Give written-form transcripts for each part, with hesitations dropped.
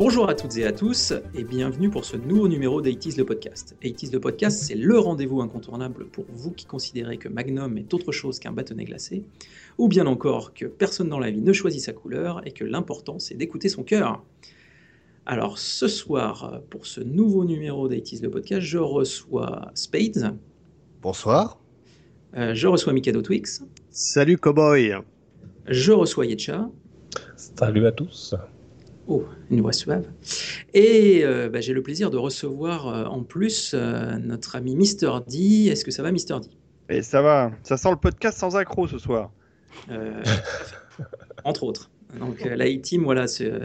Bonjour à toutes et à tous et bienvenue pour ce nouveau numéro d'Eighties le podcast. Eighties le podcast, c'est le rendez-vous incontournable pour vous qui considérez que Magnum est autre chose qu'un bâtonnet glacé, ou bien encore que personne dans la vie ne choisit sa couleur et que l'important c'est d'écouter son cœur. Alors ce soir, pour ce nouveau numéro d'Eighties le podcast, je reçois Spades. Bonsoir. Je reçois Mikado Twix. Salut cowboy. Je reçois Yetcha. Salut à tous. Oh, une voix suave. Et j'ai le plaisir de recevoir en plus notre ami Mister D. Est-ce que ça va, Mister D? Et ça va, ça sent le podcast sans accroc ce soir. Entre autres. Donc la A-Team voilà,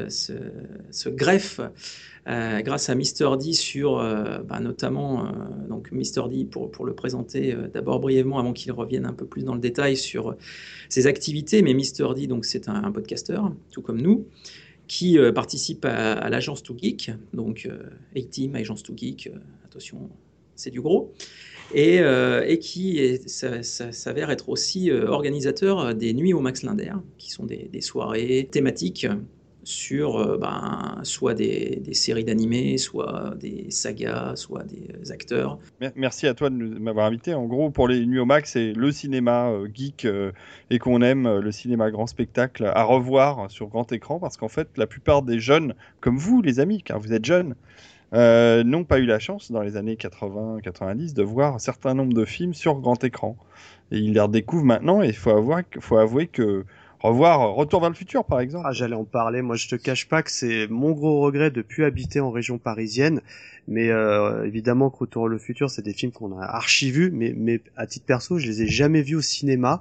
se greffe grâce à Mister D sur notamment donc Mister D pour le présenter d'abord brièvement avant qu'il revienne un peu plus dans le détail sur ses activités. Mais Mister D, donc, c'est un podcasteur, tout comme nous, qui participe à l'agence 2Geek, donc A-Team, agence 2Geek, attention, c'est du gros, et qui s'avère être aussi organisateur des Nuits au Max Linder, qui sont des soirées thématiques sur soit des séries d'animés, soit des sagas, soit des acteurs. Merci à toi de m'avoir invité. En gros, pour les Nuits au Max, c'est le cinéma geek et qu'on aime, le cinéma grand spectacle, à revoir sur grand écran, parce qu'en fait, la plupart des jeunes, comme vous les amis, car vous êtes jeunes, n'ont pas eu la chance, dans les années 80-90, de voir un certain nombre de films sur grand écran. Et ils les redécouvrent maintenant, et il faut avouer que revoir Retour vers le futur, par exemple. Ah, j'allais en parler. Moi, je te cache pas que c'est mon gros regret de plus habiter en région parisienne. Mais évidemment que Retour vers le futur, c'est des films qu'on a archi-vus. Mais à titre perso, je les ai jamais vus au cinéma.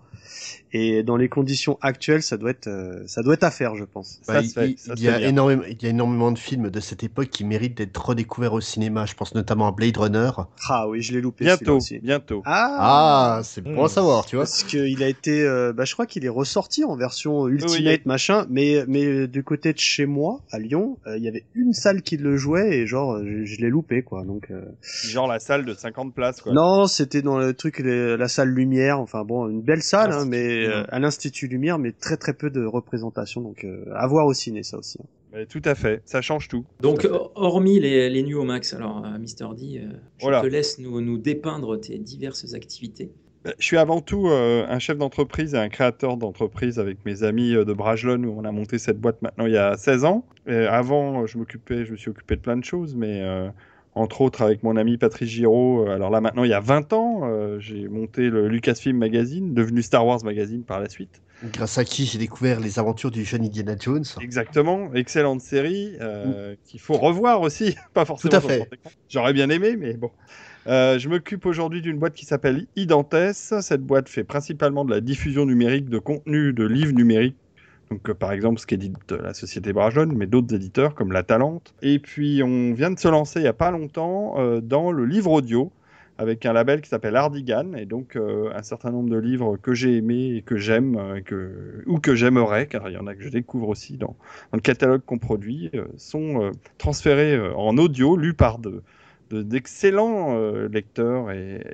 Et dans les conditions actuelles, ça doit être à faire, je pense. Il y a énormément de films de cette époque qui méritent d'être redécouverts au cinéma. Je pense notamment à Blade Runner. Ah oui, je l'ai loupé. Bientôt. Ah, c'est bon à savoir, tu vois. Parce qu'il a été, je crois qu'il est ressorti en version Ultimate, machin. Mais du côté de chez moi, à Lyon, il y avait une salle qui le jouait et genre, je l'ai loupé, quoi. Donc. Genre la salle de 50 places, quoi. Non, c'était dans le truc, la salle Lumière. Enfin bon, une belle salle, hein, mais à l'Institut Lumière, mais très très peu de représentation. Donc à voir au ciné, ça aussi. Mais tout à fait, ça change tout. Donc hormis les Nuits au Max, alors Mister D, je te laisse nous dépeindre tes diverses activités. Je suis avant tout un chef d'entreprise et un créateur d'entreprise avec mes amis de Bragelonne, où on a monté cette boîte maintenant il y a 16 ans. Et avant, je me suis occupé de plein de choses, mais entre autres avec mon ami Patrice Giraud. Alors là maintenant il y a 20 ans, j'ai monté le Lucasfilm Magazine, devenu Star Wars Magazine par la suite. Grâce à qui j'ai découvert les aventures du jeune Indiana Jones. Exactement, excellente série qu'il faut revoir aussi, pas forcément. Tout à fait. J'aurais bien aimé, mais bon. Je m'occupe aujourd'hui d'une boîte qui s'appelle Identes. Cette boîte fait principalement de la diffusion numérique de contenu de livres numériques. Donc, par exemple, ce qu'édite la société Bragelonne, mais d'autres éditeurs comme La Talente. Et puis, on vient de se lancer il n'y a pas longtemps dans le livre audio avec un label qui s'appelle Hardigan. Et donc, un certain nombre de livres que j'ai aimés et que j'aime ou que j'aimerais, car il y en a que je découvre aussi dans le catalogue qu'on produit, sont transférés en audio, lus par d'excellents lecteurs.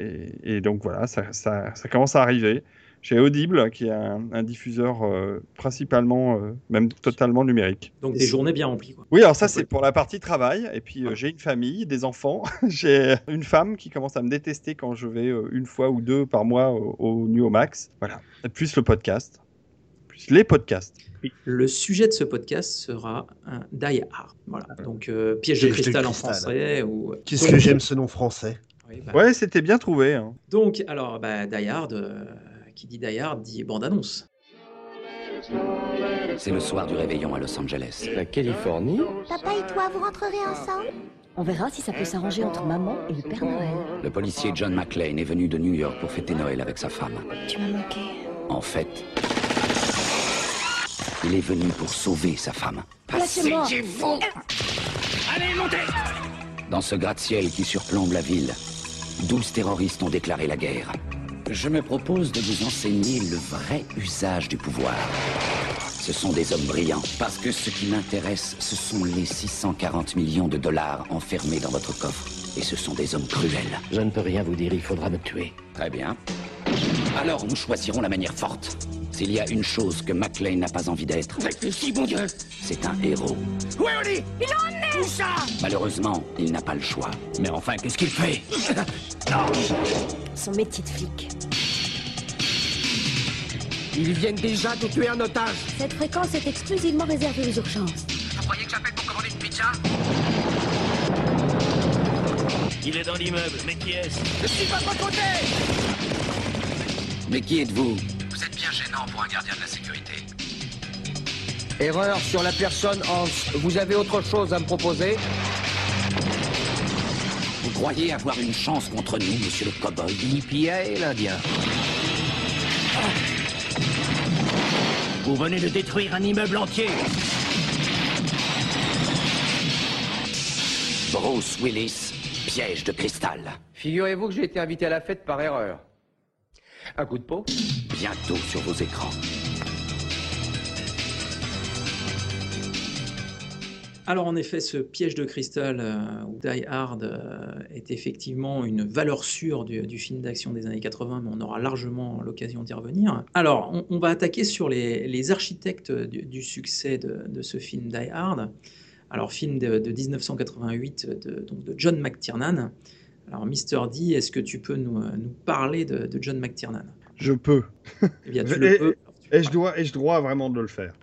Et donc, voilà, ça commence à arriver. Chez Audible, qui est un diffuseur principalement, même totalement numérique. Donc des journées bien remplies, quoi. Oui, alors ça c'est pour la partie travail. Et puis j'ai une famille, des enfants. J'ai une femme qui commence à me détester quand je vais une fois ou deux par mois au Nuits au Max. Voilà. Et plus le podcast. Plus les podcasts. Le sujet de ce podcast sera un Die Hard. Voilà. Donc piège de cristal en français. Qu'est-ce que j'aime ce nom français. Ouais, c'était bien trouvé. Hein. Donc, alors, Die Hard... Qui dit Die Hard dit bande-annonce. C'est le soir du réveillon à Los Angeles. La Californie. Papa et toi, vous rentrerez ensemble? On verra si ça peut s'arranger entre maman et le Père Noël. Le policier John McClane est venu de New York pour fêter Noël avec sa femme. Tu m'as manqué. En fait, il est venu pour sauver sa femme. Lâchez-moi. Allez, montez! Dans ce gratte-ciel qui surplombe la ville, 12 terroristes ont déclaré la guerre. Je me propose de vous enseigner le vrai usage du pouvoir. Ce sont des hommes brillants, parce que ce qui m'intéresse, ce sont les 640 millions de dollars enfermés dans votre coffre. Et ce sont des hommes cruels. Je ne peux rien vous dire, il faudra me tuer. Très bien. Alors nous choisirons la manière forte. S'il y a une chose que McClane n'a pas envie d'être... Réfléchis, mon Dieu! C'est un héros. Où est Oli? Il en est! Où ça? Malheureusement, il n'a pas le choix. Mais enfin, qu'est-ce qu'il fait? Son métier de flic. Ils viennent déjà de tuer un otage! Cette fréquence est exclusivement réservée aux urgences. Vous croyez que j'appelle pour commander une pizza? Il est dans l'immeuble, mais qui est-ce? Je suis pas de votre côté! Mais qui êtes-vous? Vous êtes bien gênant pour un gardien de la sécurité. Erreur sur la personne Hans. Vous avez autre chose à me proposer? Vous croyez avoir une chance contre nous, monsieur le cow-boy? EPA et l'Indien. Vous venez de détruire un immeuble entier. Bruce Willis, piège de cristal. Figurez-vous que j'ai été invité à la fête par erreur. Un coup de peau? Bientôt sur vos écrans. Alors en effet, ce piège de cristal ou Die Hard est effectivement une valeur sûre du film d'action des années 80, mais on aura largement l'occasion d'y revenir. Alors, on va attaquer sur les architectes du succès de ce film Die Hard. Alors, film de 1988 donc de John McTiernan. Alors, Mr. D, est-ce que tu peux nous parler de John McTiernan? Je peux. Eh bien, tu le peux. Et je dois vraiment de le faire.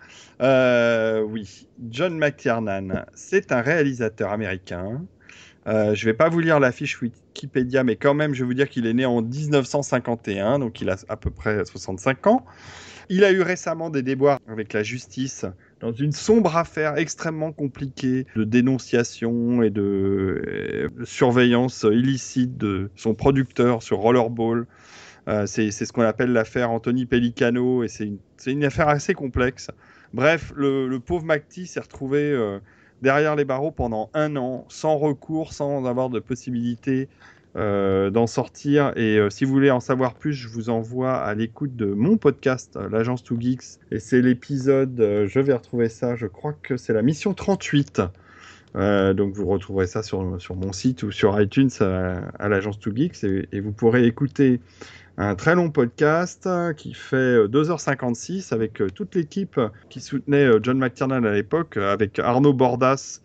Oui, John McTiernan, c'est un réalisateur américain. Je ne vais pas vous lire la fiche Wikipédia, mais quand même, je vais vous dire qu'il est né en 1951, donc il a à peu près 65 ans. Il a eu récemment des déboires avec la justice dans une sombre affaire extrêmement compliquée de dénonciation et de surveillance illicite de son producteur sur Rollerball. C'est ce qu'on appelle l'affaire Anthony Pellicano, et c'est une affaire assez complexe. Bref, le pauvre McTie s'est retrouvé derrière les barreaux pendant 1 an, sans recours, sans avoir de possibilité d'en sortir. Et si vous voulez en savoir plus, je vous envoie à l'écoute de mon podcast, l'Agence 2 Geeks. Et c'est l'épisode, je vais retrouver ça, je crois que c'est la mission 38. Donc vous retrouverez ça sur mon site ou sur iTunes à l'Agence 2 Geeks. Et vous pourrez écouter un très long podcast qui fait 2h56 avec toute l'équipe qui soutenait John McTiernan à l'époque, avec Arnaud Bordas,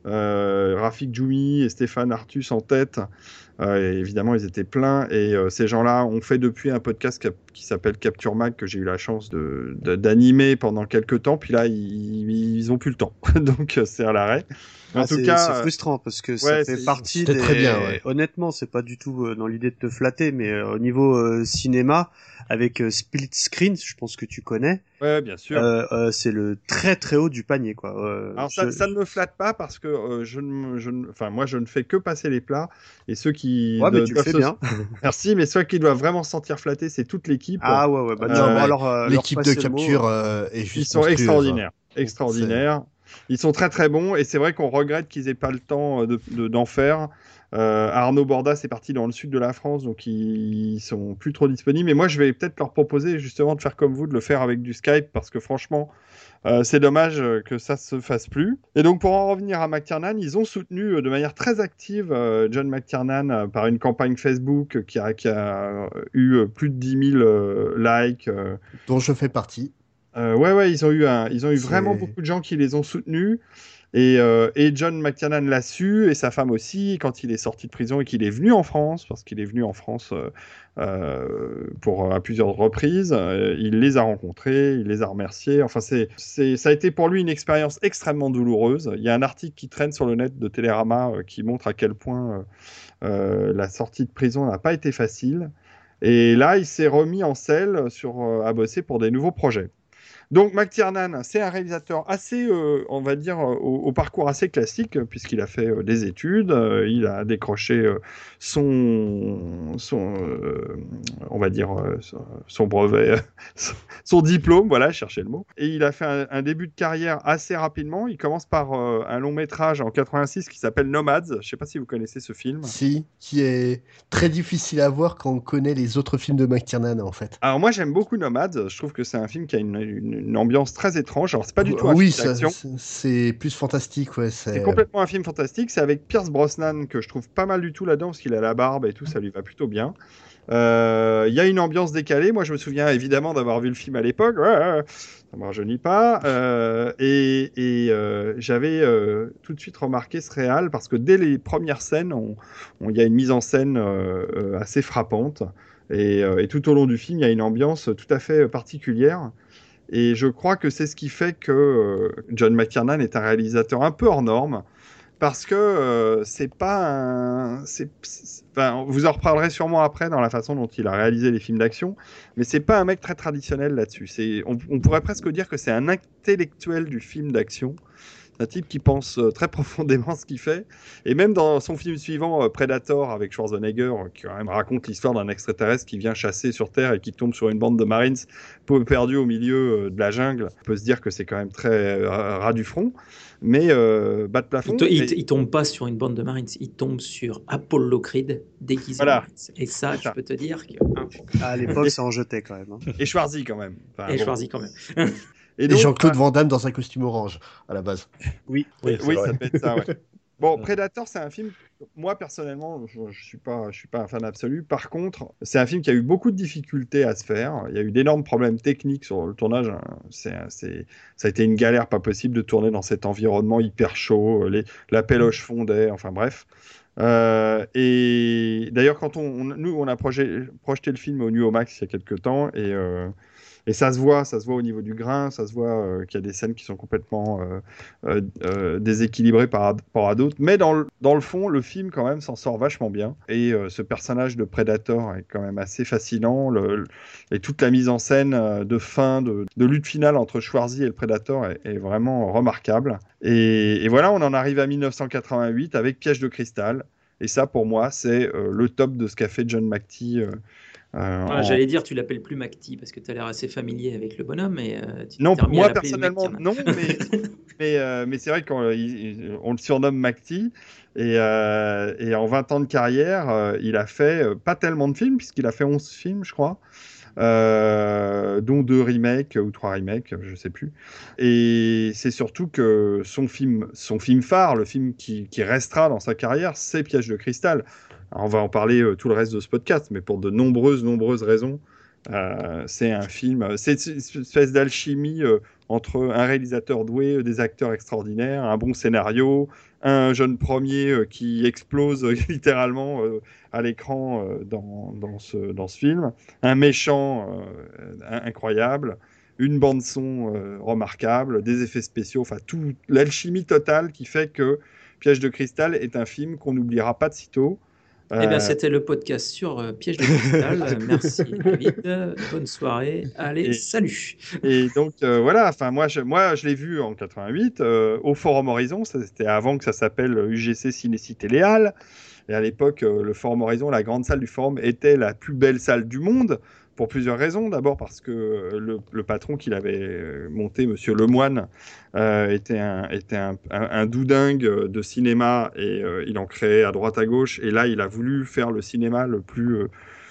Rafik Djoumi et Stéphane Artus en tête. Et évidemment, ils étaient pleins. Et ces gens-là ont fait depuis un podcast qui s'appelle Capture Mag, que j'ai eu la chance d'animer pendant quelques temps. Puis là, ils ont plus le temps. Donc, c'est à l'arrêt. En tout cas, c'est frustrant parce que ça fait partie des... très bien, ouais. Honnêtement, c'est pas du tout dans l'idée de te flatter, mais au niveau cinéma, avec Split Screen, je pense que tu connais. Ouais, bien sûr. C'est le très très haut du panier, quoi. Alors ça ne me flatte pas parce que moi je ne fais que passer les plats, et ceux qui mais tu le fais bien. Merci, mais ceux qui doivent vraiment se sentir flattés, c'est toute l'équipe. Ah ouais. Bah, non, alors l'équipe de capture est juste. Ils sont extraordinaires. Ils sont très très bons, et c'est vrai qu'on regrette qu'ils aient pas le temps d'en faire. Arnaud Bordas est parti dans le sud de la France, donc ils sont plus trop disponibles. Mais moi, je vais peut-être leur proposer justement de faire comme vous, de le faire avec du Skype, parce que franchement, c'est dommage que ça se fasse plus. Et donc, pour en revenir à McTiernan, ils ont soutenu de manière très active John McTiernan par une campagne Facebook qui a eu plus de 10 000 likes. Dont je fais partie. Ouais, ils ont eu vraiment beaucoup de gens qui les ont soutenus. Et John McTiernan l'a su, et sa femme aussi, quand il est sorti de prison et qu'il est venu en France, parce qu'il est venu en France à plusieurs reprises, il les a rencontrés, il les a remerciés. Enfin, ça a été pour lui une expérience extrêmement douloureuse. Il y a un article qui traîne sur le net de Télérama qui montre à quel point la sortie de prison n'a pas été facile. Et là, il s'est remis en selle à bosser pour des nouveaux projets. Donc McTiernan, c'est un réalisateur assez, on va dire, au parcours assez classique, puisqu'il a fait des études, il a décroché son brevet, son diplôme, voilà, cherchez le mot. Et il a fait un début de carrière assez rapidement. Il commence par un long métrage en 86 qui s'appelle Nomads. Je ne sais pas si vous connaissez ce film. Si, qui est très difficile à voir quand on connaît les autres films de McTiernan, en fait. Alors moi, j'aime beaucoup Nomads. Je trouve que c'est un film qui a une ambiance très étrange. Alors c'est pas du tout un film d'action. C'est plus fantastique, ouais. C'est complètement un film fantastique. C'est avec Pierce Brosnan, que je trouve pas mal du tout là-dedans, parce qu'il a la barbe et tout, ça lui va plutôt bien. Il y a une ambiance décalée. Moi, je me souviens évidemment d'avoir vu le film à l'époque. Ça ne me rajeunit pas. J'avais tout de suite remarqué ce réal parce que dès les premières scènes, il y a une mise en scène assez frappante. Et tout au long du film, il y a une ambiance tout à fait particulière. Et je crois que c'est ce qui fait que John McTiernan est un réalisateur un peu hors norme. Parce que c'est pas un... Enfin, vous en reparlerez sûrement après dans la façon dont il a réalisé les films d'action, mais c'est pas un mec très traditionnel là-dessus. On pourrait presque dire que c'est un intellectuel du film d'action. C'est un type qui pense très profondément ce qu'il fait. Et même dans son film suivant, Predator, avec Schwarzenegger, qui quand même raconte l'histoire d'un extraterrestre qui vient chasser sur Terre et qui tombe sur une bande de Marines perdus au milieu de la jungle, on peut se dire que c'est quand même très ras du front. Mais bas de plafond. Il tombe pas sur une bande de Marines, il tombe sur Apollo Creed déguisé en Marines. Et ça, je peux te dire que. À l'époque, ça en jetait quand même. Et Schwarzy quand même. Enfin, Schwarzy quand même. Et donc, Jean-Claude Van Damme dans un costume orange, à la base. Oui, ça peut être ça, ouais. Bon, Predator, c'est un film, moi personnellement, je suis pas un fan absolu. Par contre, c'est un film qui a eu beaucoup de difficultés à se faire. Il y a eu d'énormes problèmes techniques sur le tournage. Ça a été une galère pas possible de tourner dans cet environnement hyper chaud. La péloche fondait, enfin bref. Et d'ailleurs, quand nous, on a projeté le film au Nuo Max il y a quelques temps et ça se voit au niveau du grain, ça se voit qu'il y a des scènes qui sont complètement déséquilibrées par rapport à d'autres. Mais dans le fond, le film quand même s'en sort vachement bien. Et ce personnage de Predator est quand même assez fascinant. Et toute la mise en scène de fin, de lutte finale entre Schwarzy et le Predator est vraiment remarquable. Et voilà, on en arrive à 1988 avec Piège de cristal. Et ça, pour moi, c'est le top de ce qu'a fait John McTiernan. J'allais dire, tu l'appelles plus McTie parce que tu as l'air assez familier avec le bonhomme. Mais non, moi personnellement, non, mais c'est vrai qu'on le surnomme McTie. Et en 20 ans de carrière, il a fait pas tellement de films, puisqu'il a fait 11 films, je crois. Dont 2 remakes ou 3 remakes, je sais plus. Et c'est surtout que son film phare, le film qui restera dans sa carrière, c'est Piège de cristal. Alors on va en parler tout le reste de ce podcast, mais pour de nombreuses raisons. C'est un film, c'est une espèce d'alchimie entre un réalisateur doué, des acteurs extraordinaires, un bon scénario, un jeune premier qui explose littéralement à l'écran dans ce film, un méchant incroyable, une bande son remarquable, des effets spéciaux, enfin tout l'alchimie totale qui fait que Piège de cristal est un film qu'on n'oubliera pas de sitôt. Eh bien, c'était le podcast sur Piège de cristal. Merci David. Bonne soirée. Allez, salut. Et donc voilà. Enfin moi je l'ai vu en 88 au Forum Horizon. C'était avant que ça s'appelle UGC Ciné-Cité Léal. Et à l'époque, le Forum Horizon, la grande salle du Forum, était la plus belle salle du monde. Pour plusieurs raisons. D'abord parce que le patron qu'il avait monté, Monsieur Lemoine, était un doudingue de cinéma et il en créait à droite à gauche. Et là, il a voulu faire le cinéma le plus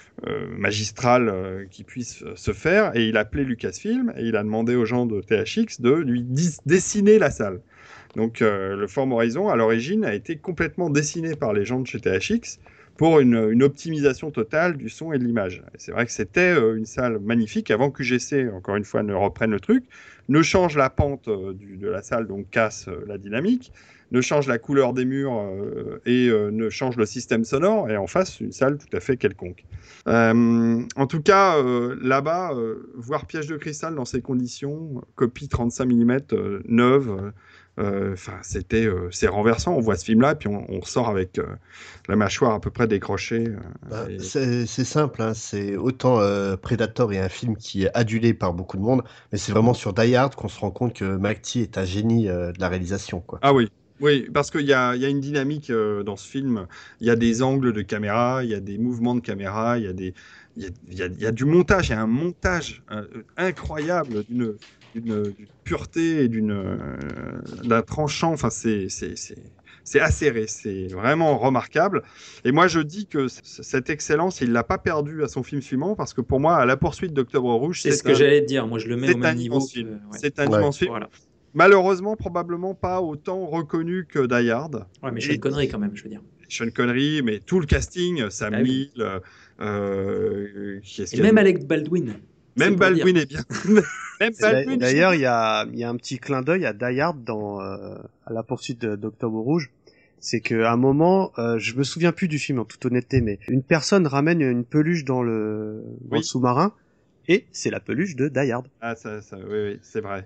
magistral qui puisse se faire. Et il a appelé Lucasfilm et il a demandé aux gens de THX de lui dessiner la salle. Donc le Forum Horizon, à l'origine, a été complètement dessiné par les gens de chez THX pour une optimisation totale du son et de l'image. Et c'est vrai que c'était une salle magnifique avant qu'UGC, encore une fois, ne reprenne le truc, ne change la pente de la salle, donc casse la dynamique, ne change la couleur des murs et ne change le système sonore, et en fasse une salle tout à fait quelconque. En tout cas, là-bas, voir Piège de cristal dans ces conditions, copie 35 mm neuve, c'est renversant. On voit ce film-là, puis on ressort avec la mâchoire à peu près décrochée. C'est simple, hein, c'est autant Predator est un film qui est adulé par beaucoup de monde, mais c'est vraiment sur Die Hard qu'on se rend compte que McTie est un génie de la réalisation, quoi. Ah oui. Oui, parce qu'il y a une dynamique dans ce film. Il y a des angles de caméra, il y a des mouvements de caméra, il y a du montage. Il y a un montage incroyable d'une pureté et d'un tranchant. Enfin, c'est acéré, c'est vraiment remarquable. Et moi, je dis que cette excellence, il l'a pas perdue à son film suivant, parce que pour moi, À la poursuite d'Octobre Rouge, c'est ce que j'allais te dire. Moi, je le mets au même niveau. C'est un immense film. Voilà. Malheureusement, probablement pas autant reconnu que Die Hard. Ouais, mais c'est une connerie quand même, je veux dire. Sean Connery, mais tout le casting, Sam Neill, et même Alec Baldwin. Même Baldwin est bien. D'ailleurs, il y a un petit clin d'œil à Die Hard dans à la poursuite d'Octobre Rouge. C'est qu'à un moment, je me souviens plus du film en toute honnêteté, mais une personne ramène une peluche dans le sous-marin, et c'est la peluche de Die Hard. Ah oui, c'est vrai.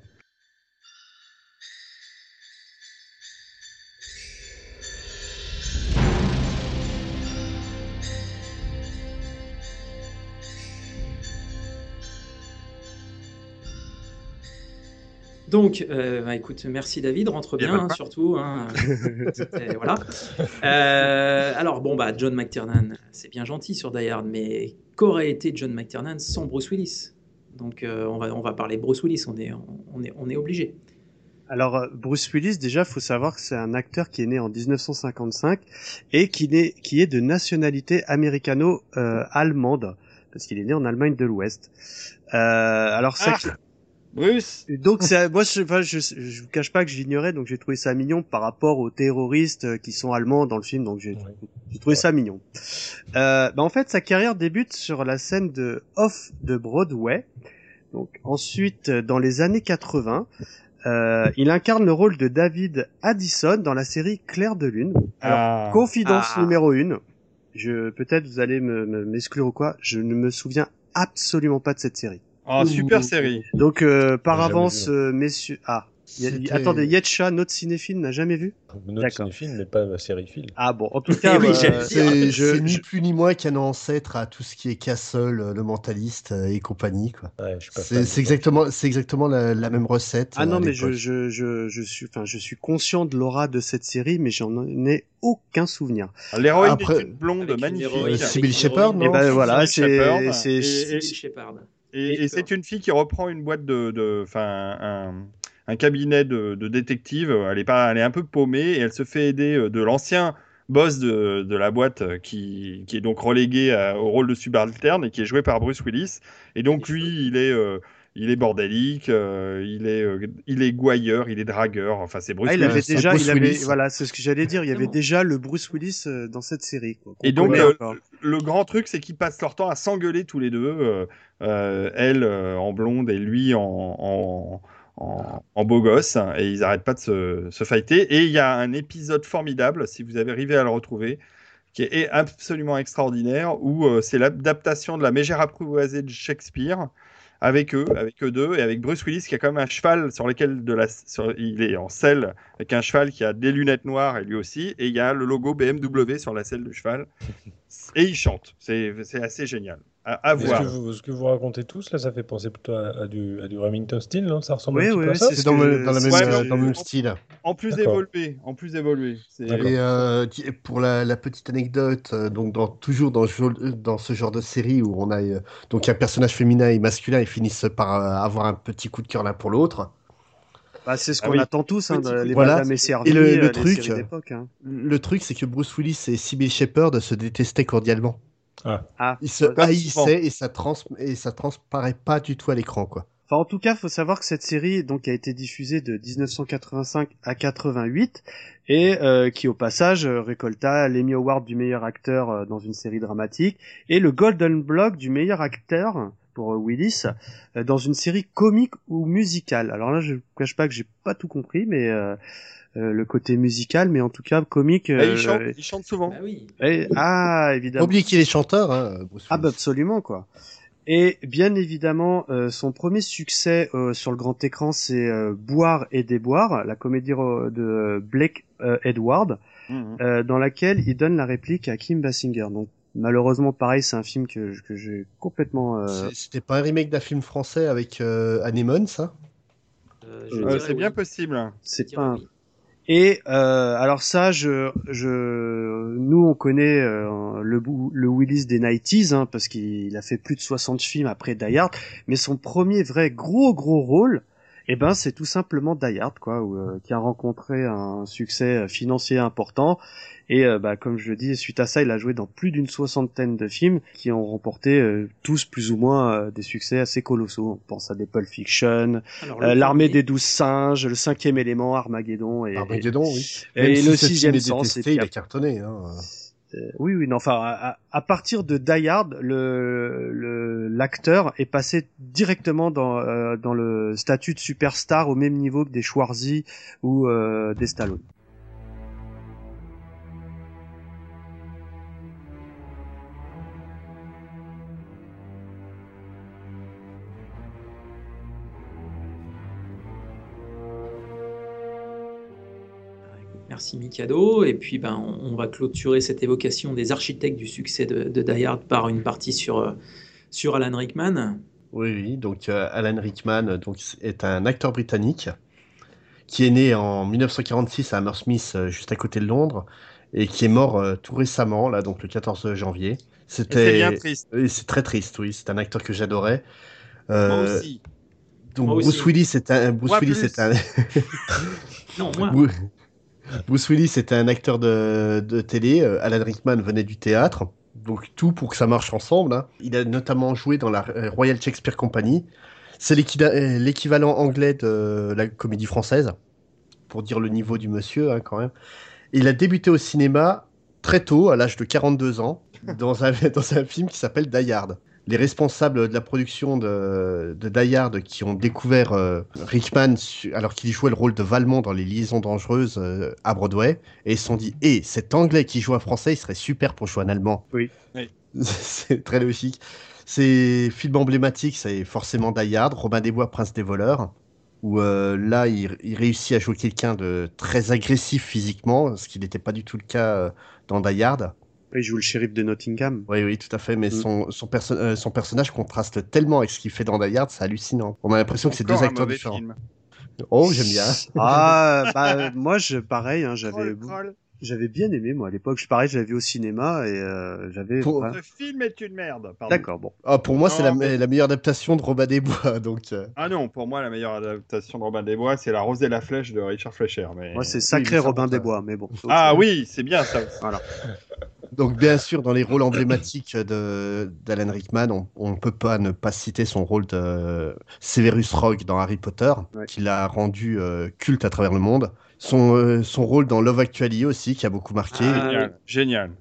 Donc, écoute, merci David, rentre bien, surtout. Hein, voilà. Alors, John McTiernan, c'est bien gentil sur Die Hard, mais qu'aurait été John McTiernan sans Bruce Willis? Donc, on va parler de Bruce Willis, on est obligé. Alors, Bruce Willis, déjà, faut savoir que c'est un acteur qui est né en 1955 et qui est de nationalité américano-allemande, parce qu'il est né en Allemagne de l'Ouest. Alors, ça... Bruce. Donc moi je vous cache pas que je l'ignorais, donc j'ai trouvé ça mignon par rapport aux terroristes qui sont allemands dans le film, donc j'ai trouvé ça mignon. En fait sa carrière débute sur la scène off de Broadway. Donc ensuite dans les années 80, il incarne le rôle de David Addison dans la série Clair de Lune. Alors confidence numéro 1. Peut-être vous allez m'exclure ou quoi, je ne me souviens absolument pas de cette série. Oh, super série. Donc, par avance, messieurs... attendez, Yetcha, notre cinéphile, n'a jamais vu? Notre cinéphile n'est pas sériephile. Ah bon, en tout cas... c'est ni plus ni moins qu'un ancêtre à tout ce qui est Castle, le Mentaliste et compagnie, quoi. Ouais, c'est exactement la même recette. Ah non, mais je suis conscient de l'aura de cette série, mais j'en ai aucun souvenir. L'héroïne est une blonde magnifique. Sybil Shepherd, non? Et ben voilà, c'est Sybil Shepherd. Et c'est une fille qui reprend une boîte un cabinet de détective. Elle est un peu paumée et elle se fait aider de l'ancien boss de la boîte qui est donc relégué au rôle de subalterne et qui est joué par Bruce Willis. Et donc lui, il est bordélique, il est gouailleur, il est dragueur. Enfin, c'est Bruce Willis. Voilà, c'est ce que j'allais dire. Il y avait déjà le Bruce Willis dans cette série, quoi. Et donc, le grand truc, c'est qu'ils passent leur temps à s'engueuler tous les deux. Elle en blonde et lui en beau gosse. Et ils n'arrêtent pas de se fighter. Et il y a un épisode formidable, si vous avez arrivé à le retrouver, qui est absolument extraordinaire, où c'est l'adaptation de la Mégère apprivoisée de Shakespeare. Avec eux deux, et avec Bruce Willis qui a quand même un cheval sur lequel il est en selle, avec un cheval qui a des lunettes noires et lui aussi, et il y a le logo BMW sur la selle du cheval, et il chante. C'est assez génial. À voir. Ce que vous racontez tous, là, ça fait penser plutôt à du Remington Steele, non? Ça ressemble un petit peu à ça. C'est dans le même style. En plus évolué. Et pour la petite anecdote, donc toujours dans ce genre de série où on a donc un personnage féminin et masculin, ils finissent par avoir un petit coup de cœur l'un pour l'autre. Bah, c'est ce qu'on attend tous, les voilà. Madame et Servie, et le truc, séries d'époque. Le truc, c'est que Bruce Willis et Sybil Shepherd se détestaient cordialement. Ils se haïssaient et ça transparaît pas du tout à l'écran, quoi. Enfin, en tout cas, faut savoir que cette série donc a été diffusée de 1985 à 88 et qui au passage récolta l'Emmy Award du meilleur acteur dans une série dramatique et le Golden Globe du meilleur acteur pour Willis dans une série comique ou musicale. Alors là, je vous cache pas que j'ai pas tout compris, mais le côté musical, mais en tout cas comique. Il chante souvent. Bah oui. Évidemment. Oubliez qu'il est chanteur, hein, Bruce Willis. Bah absolument, quoi. Et bien évidemment, son premier succès sur le grand écran, c'est Boire et déboire, la comédie de Blake Edward, dans laquelle il donne la réplique à Kim Basinger. Donc malheureusement, pareil, c'est un film que j'ai complètement... C'était pas un remake d'un film français avec Anémone, ça c'est bien possible. C'est pas un... Et alors ça, nous on connaît le Willis des 90s, hein, parce qu'il a fait plus de 60 films après Die Hard, mais son premier vrai gros rôle, Eh ben, c'est tout simplement Die Hard, quoi, qui a rencontré un succès financier important. Et comme je le dis, suite à ça, il a joué dans plus d'une 60aine de films qui ont remporté tous plus ou moins des succès assez colossaux. On pense à des Pulp Fiction, L'Armée des 12 singes, Le 5e élément, Armageddon. Armageddon, oui. Et Même le si 6e sens. il a cartonné. Hein. Oui, non, enfin, à partir de Die Hard, l'acteur est passé directement dans le statut de superstar au même niveau que des Schwarzy ou des Stallone. Merci Mikado. Et puis on va clôturer cette évocation des architectes du succès de Die Hard par une partie sur Alan Rickman. Oui, donc Alan Rickman est un acteur britannique qui est né en 1946 à Hammersmith, juste à côté de Londres, et qui est mort tout récemment, là, donc le 14 janvier. C'est bien triste. C'est très triste, oui. C'est un acteur que j'adorais. Moi aussi. Donc Moi Bruce aussi. Willis est un... Non, moi. Bruce Willis était un acteur de télé, Alan Rickman venait du théâtre, donc tout pour que ça marche ensemble. Hein. Il a notamment joué dans la Royal Shakespeare Company. C'est l'équivalent anglais de la comédie française, pour dire le niveau du monsieur, hein, quand même. Il a débuté au cinéma très tôt, à l'âge de 42 ans, dans un film qui s'appelle Die Hard. Les responsables de la production de Die Hard qui ont découvert Rickman alors qu'il jouait le rôle de Valmont dans Les Liaisons Dangereuses à Broadway, et ils se sont dit cet anglais qui joue un français, il serait super pour jouer un allemand. Oui. C'est très logique. Ces films emblématiques, c'est forcément Die Hard, Robin des Bois, Prince des voleurs, où là, il réussit à jouer quelqu'un de très agressif physiquement, ce qui n'était pas du tout le cas dans Die Hard. Il joue le shérif de Nottingham. Oui, tout à fait, mais son personnage contraste tellement avec ce qu'il fait dans Die Hard, c'est hallucinant. On a l'impression que c'est deux acteurs différents. Film. Oh, j'aime bien. Moi, pareil, hein, j'avais bien aimé, moi, à l'époque. Pareil, je l'avais vu au cinéma et j'avais... Ce film est une merde, pardon. D'accord, bon. Pour moi, c'est la meilleure adaptation de Robin des Bois, donc... Ah non, pour moi, la meilleure adaptation de Robin des Bois, c'est La Rose et la Flèche de Richard Fleischer. Mais... Moi, c'est Sacré Robin des Bois, mais bon. Oui, c'est bien ça. Voilà. Donc, bien sûr, dans les rôles emblématiques d'Alan Rickman, on ne peut pas ne pas citer son rôle de Severus Rogue dans Harry Potter, qui l'a rendu culte à travers le monde. Son rôle dans Love Actually aussi, qui a beaucoup marqué. Génial.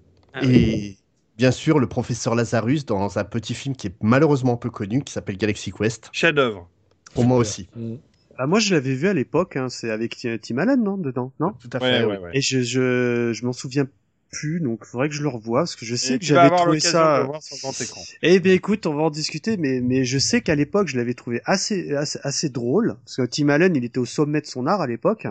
Et bien sûr, le professeur Lazarus dans un petit film qui est malheureusement peu connu, qui s'appelle Galaxy Quest. Chef-d'œuvre. Pour moi aussi. Moi, je l'avais vu à l'époque, hein, c'est avec Tim Allen, non, dedans, non? Tout à fait. Ouais. Et je m'en souviens plus, donc faudrait que je le revoie, parce que je sais que j'avais trouvé ça... de le voir sur grand écran. Eh bien, écoute, on va en discuter, mais je sais qu'à l'époque, je l'avais trouvé assez drôle, parce que Tim Allen, il était au sommet de son art à l'époque,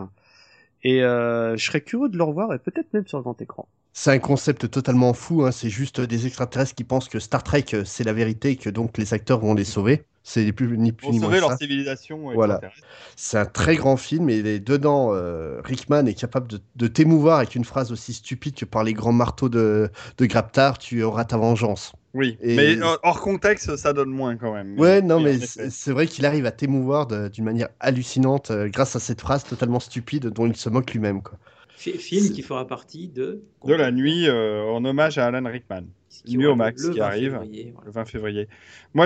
et je serais curieux de le revoir, et peut-être même sur grand écran. C'est un concept totalement fou, hein. C'est juste des extraterrestres qui pensent que Star Trek, c'est la vérité et que donc les acteurs vont les sauver. C'est ni plus ni moins sauver ça. leur civilisation. Voilà. C'est un très grand film et dedans, Rickman est capable de t'émouvoir avec une phrase aussi stupide que par les grands marteaux de Graptar, tu auras ta vengeance. Oui, mais hors contexte, ça donne moins quand même. Mais c'est vrai qu'il arrive à t'émouvoir d'une manière hallucinante grâce à cette phrase totalement stupide dont il se moque lui-même, quoi. Film qui fera partie de la nuit en hommage à Alan Rickman. Nuit au max qui arrive le 20 février. Moi,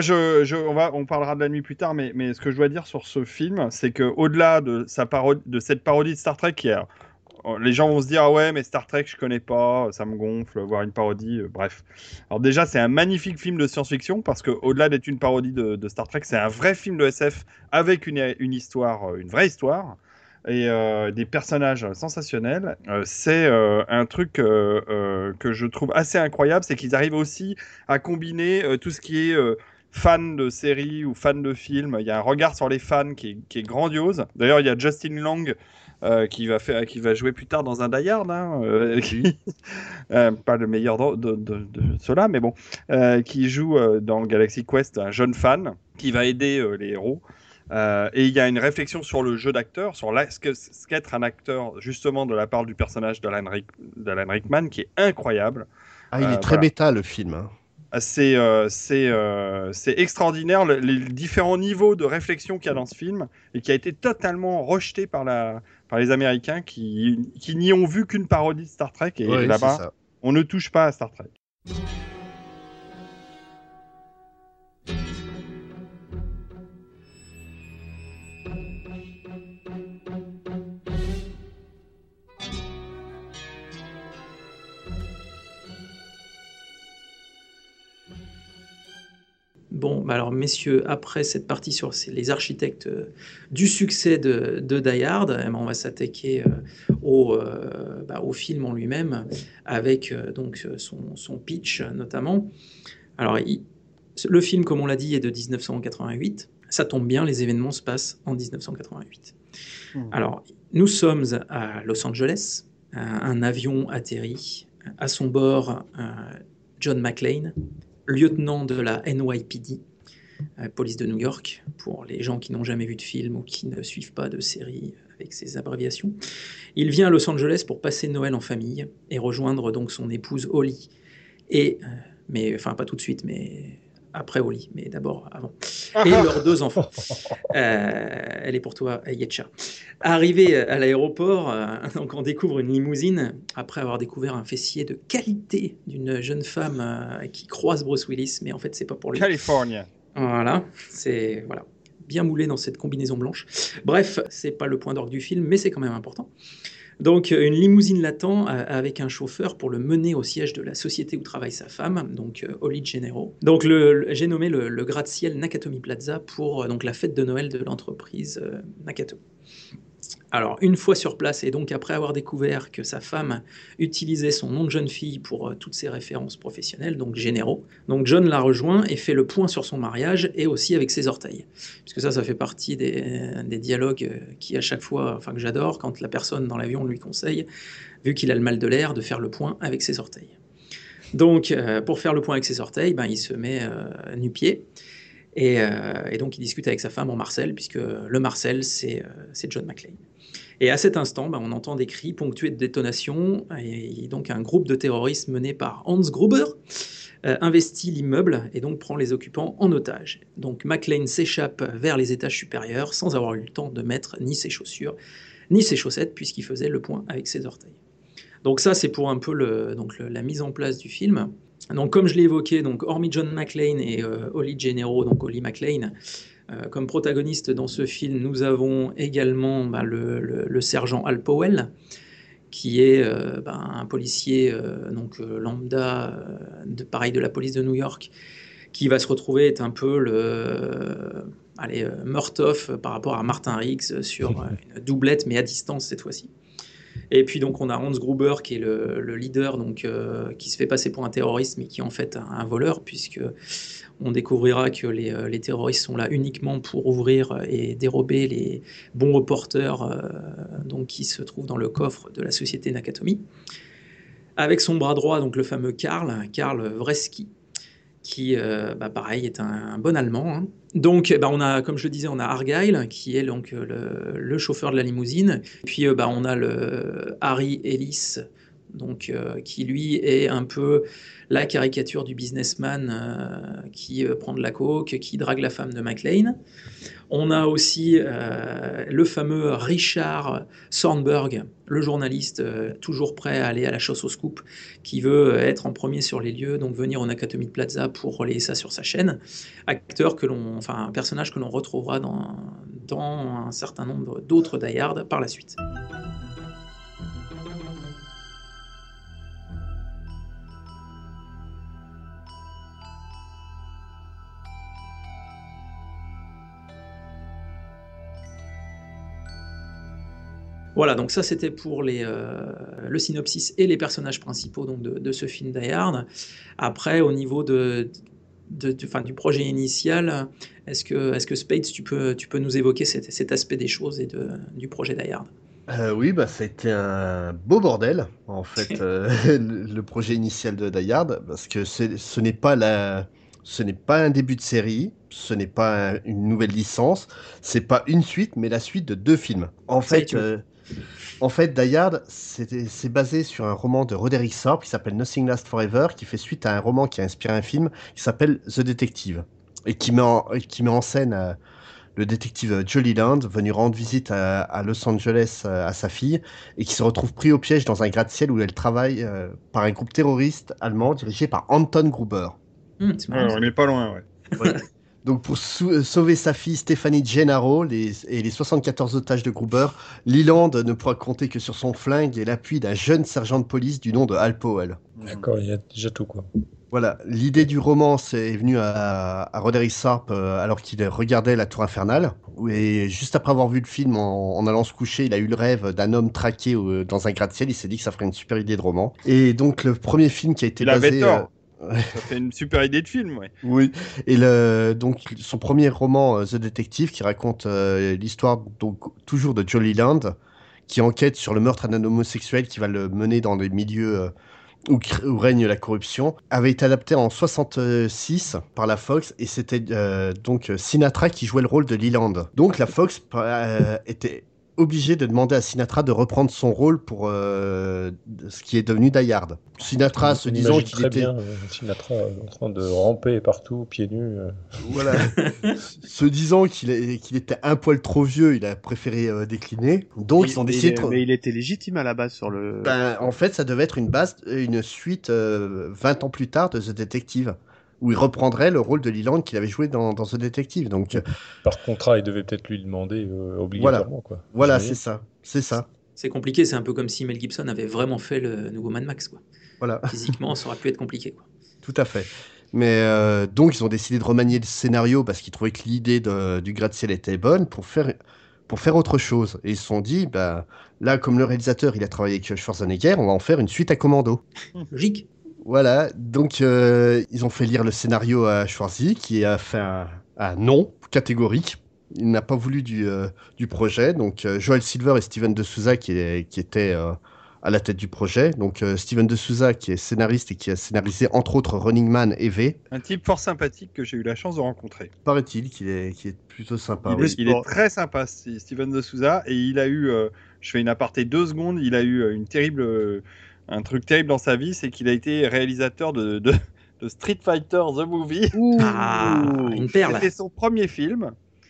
on parlera de la nuit plus tard, mais ce que je dois dire sur ce film, c'est que au-delà de cette parodie de Star Trek, les gens vont se dire mais Star Trek je connais pas, ça me gonfle, voir une parodie, bref. Alors déjà, c'est un magnifique film de science-fiction parce que au-delà d'être une parodie de Star Trek, c'est un vrai film de SF avec une histoire, une vraie histoire. Et des personnages sensationnels. C'est un truc que je trouve assez incroyable, c'est qu'ils arrivent aussi à combiner tout ce qui est fan de séries ou fan de films. Il y a un regard sur les fans qui est grandiose. D'ailleurs, il y a Justin Long qui va jouer plus tard dans un Die Hard, pas le meilleur de ceux-là, mais bon, qui joue dans Galaxy Quest un jeune fan qui va aider les héros. Et il y a une réflexion sur le jeu d'acteur, sur ce qu'être un acteur, justement, de la part du personnage d'Alan Rickman, qui est incroyable. Il est très méta, le film. Hein. C'est extraordinaire les différents niveaux de réflexion qu'il y a dans ce film et qui a été totalement rejeté par les Américains qui n'y ont vu qu'une parodie de Star Trek et Oui, là-bas, on ne touche pas à Star Trek. Bon, bah alors messieurs, après cette partie sur les architectes du succès de Die Hard, on va s'attaquer au film en lui-même, avec donc son pitch notamment. Alors, le film, comme on l'a dit, est de 1988. Ça tombe bien, les événements se passent en 1988. Alors, nous sommes à Los Angeles, un avion atterrit, à son bord John McClane, lieutenant de la NYPD, police de New York, pour les gens qui n'ont jamais vu de film ou qui ne suivent pas de série avec ces abréviations. Il vient à Los Angeles pour passer Noël en famille et rejoindre donc son épouse Holly, mais pas tout de suite, mais après Holly, mais d'abord avant, et leurs 2 enfants. Elle est pour toi, Yetcha. Arrivé à l'aéroport, donc on découvre une limousine, après avoir découvert un fessier de qualité d'une jeune femme qui croise Bruce Willis, mais en fait c'est pas pour lui. California. Voilà, c'est bien moulé dans cette combinaison blanche. Bref, c'est pas le point d'orgue du film, mais c'est quand même important. Donc une limousine l'attend avec un chauffeur pour le mener au siège de la société où travaille sa femme, donc Holly Gennaro. Donc j'ai nommé le gratte-ciel Nakatomi Plaza pour donc la fête de Noël de l'entreprise Nakatomi. Alors, une fois sur place, et donc après avoir découvert que sa femme utilisait son nom de jeune fille pour toutes ses références professionnelles, donc Gennaro, donc John la rejoint et fait le point sur son mariage et aussi avec ses orteils. Puisque ça fait partie des dialogues qui, à chaque fois, que j'adore, quand la personne dans l'avion lui conseille, vu qu'il a le mal de l'air, de faire le point avec ses orteils. Donc, pour faire le point avec ses orteils, il se met nu-pied. Et donc, il discute avec sa femme en Marcel, puisque le Marcel, c'est John McClane. Et à cet instant, on entend des cris ponctués de détonations, et donc un groupe de terroristes mené par Hans Gruber investit l'immeuble et donc prend les occupants en otage. Donc McClane s'échappe vers les étages supérieurs sans avoir eu le temps de mettre ni ses chaussures, ni ses chaussettes, puisqu'il faisait le point avec ses orteils. Donc ça, c'est pour un peu la mise en place du film. Donc, comme je l'ai évoqué, donc, hormis John McClane et Holly Gennaro, donc Holly McClane, comme protagoniste dans ce film, nous avons également le sergent Al Powell, qui est un policier lambda, pareil de la police de New York, qui va se retrouver être un peu le Murtaugh par rapport à Martin Riggs sur une doublette, mais à distance cette fois-ci. Et puis donc on a Hans Gruber qui est le leader, qui se fait passer pour un terroriste, mais qui est en fait un voleur, puisque on découvrira que les terroristes sont là uniquement pour ouvrir et dérober les bons reporters qui se trouvent dans le coffre de la société Nakatomi. Avec son bras droit, donc le fameux Karl Wreski, qui, pareil, est un bon Allemand. Hein. Donc, on a, comme je le disais, on a Argyle, qui est donc le chauffeur de la limousine. Puis, on a le Harry Ellis, qui, lui, est un peu la caricature du businessman qui prend de la coke, qui drague la femme de McClane. On a aussi le fameux Richard Thornburg, le journaliste toujours prêt à aller à la chasse au scoop, qui veut être en premier sur les lieux, donc venir au Nakatomi Plaza pour relayer ça sur sa chaîne. Un personnage que l'on retrouvera dans un certain nombre d'autres Die Hard par la suite. Voilà, donc ça c'était pour le synopsis et les personnages principaux de ce film Die Hard. Après, au niveau du projet initial, est-ce que Spades, tu peux nous évoquer cet aspect des choses et du projet Die Hard? Oui, c'était un beau bordel, en fait, le projet initial de Die Hard, parce que ce n'est pas un début de série, ce n'est pas une nouvelle licence, c'est pas une suite, mais la suite de 2 films. En fait, En fait, Die Hard, c'est basé sur un roman de Roderick Thorpe qui s'appelle Nothing Lasts Forever, qui fait suite à un roman qui a inspiré un film qui s'appelle The Detective, et qui met en scène le détective Joe Leland, venu rendre visite à Los Angeles à sa fille, et qui se retrouve pris au piège dans un gratte-ciel où elle travaille par un groupe terroriste allemand dirigé par Anton Gruber. C'est marrant, ça. On n'est pas loin, ouais. Donc pour sauver sa fille Stéphanie Gennaro et les 74 otages de Gruber, Leland ne pourra compter que sur son flingue et l'appui d'un jeune sergent de police du nom de Hal Powell. D'accord, il y a déjà tout, quoi. Voilà, l'idée du roman est venue à Roderick Thorpe alors qu'il regardait La Tour Infernale. Et juste après avoir vu le film, en allant se coucher, il a eu le rêve d'un homme traqué dans un gratte-ciel. Il s'est dit que ça ferait une super idée de roman. Et donc le premier film qui a été basé... avait tort. Ça fait une super idée de film, ouais. Oui, et donc son premier roman, The Detective, qui raconte l'histoire donc toujours de Joe Leland, qui enquête sur le meurtre d'un homosexuel qui va le mener dans des milieux où règne la corruption, avait été adapté en 66 par la Fox, et c'était donc Sinatra qui jouait le rôle de Leland. Donc la Fox était obligé de demander à Sinatra de reprendre son rôle pour ce qui est devenu Die Hard. Sinatra se disant qu'il très était... bien Sinatra en train de ramper partout, pieds nus. Voilà. Se disant qu'il était un poil trop vieux, il a préféré décliner. Donc ils ont décidé... Mais il était légitime à la base sur le... En fait, ça devait être une suite 20 ans plus tard de The Detective, où il reprendrait le rôle de Leland qu'il avait joué dans The Detective. Donc, par contrat, il devait peut-être lui demander obligatoirement. Voilà, c'est ça. C'est compliqué, c'est un peu comme si Mel Gibson avait vraiment fait le nouveau Mad Max, quoi. Voilà. Physiquement, ça aurait pu être compliqué, quoi. Tout à fait. Mais donc, ils ont décidé de remanier le scénario parce qu'ils trouvaient que l'idée du gratte-ciel était bonne pour faire autre chose. Et ils se sont dit, là, comme le réalisateur, il a travaillé avec Schwarzenegger, on va en faire une suite à Commando. Logique. Voilà, donc ils ont fait lire le scénario à Schwarzy, qui a fait un non catégorique. Il n'a pas voulu du projet. Donc Joel Silver et Steven de Souza qui étaient à la tête du projet. Donc Steven de Souza qui est scénariste et qui a scénarisé entre autres Running Man et V. Un type fort sympathique que j'ai eu la chance de rencontrer. Paraît-il qu'il est plutôt sympa. Il est très sympa, Steven de Souza, et il a eu, je fais une aparté 2 secondes, il a eu un truc terrible dans sa vie, c'est qu'il a été réalisateur de Street Fighter The Movie. Une perle. C'était son premier film.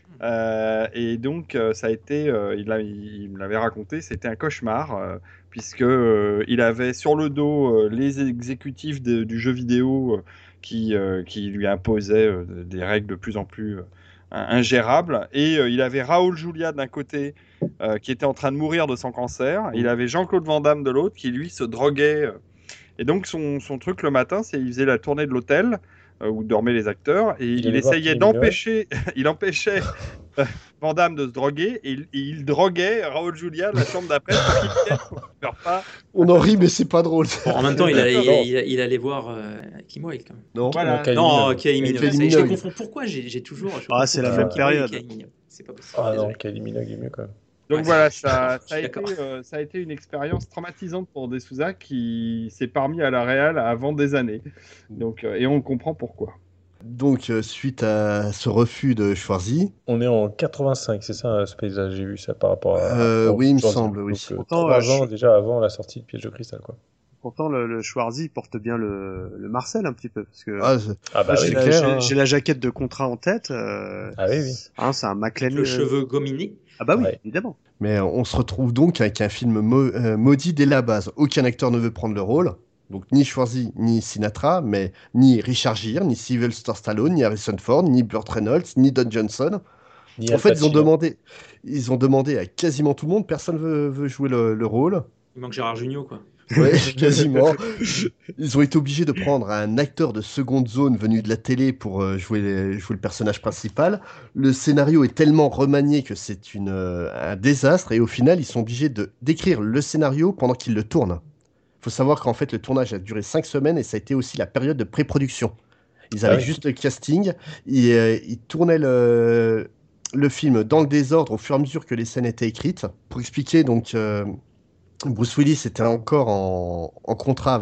Et donc ça a été, il me l'avait raconté, c'était un cauchemar puisque il avait sur le dos les exécutifs du jeu vidéo qui lui imposaient des règles de plus en plus ingérables, et il avait Raoul Julia d'un côté qui était en train de mourir de son cancer, il avait Jean-Claude Van Damme de l'autre qui lui se droguait, et donc son truc le matin, c'est il faisait la tournée de l'hôtel où dormaient les acteurs, et il essayait d'empêcher, il empêchait Van Damme de se droguer, et il droguait Raoul Julia de la chambre d'après pour qu'il meure pas. On en rit, mais c'est pas drôle. Bon, en même temps, il allait voir Kim Wilde quand même. Non, voilà. Non, Kylie Minogue. Kylie Je les Minogue. confonds. Pourquoi j'ai toujours. c'est la même période. C'est pas possible. Ah non, Désolé. Kylie Minogue est mieux quand même. Donc Ouais, voilà, je ça suis a été une expérience traumatisante pour De Souza qui s'est parmi à la Real avant des années. Donc, et on comprend pourquoi. Donc, suite à ce refus de Schwarzy... On est en 85, c'est ça, ce paysage, j'ai vu ça par rapport à... oui, il me semble, oui. Donc, 3 ans déjà avant la sortie de Piège de Cristal, quoi. Pourtant, le Schwarzy porte bien le Marcel un petit peu. Parce que j'ai la jaquette de contrat en tête. Ah oui, oui. Hein, c'est un McLean. Le cheveu gominé. Ah bah oui, Ouais. évidemment. Mais on se retrouve donc avec un film maudit dès la base. Aucun acteur ne veut prendre le rôle. Donc ni Schwarzy, ni Sinatra, mais ni Richard Gere, ni Sylvester Stallone, ni Harrison Ford, ni Burt Reynolds, ni Don Johnson. En fait, ils ont demandé à quasiment tout le monde. Personne veut jouer le rôle. Il manque Gérard Jugnot, quoi. Ouais, quasiment. Ils ont été obligés de prendre un acteur de seconde zone venu de la télé pour jouer le personnage principal. Le scénario est tellement remanié que c'est un désastre, et au final, ils sont obligés d'écrire le scénario pendant qu'ils le tournent. Il faut savoir qu'en fait, le tournage a duré 5 semaines, et ça a été aussi la période de pré-production. Ils avaient juste le casting, ils tournaient le film dans le désordre au fur et à mesure que les scènes étaient écrites. Pour expliquer, donc... Bruce Willis était encore en contrat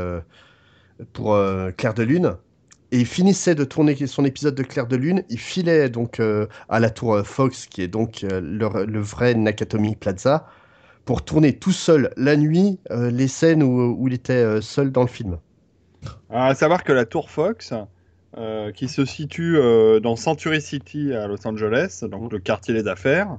pour Clair de Lune, et il finissait de tourner son épisode de Clair de Lune. Il filait donc à la tour Fox, qui est donc le vrai Nakatomi Plaza, pour tourner tout seul la nuit les scènes où il était seul dans le film. À savoir que la Tour Fox, qui se situe dans Century City à Los Angeles, donc le quartier des affaires,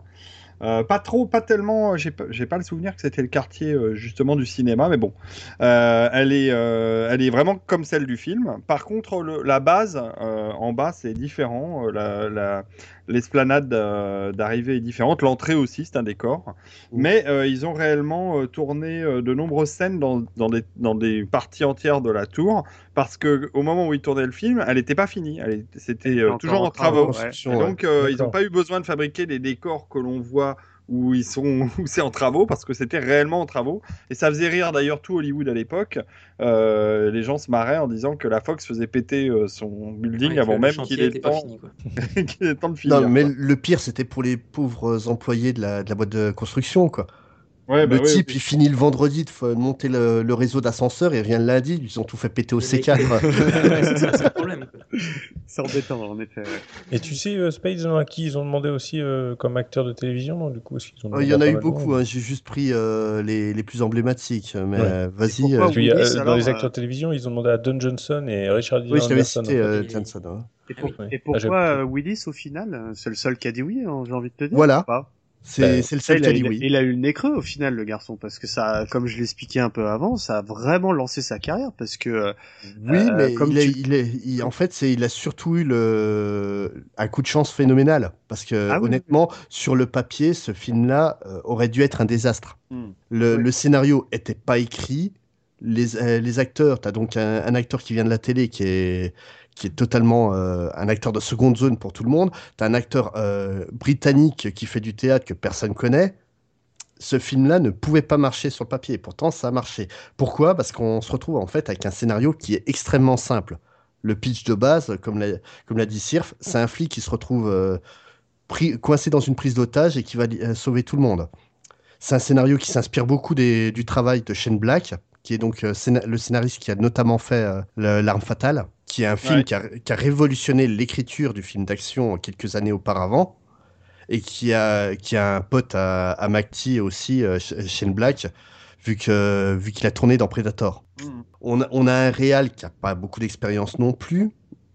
pas tellement, j'ai pas le souvenir que c'était le quartier justement du cinéma, mais bon, elle est vraiment comme celle du film. Par contre, la base en bas c'est différent, l'esplanade d'arrivée est différente, l'entrée aussi c'est un décor, mais ils ont réellement tourné de nombreuses scènes dans des parties entières de la tour, parce que au moment où ils tournaient le film, elle n'était pas finie, c'était toujours en travaux, et donc ils n'ont pas eu besoin de fabriquer les décors que l'on voit où c'est en travaux, parce que c'était réellement en travaux, et ça faisait rire d'ailleurs tout Hollywood à l'époque. Les gens se marraient en disant que la Fox faisait péter son building avant même qu'il ait le temps qu'il ait le temps de finir. Non, mais le pire, c'était pour les pauvres employés de la boîte de construction, quoi. Ouais, le type, il finit le vendredi de monter le réseau d'ascenseurs et vient le lundi, ils ont tout fait péter au C4. C'est le problème. C'est embêtant, en effet. Ouais. Et tu sais, Spades, à qui ils ont demandé aussi comme acteur de télévision, non, du coup, il y en a eu beaucoup, j'ai juste pris les plus emblématiques. Mais vas-y. Dans les acteurs de télévision, ils ont demandé à Don Johnson et Richard Dean Anderson. Oui, je Anderson. cité Johnson. Ouais. Et pourquoi Willis, au final, c'est le seul qui a dit oui, hein, j'ai envie de te dire. Voilà. C'est le seul qui a dit oui. Il a eu le nez creux au final, le garçon, parce que ça, comme je l'expliquais un peu avant, ça a vraiment lancé sa carrière, parce que oui, mais comme en fait, il a surtout eu un coup de chance phénoménal, parce que honnêtement, sur le papier, ce film-là aurait dû être un désastre. Le scénario était pas écrit, les acteurs, t'as donc un acteur qui vient de la télé qui est totalement un acteur de seconde zone pour tout le monde. T'as un acteur britannique qui fait du théâtre que personne connaît. Ce film-là ne pouvait pas marcher sur le papier. Pourtant, ça a marché. Pourquoi ? Parce qu'on se retrouve en fait avec un scénario qui est extrêmement simple. Le pitch de base, comme l'a dit Sirf, c'est un flic qui se retrouve coincé dans une prise d'otage et qui va sauver tout le monde. C'est un scénario qui s'inspire beaucoup du travail de Shane Black, qui est donc le scénariste qui a notamment fait L'Arme Fatale, qui est un film qui a révolutionné l'écriture du film d'action quelques années auparavant, et qui a un pote à McTee aussi, Shane Black, vu qu'il a tourné dans Predator. On a un réal qui n'a pas beaucoup d'expérience non plus.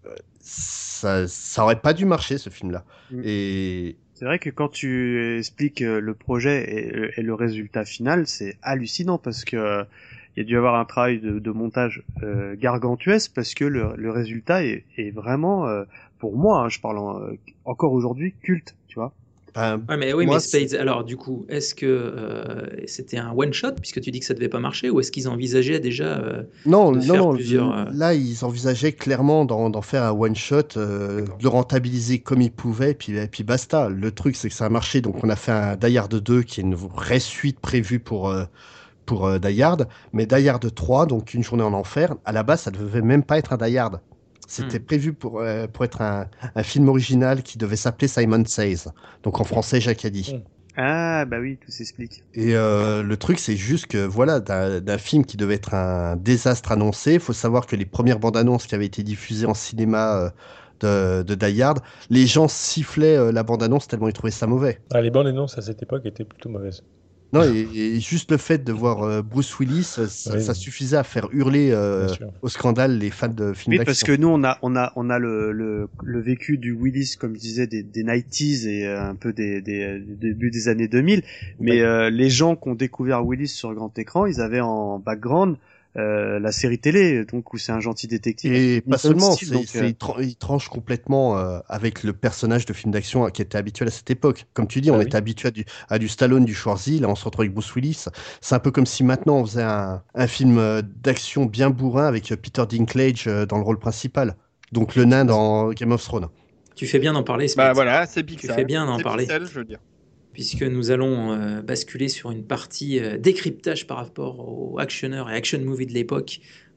Ça aurait pas dû marcher, ce film-là. Et... C'est vrai que quand tu expliques le projet et le résultat final, c'est hallucinant, parce que il y a dû avoir un travail de montage gargantuesque, parce que le résultat est vraiment, pour moi, je parle encore aujourd'hui, culte, tu vois. Mais Spades, alors du coup, est-ce que c'était un one-shot, puisque tu dis que ça devait pas marcher, ou est-ce qu'ils envisageaient déjà Non, plusieurs... Là, ils envisageaient clairement d'en faire un one-shot, de le rentabiliser comme ils pouvaient, et puis basta. Le truc, c'est que ça a marché, donc on a fait un Die Hard 2, qui est une vraie suite prévue pour Die Hard, mais Die Hard 3, donc Une journée en enfer, à la base, ça devait même pas être un Die Hard. C'était prévu pour être un film original qui devait s'appeler Simon Says, donc en français Jacques a dit. Ah bah oui, tout s'explique. Et le truc, c'est juste que voilà, d'un film qui devait être un désastre annoncé, il faut savoir que les premières bandes annonces qui avaient été diffusées en cinéma de Die Hard, les gens sifflaient la bande annonce tellement ils trouvaient ça mauvais. Les bandes annonces à cette époque étaient plutôt mauvaises. Non, et juste le fait de voir Bruce Willis, ça suffisait à faire hurler au scandale les fans de films d'action. Parce que nous, on a le vécu du Willis, comme je disais, des 90s et un peu des début des années 2000. Mais les gens qui ont découvert Willis sur grand écran, ils avaient en background la série télé, donc où c'est un gentil détective. Et pas seulement, il tranche complètement avec le personnage de film d'action qui était habituel à cette époque. Comme tu dis, on était habitué à du Stallone, du Schwarzy, là on se retrouve avec Bruce Willis. C'est un peu comme si maintenant on faisait un film d'action bien bourrin avec Peter Dinklage dans le rôle principal. Donc le nain dans Game of Thrones. Tu fais bien d'en parler. Bah voilà, c'est Pixel. Tu fais bien d'en parler. Pixel, je veux dire. Puisque nous allons basculer sur une partie décryptage par rapport aux actionneurs et action movies de l'époque,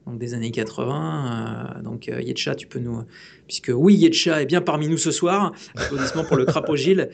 donc des années 80. Donc Yetcha, tu peux nous... Puisque oui, Yetcha est bien parmi nous ce soir. Applaudissements pour le crapaud Gilles.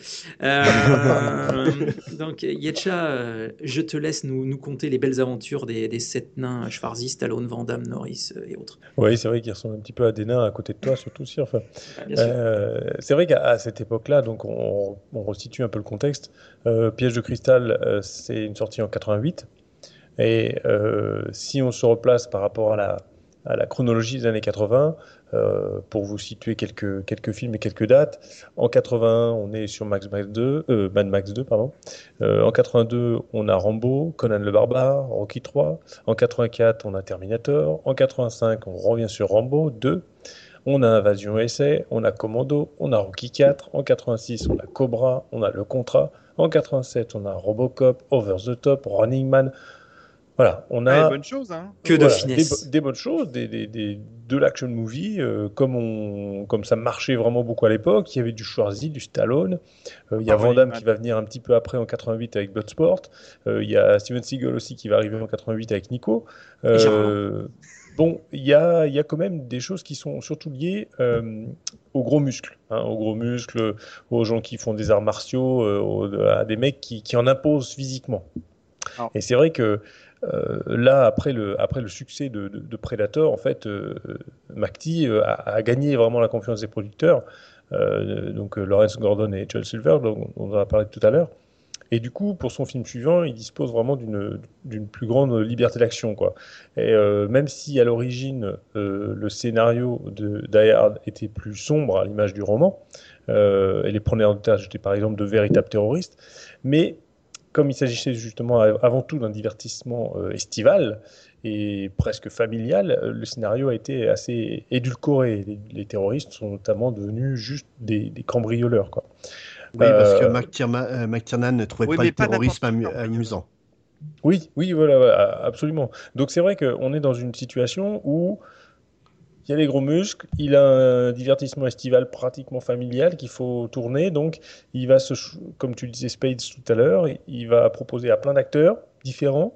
Donc Yetcha, je te laisse nous conter les belles aventures des 7 nains, Schwarzy, Stallone, Van Damme, Norris et autres. Oui, c'est vrai qu'ils ressemblent un petit peu à des nains à côté de toi, surtout aussi. Enfin, Bien sûr. c'est vrai qu'à cette époque-là, donc on resitue un peu le contexte. Piège de cristal, c'est une sortie en 88. Et si on se replace par rapport à la chronologie des années 80, pour vous situer quelques films et quelques dates, en 81, on est sur Mad Max 2, pardon. En 82, on a Rambo, Conan le Barbare, Rocky 3. En 84, on a Terminator. En 85, on revient sur Rambo 2. On a Invasion USA, on a Commando, on a Rocky 4. En 86, on a Cobra, on a Le Contrat. En 87, on a Robocop, Over the Top, Running Man. Voilà, on a bonnes choses, hein. Que de finesse. des bonnes choses, de l'action movie, comme ça marchait vraiment beaucoup à l'époque. Il y avait du Schwarzy, du Stallone. Il y a Van Damme qui va venir un petit peu après en 88 avec Bloodsport. Il y a Steven Seagal aussi qui va arriver en 88 avec Nico. Bon, il y a quand même des choses qui sont surtout liées aux gros muscles, aux gens qui font des arts martiaux, à des mecs qui en imposent physiquement. Et c'est vrai que là, après le succès de Predator, en fait, McTee a gagné vraiment la confiance des producteurs, donc Lawrence Gordon et Joel Silver, dont on en a parlé tout à l'heure. Et du coup, pour son film suivant, il dispose vraiment d'une plus grande liberté d'action, quoi. Et même si à l'origine le scénario de Die Hard était plus sombre à l'image du roman, et les preneurs en otage étaient par exemple de véritables terroristes, mais comme il s'agissait justement avant tout d'un divertissement estival et presque familial, le scénario a été assez édulcoré. Les terroristes sont notamment devenus juste des cambrioleurs, quoi. Oui, parce que McTiernan ne trouvait pas le terrorisme amusant. Oui, voilà, absolument. Donc c'est vrai qu'on est dans une situation où il y a les gros muscles, il a un divertissement estival pratiquement familial qu'il faut tourner, donc il va comme tu le disais Spades tout à l'heure, il va proposer à plein d'acteurs différents.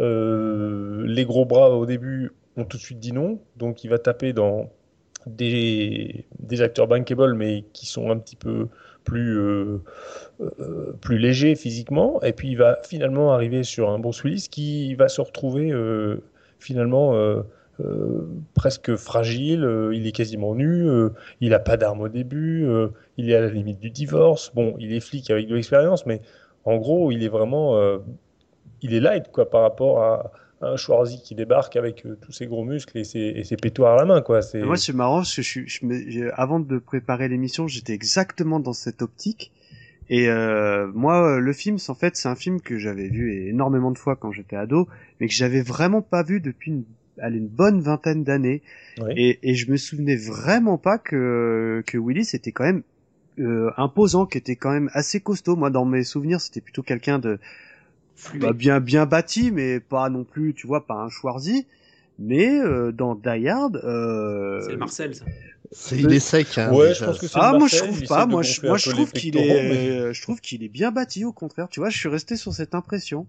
Les gros bras au début ont tout de suite dit non, donc il va taper dans des acteurs bankable mais qui sont un petit peu plus légers physiquement, et puis il va finalement arriver sur un Bruce Willis qui va se retrouver finalement presque fragile, il est quasiment nu, il n'a pas d'arme au début, il est à la limite du divorce. Bon, il est flic avec de l'expérience, mais en gros, il est vraiment il est light quoi, par rapport à un Schwarzy qui débarque avec tous ses gros muscles et ses pétoires à la main, quoi. Moi, c'est marrant parce que avant de préparer l'émission, j'étais exactement dans cette optique. Et moi, le film, en fait, c'est un film que j'avais vu énormément de fois quand j'étais ado, mais que j'avais vraiment pas vu depuis une bonne vingtaine d'années. Oui. Et je me souvenais vraiment pas que Willis était quand même imposant, qui était quand même assez costaud. Moi, dans mes souvenirs, c'était plutôt quelqu'un de bien bâti, mais pas non plus, tu vois, pas un Schwarzy. Mais dans Die Hard, c'est le Marcel, ça. Il est sec, hein. Ouais, je pense que c'est moi je trouve pas. Moi je trouve qu'il est, je trouve qu'il est bien bâti, au contraire. Tu vois, je suis resté sur cette impression.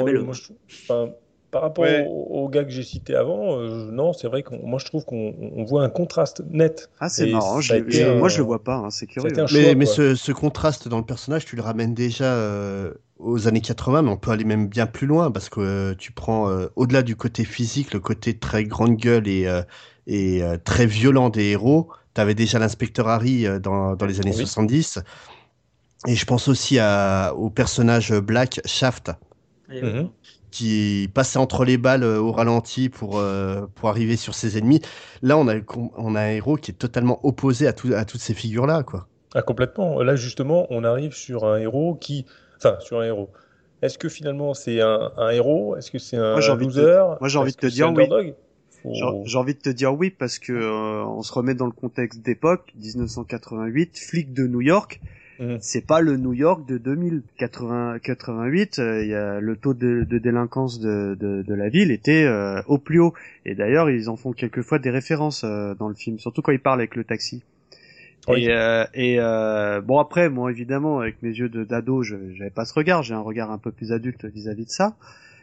Par rapport au gars que j'ai cité avant, non, c'est vrai moi je trouve qu'on voit un contraste net. Ah, c'est marrant. Moi je le vois pas, hein, c'est curieux. Mais ce contraste dans le personnage, tu le ramènes déjà aux années 80, mais on peut aller même bien plus loin, parce que tu prends au-delà du côté physique, le côté très grande gueule et très violent des héros. Tu avais déjà l'inspecteur Harry dans les années 70. Et je pense aussi au personnage Black, Shaft, qui passait entre les balles au ralenti pour arriver sur ses ennemis. Là, on a un héros qui est totalement opposé à toutes ces figures-là, quoi. Ah, complètement. Là, justement, on arrive sur un héros sur un héros. Est-ce que finalement c'est un héros? Est-ce que c'est un loser? Moi, j'ai envie de te dire oui. J'ai envie de te dire oui, parce que on se remet dans le contexte d'époque, 1988, flic de New York. C'est pas le New York de 2088. Il y a le taux de délinquance de la ville était au plus haut. Et d'ailleurs, ils en font quelquefois des références dans le film, surtout quand ils parlent avec le taxi. Oui. Bon, après, moi évidemment, avec mes yeux d'ado, j'avais pas ce regard. J'ai un regard un peu plus adulte vis-à-vis de ça.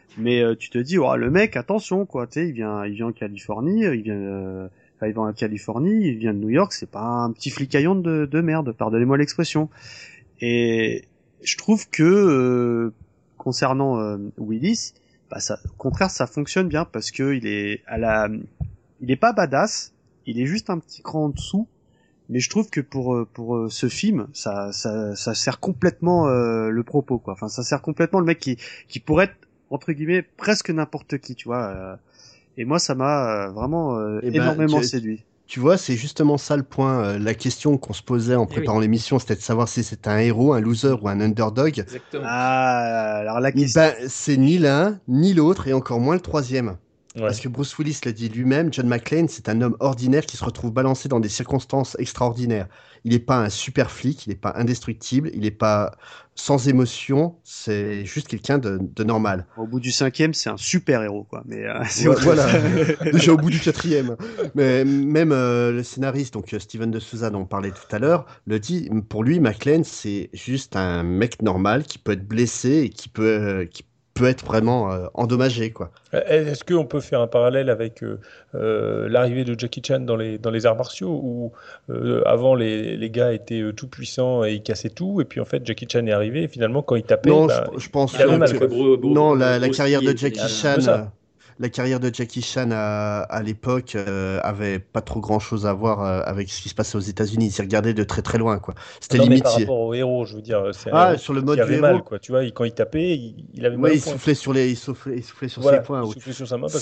Mais tu te dis, le mec, attention, quoi, tu sais, il vient en Californie, il va en Californie, il vient de New York, c'est pas un petit flicaillon de merde, pardonnez-moi l'expression. Et je trouve que concernant Willis, au contraire, ça fonctionne bien parce que il est pas badass, il est juste un petit cran en dessous. Mais je trouve que pour ce film, ça sert complètement le propos, quoi. Enfin, ça sert complètement le mec qui pourrait être entre guillemets presque n'importe qui, tu vois. Et moi, ça m'a vraiment énormément séduit. Tu vois, c'est justement ça le point. La question qu'on se posait en préparant l'émission, c'était de savoir si c'était un héros, un loser ou un underdog. Exactement. Alors la question... c'est ni l'un, ni l'autre, et encore moins le troisième. Ouais. Parce que Bruce Willis l'a dit lui-même, John McClane, c'est un homme ordinaire qui se retrouve balancé dans des circonstances extraordinaires. Il n'est pas un super flic, il n'est pas indestructible, il n'est pas sans émotion, c'est juste quelqu'un de normal. Au bout du 5e, c'est un super héros, quoi. Mais voilà, déjà au bout du 4e. Mais même le scénariste, donc Steven de Souza dont on parlait tout à l'heure, le dit, pour lui, McClane, c'est juste un mec normal qui peut être blessé et qui peut être vraiment endommagé, quoi. Est-ce qu'on peut faire un parallèle avec l'arrivée de Jackie Chan dans les arts martiaux où avant les gars étaient tout puissants et ils cassaient tout, et puis en fait Jackie Chan est arrivé et finalement quand il tapait, non, je pense il avait mal, non, la carrière de Jackie Chan... La carrière de Jackie Chan à l'époque avait pas trop grand chose à voir avec ce qui se passait aux États-Unis. Il s'y regardait de très très loin, quoi. C'était limite. Par rapport au héros, je veux dire, c'est sur le mode qui avait du mal, héros. quoi. Tu vois, quand il tapait, il avait mal. Il soufflait sur ses poings. Il soufflait sur sa main.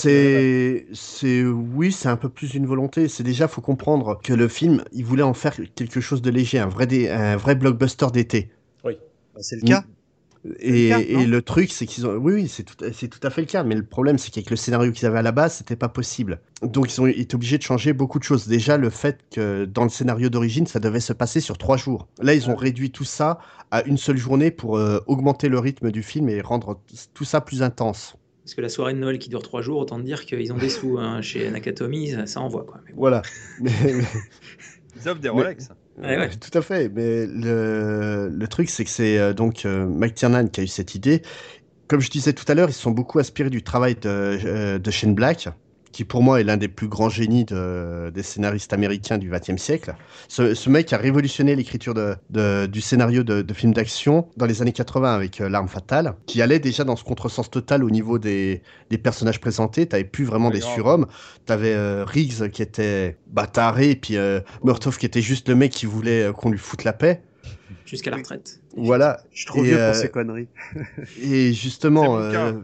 Oui, c'est un peu plus une volonté. C'est déjà, faut comprendre que le film, il voulait en faire quelque chose de léger, un vrai blockbuster d'été. Oui. C'est le cas. Et le truc, c'est qu'ils ont... Oui, c'est tout à fait le cas. Mais le problème, c'est qu'avec le scénario qu'ils avaient à la base, c'était pas possible. Donc, ils ont été obligés de changer beaucoup de choses. Déjà, le fait que dans le scénario d'origine, ça devait se passer sur 3 jours. Là, ils ont réduit tout ça à une seule journée pour augmenter le rythme du film et rendre tout ça plus intense. Parce que la soirée de Noël qui dure 3 jours, autant dire qu'ils ont des sous chez Nakatomi, ça envoie, quoi. Mais bon. Voilà. Ils offrent des Rolex. Ouais. Tout à fait, mais le truc, c'est que c'est donc McTiernan qui a eu cette idée. Comme je disais tout à l'heure, ils se sont beaucoup inspirés du travail de Shane Black, qui pour moi est l'un des plus grands génies des scénaristes américains du XXe siècle. Ce mec a révolutionné l'écriture du scénario de films d'action dans les années 80 avec L'Arme Fatale, qui allait déjà dans ce contresens total au niveau des personnages présentés. T'avais plus vraiment des surhommes. T'avais Riggs qui était taré, et puis Murtaugh qui était juste le mec qui voulait qu'on lui foute la paix. Jusqu'à la retraite. Voilà. Je suis trop vieux pour ces conneries. Et justement,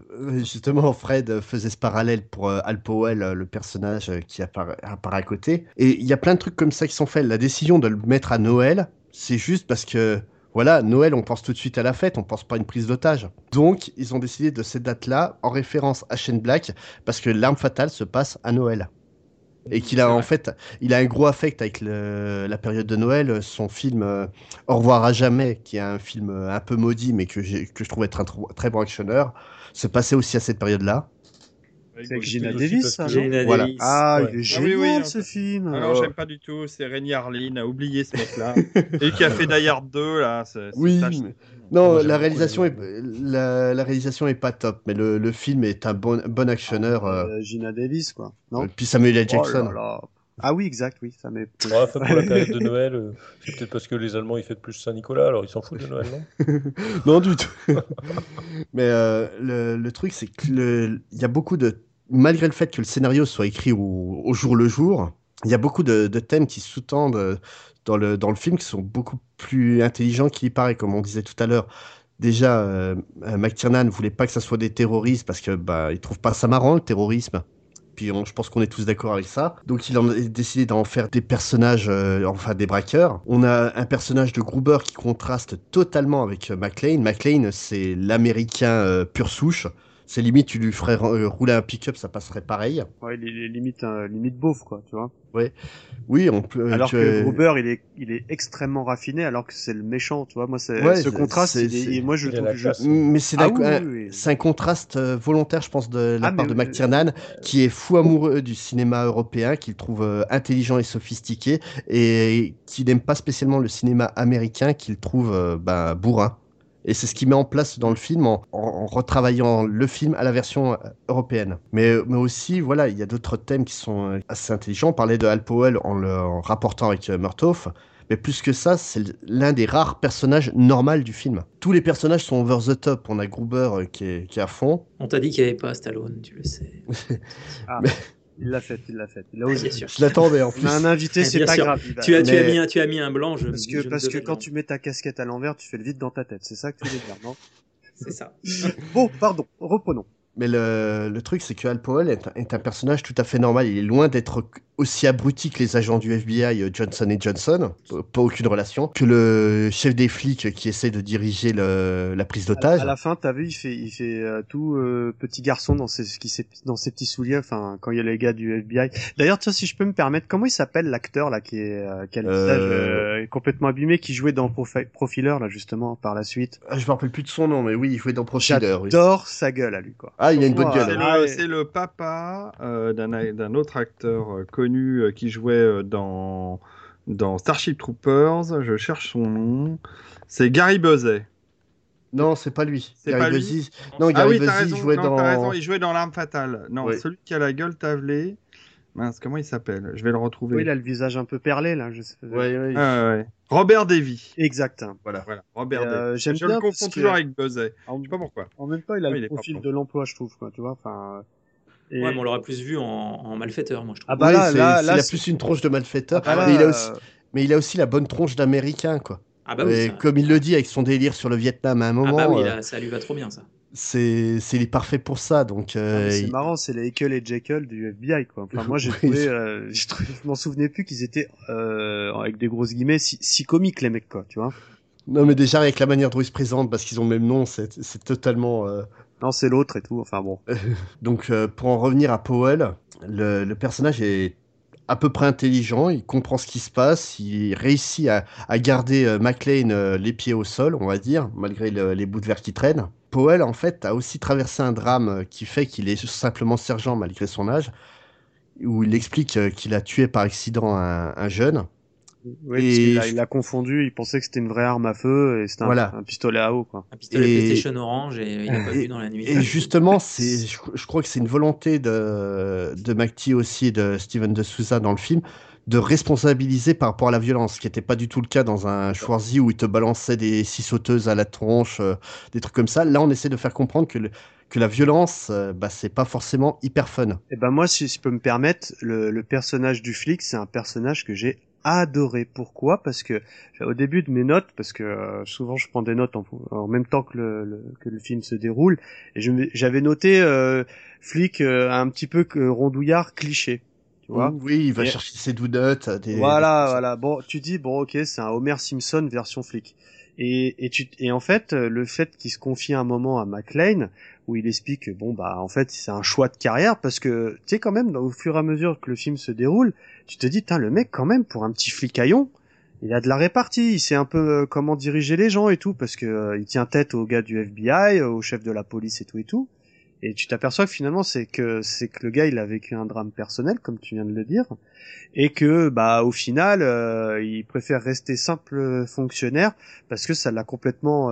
Fred faisait ce parallèle pour Al Powell, le personnage qui apparaît à côté. Et il y a plein de trucs comme ça qui sont faits. La décision de le mettre à Noël, c'est juste parce que, voilà, Noël, on pense tout de suite à la fête, on pense pas à une prise d'otage. Donc, ils ont décidé de cette date-là, en référence à Shane Black, parce que L'Arme Fatale se passe à Noël. Et qu'il a il a un gros affect avec la période de Noël. Son film Au revoir à jamais, qui est un film un peu maudit, mais que je trouve être un très bon actionneur, se passait aussi à cette période-là. C'est avec Gina Davis, ça, non? Voilà. Ah, il est génial, ce film. Alors, j'aime pas du tout. C'est Rémi Harlin, a oublié ce mec-là. Et qui a fait Die Hard 2, là. Non, la réalisation est pas top, mais le film est un bon actionneur. Gina Davis, quoi. Non. Puis Samuel L. Jackson. Oh là là. Ah oui, exact, oui, ça m'est... pour la période de Noël, c'est peut-être parce que les Allemands ils fêtent plus Saint-Nicolas, alors ils s'en foutent de Noël, non? Non, du tout. Mais le truc, c'est que il y a beaucoup malgré le fait que le scénario soit écrit au jour le jour, il y a beaucoup de thèmes qui sous-tendent dans le film qui sont beaucoup plus intelligents qu'il y paraît, comme on disait tout à l'heure. Déjà, McTiernan ne voulait pas que ça soit des terroristes parce que il trouve pas ça marrant, le terrorisme. Puis je pense qu'on est tous d'accord avec ça. Donc il a décidé d'en faire des personnages, des braqueurs. On a un personnage de Gruber qui contraste totalement avec McClane. McClane, c'est l'américain pure souche. C'est limite, tu lui ferais rouler un pick-up, ça passerait pareil. Ouais, il est limite beauf, quoi, tu vois. Ouais. Oui, on peut. Alors que Gruber, il est extrêmement raffiné, alors que c'est le méchant, tu vois. Moi, ce contraste, moi, je trouve. Mais c'est un contraste volontaire, je pense, de la part de McTiernan, qui est fou amoureux du cinéma européen, qu'il trouve intelligent et sophistiqué, et qui n'aime pas spécialement le cinéma américain, qu'il trouve bourrin. Et c'est ce qu'il met en place dans le film en retravaillant le film à la version européenne. Mais aussi, voilà, il y a d'autres thèmes qui sont assez intelligents. On parlait de Hal Powell en rapportant avec Murtaugh. Mais plus que ça, c'est l'un des rares personnages normaux du film. Tous les personnages sont over the top. On a Gruber qui est à fond. On t'a dit qu'il n'y avait pas Stallone, tu le sais. Mais... Il l'a fait. Il a osé. Bien sûr. Je l'attendais en plus. On a un invité, c'est pas grave. Tu as mis un blanc. Parce que quand tu mets ta casquette à l'envers, tu fais le vide dans ta tête. C'est ça que tu voulais dire, non? C'est ça. Bon, pardon. Reprenons. Mais le truc, c'est que Hal Powell est un personnage tout à fait normal. Il est loin d'être aussi abruti que les agents du FBI Johnson & Johnson, pas aucune relation, que le chef des flics qui essaie de diriger la prise d'otage. À la fin, t'as vu, il fait tout petit garçon dans ses petits souliers. Enfin, quand il y a les gars du FBI. D'ailleurs, tiens, si je peux me permettre, comment il s'appelle l'acteur là qui a le visage complètement abîmé, qui jouait dans Profiler là justement par la suite. Je me rappelle plus de son nom, mais oui, il jouait dans Profiler. J'adore sa gueule à lui, quoi. Ah, il a une bonne gueule. C'est le papa d'un autre acteur connu qui jouait dans Starship Troopers. Je cherche son nom. C'est Gary Busey. Non, c'est pas lui. C'est pas lui. Non, Gary Busey jouait dans... T'as raison, il jouait dans L'Arme Fatale. Non, oui. Celui qui a la gueule tavelée. Mince, comment il s'appelle? Je vais le retrouver. Oui, il a le visage un peu perlé, là. Oui. Robert Davy. Exact. Voilà. Robert Davy. J'aime je bien le confonds toujours avec Busey. Je sais pas pourquoi. En même temps, il a le profil de l'emploi, je trouve, quoi. Tu vois, enfin... Ouais, mais on l'aurait plus vu en malfaiteur, moi, je trouve. Ah bah là, il a plus une tronche de malfaiteur. Mais il a aussi la bonne tronche d'américain, quoi. Ah bah oui. Comme il le dit avec son délire sur le Vietnam à un moment. Ah bah oui, là, ça lui va trop bien, ça. Il est parfait pour ça, donc. C'est marrant, c'est les Ekel et Jekyll du FBI, quoi. Enfin, moi, j'ai trouvé, je m'en souvenais plus qu'ils étaient avec des grosses guillemets si comiques les mecs, quoi, tu vois. Non, mais déjà avec la manière dont ils se présentent, parce qu'ils ont le même nom, c'est totalement. Non, c'est l'autre et tout. Enfin bon. Donc, pour en revenir à Powell, le personnage est à peu près intelligent, il comprend ce qui se passe, il réussit à garder McClane les pieds au sol, on va dire, malgré les bouts de verre qui traînent. Powell, en fait, a aussi traversé un drame qui fait qu'il est simplement sergent malgré son âge, où il explique qu'il a tué par accident un jeune. Oui, parce qu'il l'a confondu, il pensait que c'était une vraie arme à feu et c'était un pistolet à eau, quoi. Un pistolet PlayStation orange et il n'a pas vu dans la nuit. Et justement, je crois que c'est une volonté de McTee aussi et de Steven de Souza dans le film de responsabiliser par rapport à la violence, ce qui n'était pas du tout le cas dans un Schwarzy où il te balançait des scie sauteuses à la tronche, des trucs comme ça. Là, on essaie de faire comprendre que la violence, c'est pas forcément hyper fun. Et moi, si je peux me permettre, le personnage du flic, c'est un personnage que j'ai adoré. Pourquoi? Parce que au début de mes notes, parce que souvent je prends des notes en même temps que le film se déroule, et j'avais noté flic un petit peu rondouillard cliché. Tu vois? Oui, il va chercher ses donuts. Voilà. Bon, tu dis ok, c'est un Homer Simpson version flic. Et en fait, le fait qu'il se confie un moment à McClane, où il explique que en fait, c'est un choix de carrière, parce que, tu sais, quand même, au fur et à mesure que le film se déroule, tu te dis, le mec, quand même, pour un petit flicaillon, il a de la répartie, il sait un peu comment diriger les gens et tout, parce que il tient tête aux gars du FBI, au chef de la police et tout. Et tu t'aperçois que finalement, c'est que le gars, il a vécu un drame personnel, comme tu viens de le dire, et que, au final, il préfère rester simple fonctionnaire parce que ça l'a complètement,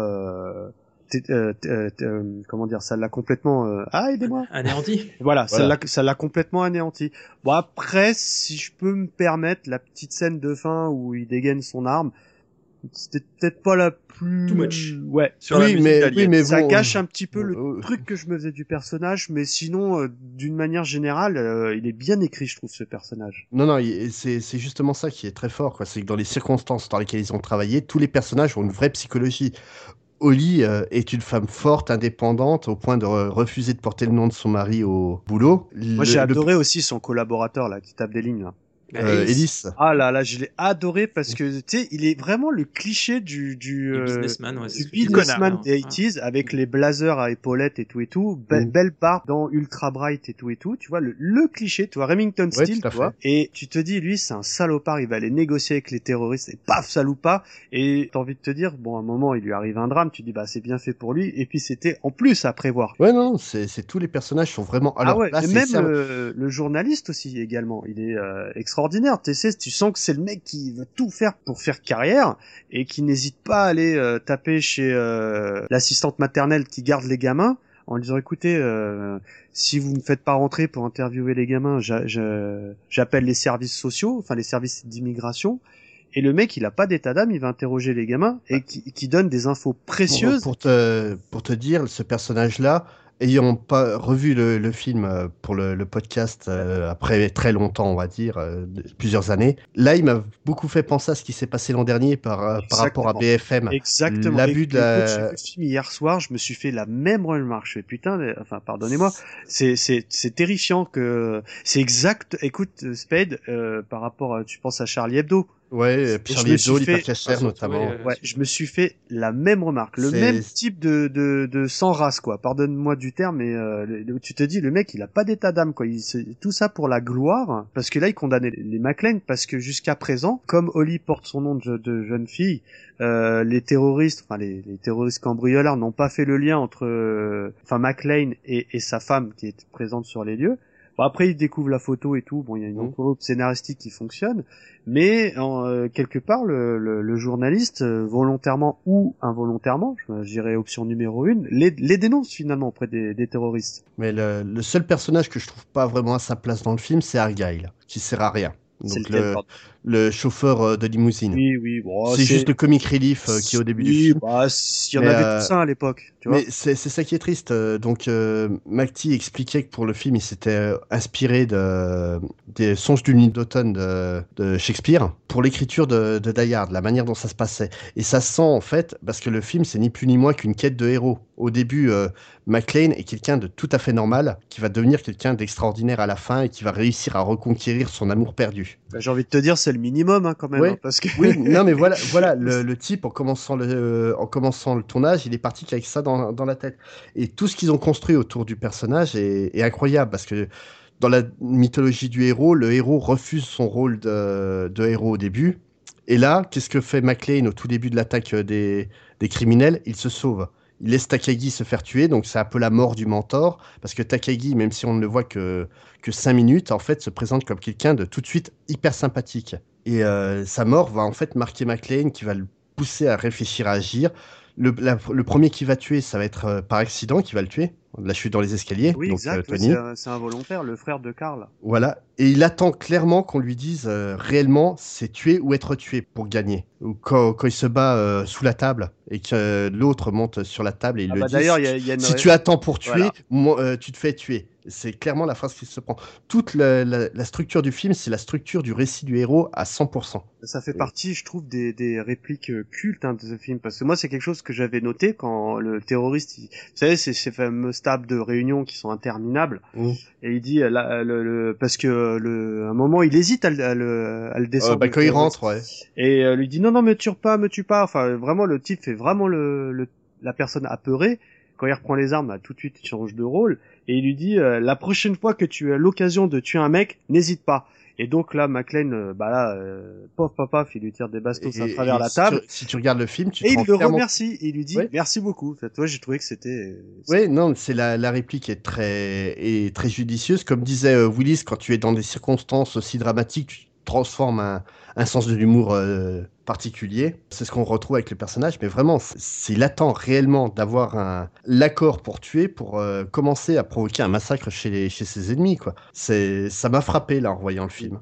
ça l'a complètement, aidez-moi. Anéanti. Voilà. Ça l'a complètement anéanti. Bon, après, si je peux me permettre, la petite scène de fin où il dégaine son arme, c'était peut-être pas la plus... Too much. Ouais. Mais ça gâche un petit peu le truc que je me faisais du personnage, mais sinon, d'une manière générale, il est bien écrit, je trouve, ce personnage. Non, c'est justement ça qui est très fort, quoi. C'est que dans les circonstances dans lesquelles ils ont travaillé, tous les personnages ont une vraie psychologie. Holly est une femme forte, indépendante, au point de refuser de porter le nom de son mari au boulot. Moi, j'ai adoré aussi son collaborateur, là, qui tape des lignes, là. Ellis. Ah là, je l'ai adoré parce que, tu sais, il est vraiment le cliché du businessman, businessman des 80s, avec les blazers à épaulettes et tout. Belle barbe dans Ultra Bright et tout. Tu vois, le cliché, tu vois, Remington Steele, tu vois. Et tu te dis, lui, c'est un salopard, il va aller négocier avec les terroristes et paf, ça loupe pas. Et t'as envie de te dire, à un moment, il lui arrive un drame, tu dis, c'est bien fait pour lui. Et puis c'était en plus à prévoir. Ouais, non, c'est tous les personnages sont vraiment à leur place. Et même le journaliste aussi, également. Il est extraordinaire. extraordinaire. Tu sens que c'est le mec qui veut tout faire pour faire carrière et qui n'hésite pas à aller taper chez l'assistante maternelle qui garde les gamins en lui disant écoutez, si vous me faites pas rentrer pour interviewer les gamins, j'appelle les services sociaux, enfin les services d'immigration. Et le mec, il a pas d'état d'âme, il va interroger les gamins et qui donne des infos précieuses. Pour te dire, ce personnage-là, ayant pas revu le film pour le podcast après très longtemps, on va dire, plusieurs années, là, il m'a beaucoup fait penser à ce qui s'est passé l'an dernier par rapport à BFM. Exactement. L'abus de la... J'ai vu le film hier soir, je me suis fait la même remarque. Je fais putain, enfin, pardonnez-moi, c'est terrifiant que c'est exact. Écoute, Spade, par rapport à, tu penses à Charlie Hebdo. Ouais, Charlie Hebdo, l'hypercacher notamment. Ouais, je me suis fait la même remarque, le même type de sans race, quoi. Pardonne-moi du terme, mais tu te dis, le mec, il a pas d'état d'âme, quoi. Tout ça pour la gloire, parce que là, il condamnait les McClane, parce que jusqu'à présent, comme Holly porte son nom de jeune fille, les terroristes, enfin les terroristes cambrioleurs n'ont pas fait le lien entre, McClane et sa femme qui est présente sur les lieux. Bon, après, il découvre la photo et tout. Bon, il y a une enveloppe scénaristique qui fonctionne, mais quelque part, le journaliste, volontairement ou involontairement, je dirais option numéro 1, les dénonce finalement auprès des terroristes. Mais le seul personnage que je trouve pas vraiment à sa place dans le film, c'est Argyle, qui sert à rien. Donc le chauffeur de limousine. Oui. Bon, c'est juste le comic relief qui est au début du film. Bah, il y en avait tout ça à l'époque. Tu vois. Mais c'est ça qui est triste. Donc, McTee expliquait que pour le film, il s'était inspiré des songes d'une nuit d'automne de Shakespeare pour l'écriture de Die Hard, la manière dont ça se passait. Et ça sent, en fait, parce que le film, c'est ni plus ni moins qu'une quête de héros. Au début, McClane est quelqu'un de tout à fait normal, qui va devenir quelqu'un d'extraordinaire à la fin et qui va réussir à reconquérir son amour perdu. Bah, j'ai envie de te dire, c'est le minimum, hein, quand même. Ouais. Hein, parce que... Oui, non, mais voilà, le type, en commençant le tournage, il est parti qu'avec ça dans la tête. Et tout ce qu'ils ont construit autour du personnage est incroyable, parce que dans la mythologie du héros, le héros refuse son rôle de héros au début. Et là, qu'est-ce que fait McClane au tout début de l'attaque des criminels? Il se sauve. Il laisse Takagi se faire tuer, donc c'est un peu la mort du mentor, parce que Takagi, même si on ne le voit que 5 minutes, en fait, se présente comme quelqu'un de tout de suite hyper sympathique. Et sa mort va en fait marquer McClane, qui va le pousser à réfléchir, à agir. Le premier qui va tuer, ça va être par accident qui va le tuer. La chute dans les escaliers. Oui, donc, exact. Tony. C'est involontaire, le frère de Karl. Voilà. Et il attend clairement qu'on lui dise réellement c'est tuer ou être tué pour gagner. Ou quand il se bat sous la table et que l'autre monte sur la table et il le dit. D'ailleurs, y a une... Si tu attends pour tuer, tu te fais tuer. C'est clairement la phrase qui se prend. Toute la structure du film, c'est la structure du récit du héros à 100%. Ça fait partie, je trouve, des répliques cultes de ce film. Parce que moi, c'est quelque chose que j'avais noté quand le terroriste... Vous savez, c'est ces fameux tables de réunion qui sont interminables. Et il dit... parce que à un moment, il hésite à le descendre. Quand il rentre, ouais. Et lui dit non, me tue pas. Enfin, vraiment, le type fait vraiment la personne apeurée. Quand il reprend les armes, tout de suite, il change de rôle. Et il lui dit, la prochaine fois que tu as l'occasion de tuer un mec, n'hésite pas. Et donc là, McClane, paf, il lui tire des bastos à travers la table. Si tu regardes le film, et il le remercie. Et il lui dit, merci beaucoup. En fait, j'ai trouvé que c'était... Oui, non, c'est la réplique est très judicieuse. Comme disait Willis, quand tu es dans des circonstances aussi dramatiques, tu transformes un sens de l'humour particulier. C'est ce qu'on retrouve avec le personnage, mais vraiment, il attend réellement d'avoir l'accord pour tuer, pour commencer à provoquer un massacre chez ses ennemis, quoi. Ça m'a frappé, là, en voyant le film.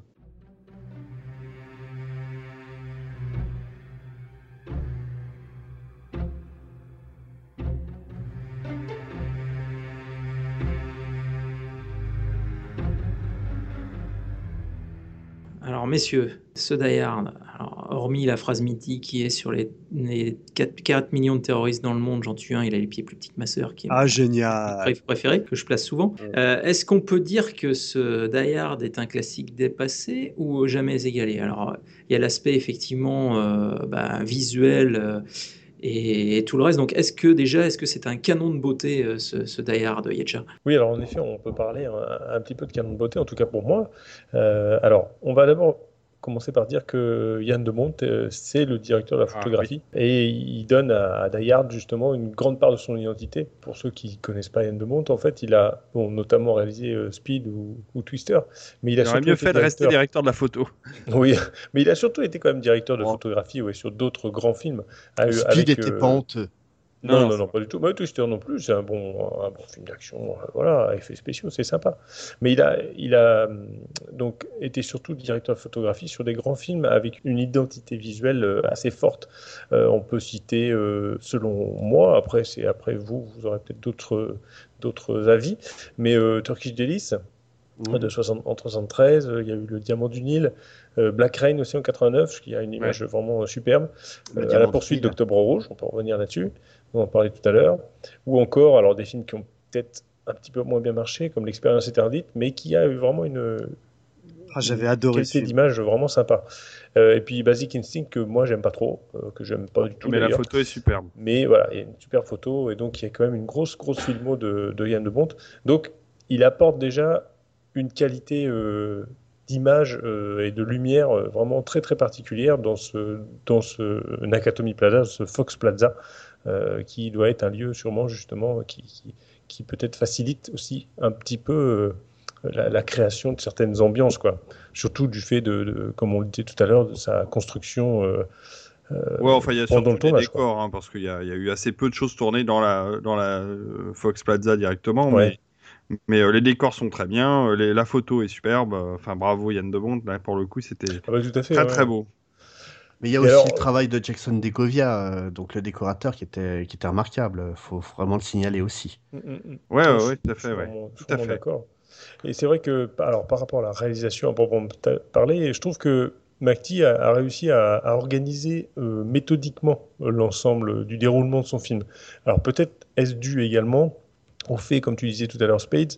Alors, messieurs, ce Die Hard, hormis la phrase mythique qui est sur les 4 millions de terroristes dans le monde, j'en tue un, il a les pieds plus petits que ma sœur, qui est génial, préféré, que je place souvent. Est-ce qu'on peut dire que ce Die Hard est un classique dépassé ou jamais égalé? Alors, il y a l'aspect effectivement visuel et tout le reste. Donc, est-ce que c'est un canon de beauté, ce Die Hard, Yetcha? Oui, alors en effet, on peut parler un petit peu de canon de beauté, en tout cas pour moi. Alors, on va d'abord commencer par dire que Yann de Monte, c'est le directeur de la photographie. Et il donne à Die Hard, justement, une grande part de son identité. Pour ceux qui ne connaissent pas Yann de Monte, en fait, il a notamment réalisé Speed ou Twister. Mais il aurait mieux fait de rester directeur de la photo. Oui, mais il a surtout été quand même directeur de photographie sur d'autres grands films. Speed était pas honteux. Non, pas du tout. Mais Twister non plus, c'est un bon film d'action, voilà, effets spéciaux, c'est sympa. Mais il a donc été surtout directeur de photographie sur des grands films avec une identité visuelle assez forte. On peut citer, selon moi, après vous aurez peut-être d'autres avis, mais Turkish Delice, en 73, il y a eu Le Diamant du Nil, Black Rain aussi en 89, qui a une image vraiment superbe, à la poursuite d'Octobre Rouge, on peut revenir là-dessus, on en parlait tout à l'heure, ou encore alors des films qui ont peut-être un petit peu moins bien marché, comme L'Expérience interdite, mais qui a eu vraiment une j'avais adoré qualité d'image vraiment sympa. Et puis Basic Instinct, que moi j'aime pas trop, que j'aime pas du tout. Mais la photo est superbe. Mais voilà, il y a une super photo, et donc il y a quand même une grosse filmo de Yann de Monte. Donc il apporte déjà une qualité d'image et de lumière vraiment très très particulière dans ce Nakatomi Plaza, ce Fox Plaza, qui doit être un lieu sûrement justement qui peut-être facilite aussi un petit peu la création de certaines ambiances, quoi. Surtout du fait de comme on le disait tout à l'heure, de sa construction il y a surtout les décors, parce qu'il y a eu assez peu de choses tournées dans la Fox Plaza directement, mais les décors sont très bien, la photo est superbe, bravo Yann de Monte, là pour le coup c'était tout à fait, très beau. Mais il y a aussi le travail de Jackson Degovia, donc le décorateur qui était remarquable, faut vraiment le signaler aussi. Ouais, tout à fait, tout à fait d'accord. Et c'est vrai que par rapport à la réalisation, à proprement parler, je trouve que McTee a réussi à organiser méthodiquement l'ensemble du déroulement de son film. Alors peut-être est-ce dû également au fait, comme tu disais tout à l'heure, Spades,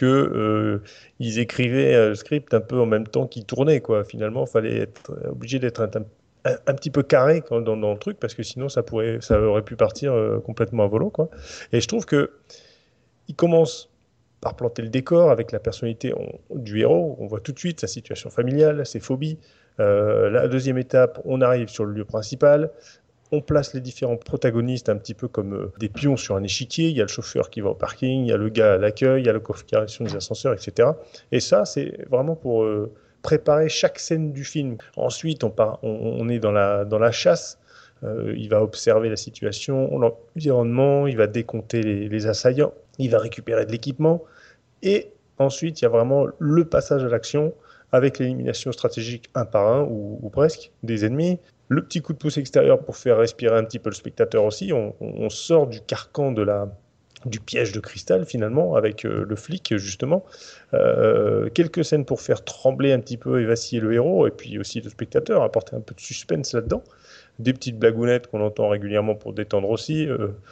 qu'ils écrivaient le script un peu en même temps qu'ils tournaient, quoi. Finalement, il fallait être obligé d'être un petit peu carré dans le truc, parce que sinon ça aurait pu partir complètement à volo, quoi. Et je trouve que il commence par planter le décor avec la personnalité du héros. On voit tout de suite sa situation familiale, ses phobies. La deuxième étape, on arrive sur le lieu principal. On place les différents protagonistes un petit peu comme des pions sur un échiquier. Il y a le chauffeur qui va au parking, il y a le gars à l'accueil, il y a la configuration des ascenseurs, etc. Et ça, c'est vraiment pour préparer chaque scène du film. Ensuite, on est dans la chasse. Il va observer la situation, l'environnement, il va décompter les assaillants, il va récupérer de l'équipement. Et ensuite, il y a vraiment le passage à l'action avec l'élimination stratégique un par un, ou presque, des ennemis. Le petit coup de pouce extérieur pour faire respirer un petit peu le spectateur aussi. On sort du carcan du piège de cristal, finalement, avec le flic, justement. Quelques scènes pour faire trembler un petit peu et vaciller le héros, et puis aussi le spectateur, apporter un peu de suspense là-dedans. Des petites blagounettes qu'on entend régulièrement pour détendre aussi.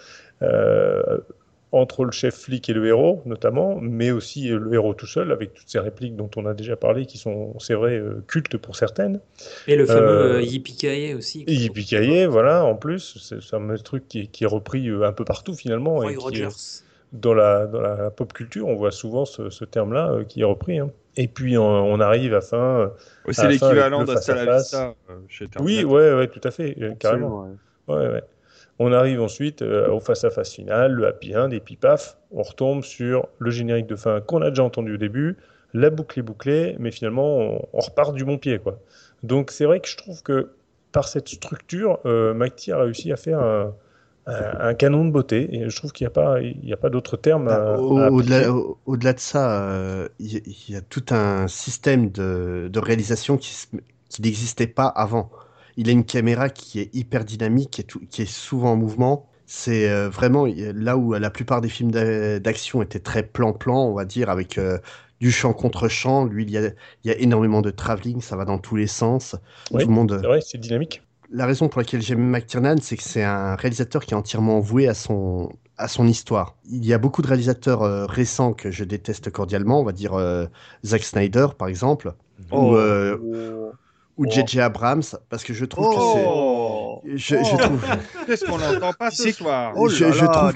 Entre le chef flic et le héros, notamment, mais aussi le héros tout seul, avec toutes ces répliques dont on a déjà parlé, qui sont, c'est vrai, cultes pour certaines. Et le fameux Yippee-ki-yay aussi. Yippee-ki-yay, voilà, en plus, c'est un truc qui est repris un peu partout, finalement. Roy et Rogers. Dans la pop culture, on voit souvent ce terme-là qui est repris. Et puis, on arrive c'est l'équivalent d'Hasta la Vista chez Terminator. Oui, ouais, tout à fait, carrément. Ouais. On arrive ensuite au face-à-face final, le happy end, et puis paf, on retombe sur le générique de fin qu'on a déjà entendu au début, la boucle est bouclée, mais finalement, on repart du bon pied, quoi. Donc c'est vrai que je trouve que par cette structure, McTee a réussi à faire un canon de beauté, et je trouve qu'il n'y a pas d'autre terme au-delà de ça, il y a tout un système de réalisation qui n'existait pas avant. Il a une caméra qui est hyper dynamique, qui est souvent en mouvement. C'est vraiment là où la plupart des films d'action étaient très plan-plan, on va dire, avec du champ contre champ. Lui, il y a énormément de travelling, ça va dans tous les sens. Oui, tout le monde... c'est vrai, c'est dynamique. La raison pour laquelle j'aime McTiernan, c'est que c'est un réalisateur qui est entièrement voué à son histoire. Il y a beaucoup de réalisateurs récents que je déteste cordialement, on va dire Zack Snyder, par exemple, ou J.J. Abrams, parce que je trouve que Je trouve. Qu'est-ce qu'on n'entend pas ce soir? Je trouve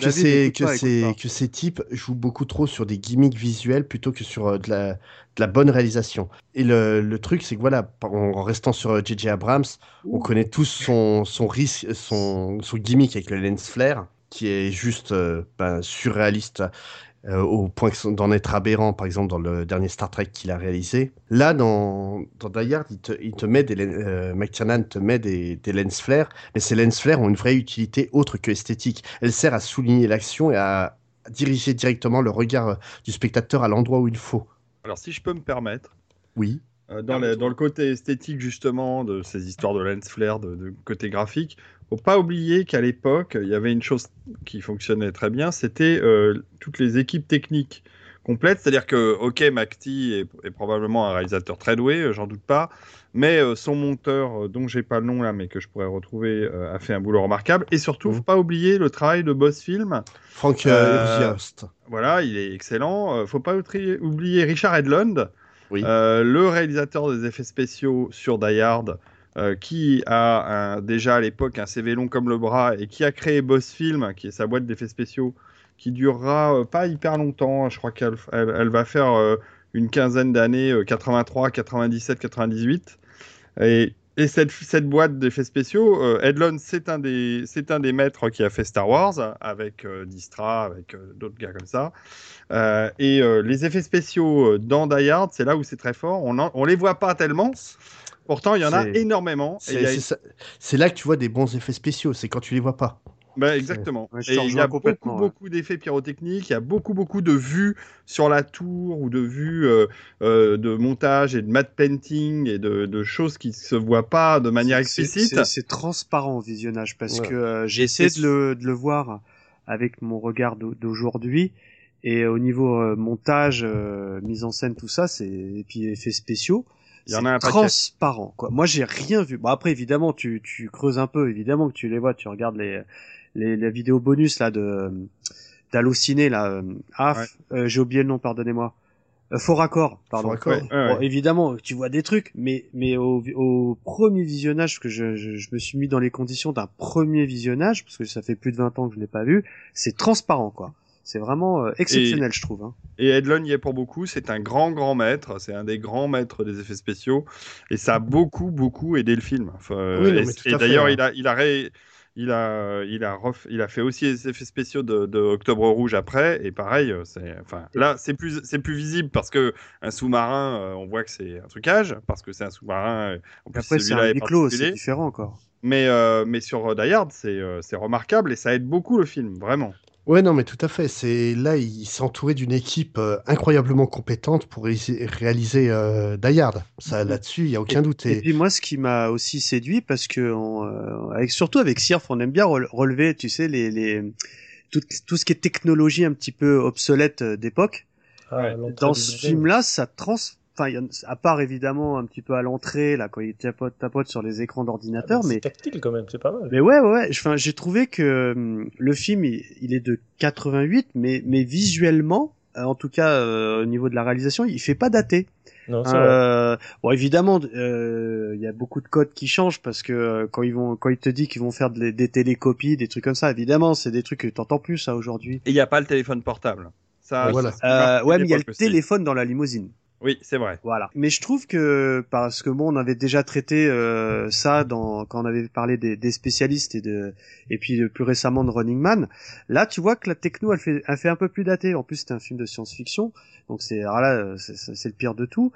que ces types jouent beaucoup trop sur des gimmicks visuels plutôt que sur de la bonne réalisation. Et le truc, c'est que voilà, en restant sur J.J. Abrams, on connaît tous son risque, son gimmick avec le lens flare, qui est juste surréaliste. Au point d'en être aberrant, par exemple, dans le dernier Star Trek qu'il a réalisé. Là, dans Die Hard, il te met McTiernan te met des lens flares, mais ces lens flares ont une vraie utilité autre que esthétique. Elle sert à souligner l'action et à diriger directement le regard du spectateur à l'endroit où il faut. Alors, si je peux me permettre. Oui. Dans le côté esthétique, justement, de ces histoires de lens flare, de côté graphique, faut pas oublier qu'à l'époque, il y avait une chose qui fonctionnait très bien, c'était toutes les équipes techniques complètes. C'est-à-dire que, ok, McTee est probablement un réalisateur très doué, j'en doute pas, mais son monteur, dont j'ai pas le nom là, mais que je pourrais retrouver, a fait un boulot remarquable. Et surtout, faut pas oublier le travail de Boss Film. Frank Yost. Voilà, il est excellent. Faut pas oublier Richard Edlund, oui. Le réalisateur des effets spéciaux sur Die Hard, qui a déjà à l'époque un CV long comme le bras et qui a créé Boss Film, qui est sa boîte d'effets spéciaux, qui durera pas hyper longtemps. Je crois qu'elle va faire une quinzaine d'années, 83, 97, 98. Et cette boîte d'effets spéciaux, Edlund, c'est un des maîtres qui a fait Star Wars, avec Distra, avec d'autres gars comme ça. Et les effets spéciaux dans Die Hard, c'est là où c'est très fort. On les voit pas tellement. Pourtant, il y en a énormément. C'est là que tu vois des bons effets spéciaux, c'est quand tu les vois pas. Bah, exactement. Et il y a beaucoup d'effets pyrotechniques, il y a beaucoup de vues sur la tour ou de vues de montage et de matte painting et de choses qui se voient pas de manière explicite. C'est transparent au visionnage parce que j'ai essayé de le voir avec mon regard d'aujourd'hui. Et au niveau montage, mise en scène, tout ça, et puis effets spéciaux, c'est transparent, quoi. Moi, j'ai rien vu. Bon, après, évidemment, tu creuses un peu, évidemment que tu les vois, tu regardes les vidéos bonus, là, d'Allociné, là, j'ai oublié le nom, pardonnez-moi. Faux raccord, pardon. Faux raccord. Bon, évidemment, tu vois des trucs, mais au premier visionnage, que je me suis mis dans les conditions d'un premier visionnage, parce que ça fait plus de 20 ans que je l'ai pas vu, c'est transparent, quoi. C'est vraiment exceptionnel, je trouve. Hein. Et Edlund y est pour beaucoup. C'est un grand maître. C'est un des grands maîtres des effets spéciaux. Et ça a beaucoup aidé le film. Enfin, oui, et d'ailleurs, il a fait aussi les effets spéciaux de Octobre Rouge après. Et pareil, là, c'est plus visible parce que un sous-marin, on voit que c'est un trucage parce que c'est un sous-marin. En plus, après, c'est un huis clos, c'est différent encore. Mais sur Die Hard, c'est remarquable et ça aide beaucoup le film, vraiment. Ouais, non, mais tout à fait. Là, il s'est entouré d'une équipe incroyablement compétente pour réaliser Die Hard. Ça, là-dessus, il y a aucun doute. Et puis moi, ce qui m'a aussi séduit, parce que surtout avec Sirf, on aime bien relever, tu sais, tout ce qui est technologie un petit peu obsolète d'époque. Dans ce film-là, ça à part évidemment un petit peu à l'entrée, là, quand il tapote sur les écrans d'ordinateur, mais c'est tactile quand même, c'est pas mal. Mais ouais. Enfin, j'ai trouvé que le film, il est de 88, mais visuellement, en tout cas au niveau de la réalisation, il fait pas daté. Non, c'est vrai. Bon, évidemment, il y a beaucoup de codes qui changent parce que quand ils te disent qu'ils vont faire des télécopies, des trucs comme ça, évidemment, c'est des trucs que t'entends plus ça aujourd'hui. Et il y a pas le téléphone portable. Ça, voilà. Ouais, mais il y a le téléphone dans la limousine. Oui, c'est vrai. Voilà. Mais je trouve que, parce que bon, on avait déjà traité ça quand on avait parlé des spécialistes et puis plus récemment de Running Man. Là, tu vois que la techno, elle fait un peu plus daté. En plus, c'était un film de science-fiction, donc c'est le pire de tout.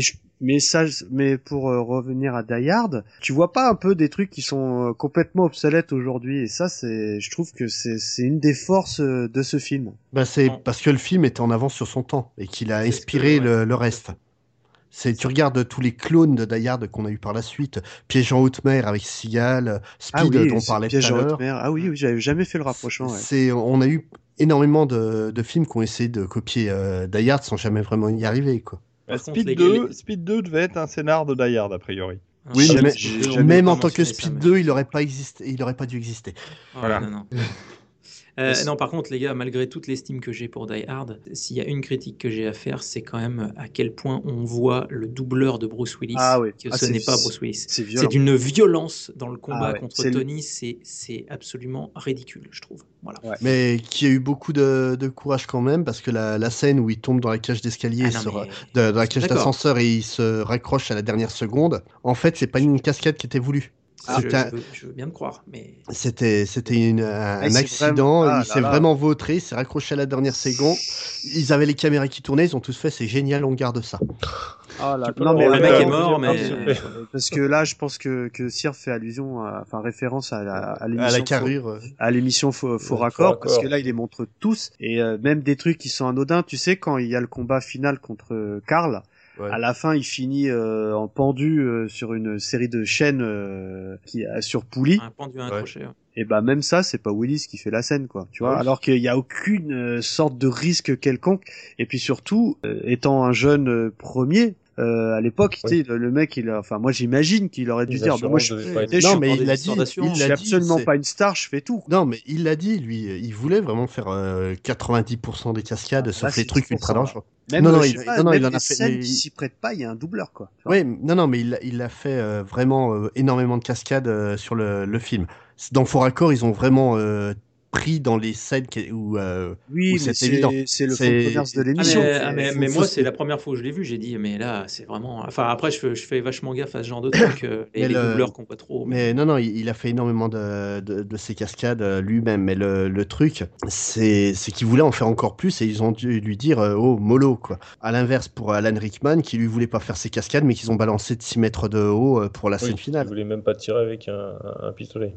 Mais pour revenir à Die Hard, tu vois pas un peu des trucs qui sont complètement obsolètes aujourd'hui, et ça, je trouve que c'est une des forces de ce film. Bah, c'est parce que le film était en avance sur son temps et qu'il a inspiré le reste. Tu regardes tous les clones de Die Hard qu'on a eu par la suite, Piège en haute mer avec Seagal, Speed dont on parlait tout à l'heure. Ah oui, j'avais jamais fait le rapprochement. Ouais. On a eu énormément de films qui ont essayé de copier Die Hard sans jamais vraiment y arriver, quoi. Speed 2 devait être un scénar de Die Hard, a priori. Oui, même en tant que Speed 2, il n'aurait pas dû exister. Voilà. Non. Non, par contre, les gars, malgré toute l'estime que j'ai pour Die Hard, s'il y a une critique que j'ai à faire, c'est quand même à quel point on voit le doubleur de Bruce Willis, que ce n'est pas Bruce Willis. C'est d'une violence dans le combat contre Tony, c'est absolument ridicule, je trouve. Voilà. Ouais. Mais qui a eu beaucoup de courage quand même, parce que la scène où il tombe dans la cage d'escalier, dans la cage d'ascenseur et il se raccroche à la dernière seconde, en fait, c'est pas une cascade qui était voulue. Je veux bien te croire, mais... C'était un accident, il s'est vraiment vautré, il s'est raccroché à la dernière seconde, ils avaient les caméras qui tournaient, ils ont tous fait, c'est génial, on garde ça. Non, mais le mec est mort, mais... Parce que là, je pense que Cyr fait allusion, référence à l'émission... À la carrure. À l'émission Faux Raccord, parce que là, il les montre tous, et même des trucs qui sont anodins, tu sais, quand il y a le combat final contre Karl, à la fin, il finit en pendu sur une série de chaînes qui sur poulie. Un pendu à un crochet. Et bah même ça, c'est pas Willis qui fait la scène, quoi. Tu vois, alors qu'il y a aucune sorte de risque quelconque. Et puis surtout, étant un jeune premier. À l'époque, le mec, moi j'imagine qu'il aurait dû dire, moi je suis absolument pas une star, je fais tout. Non, mais il l'a dit, lui, il voulait vraiment faire 90% des cascades, sauf les trucs ultra dangereux. Même il en a fait. Scènes qui s'y prêtent pas, il y a un doubleur, quoi. Oui, mais il a fait vraiment énormément de cascades sur le film. Dans Faux Raccord, ils ont vraiment pris dans les scènes où c'est évident. C'est le fond de commerce de l'émission. Mais moi, c'est la première fois que je l'ai vu, j'ai dit, mais là, c'est vraiment... Enfin, après, je fais vachement gaffe à ce genre de trucs, et les doubleurs qu'on voit trop. Mais non, il a fait énormément de ces cascades lui-même, mais le truc, c'est qu'il voulait en faire encore plus, et ils ont dû lui dire, mollo, quoi. À l'inverse, pour Alan Rickman, qui lui voulait pas faire ses cascades, mais qu'ils ont balancé de 6 mètres de haut pour la scène finale. Il voulait même pas tirer avec un pistolet.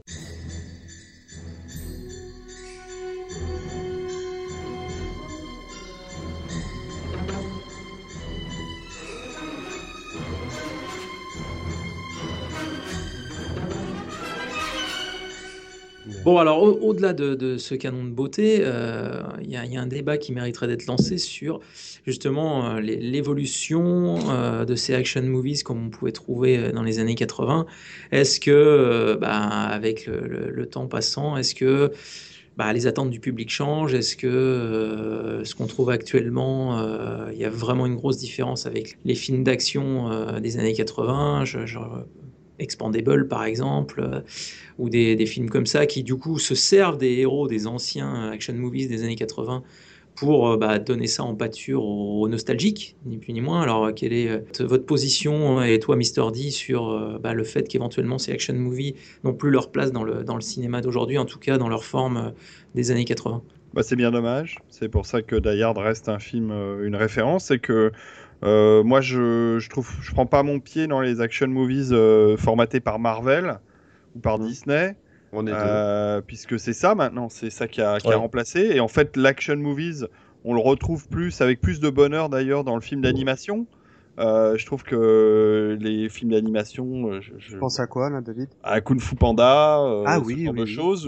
Bon, alors, au-delà de ce canon de beauté, il y a un débat qui mériterait d'être lancé sur, justement, l'évolution de ces action movies comme on pouvait trouver dans les années 80. Est-ce que, avec le temps passant, est-ce que les attentes du public changent? Est-ce que ce qu'on trouve actuellement, il y a vraiment une grosse différence avec les films d'action des années 80, genre Expandable par exemple, ou des films comme ça qui du coup se servent des héros des anciens action movies des années 80 pour donner ça en pâture aux nostalgiques, ni plus ni moins. Alors quelle est votre position, et toi Mr. D, sur le fait qu'éventuellement ces action movies n'ont plus leur place dans le cinéma d'aujourd'hui, en tout cas dans leur forme des années 80? C'est bien dommage, c'est pour ça que Die Hard reste un film, une référence, c'est que moi, je trouve, je prends pas mon pied dans les action movies formatés par Marvel ou par Disney, puisque c'est ça maintenant, c'est ça qui a remplacé. Et en fait, l'action movies, on le retrouve avec plus de bonheur d'ailleurs dans le film d'animation. Je trouve que les films d'animation, je pense à quoi là, David? À Kung Fu Panda, ce genre de choses,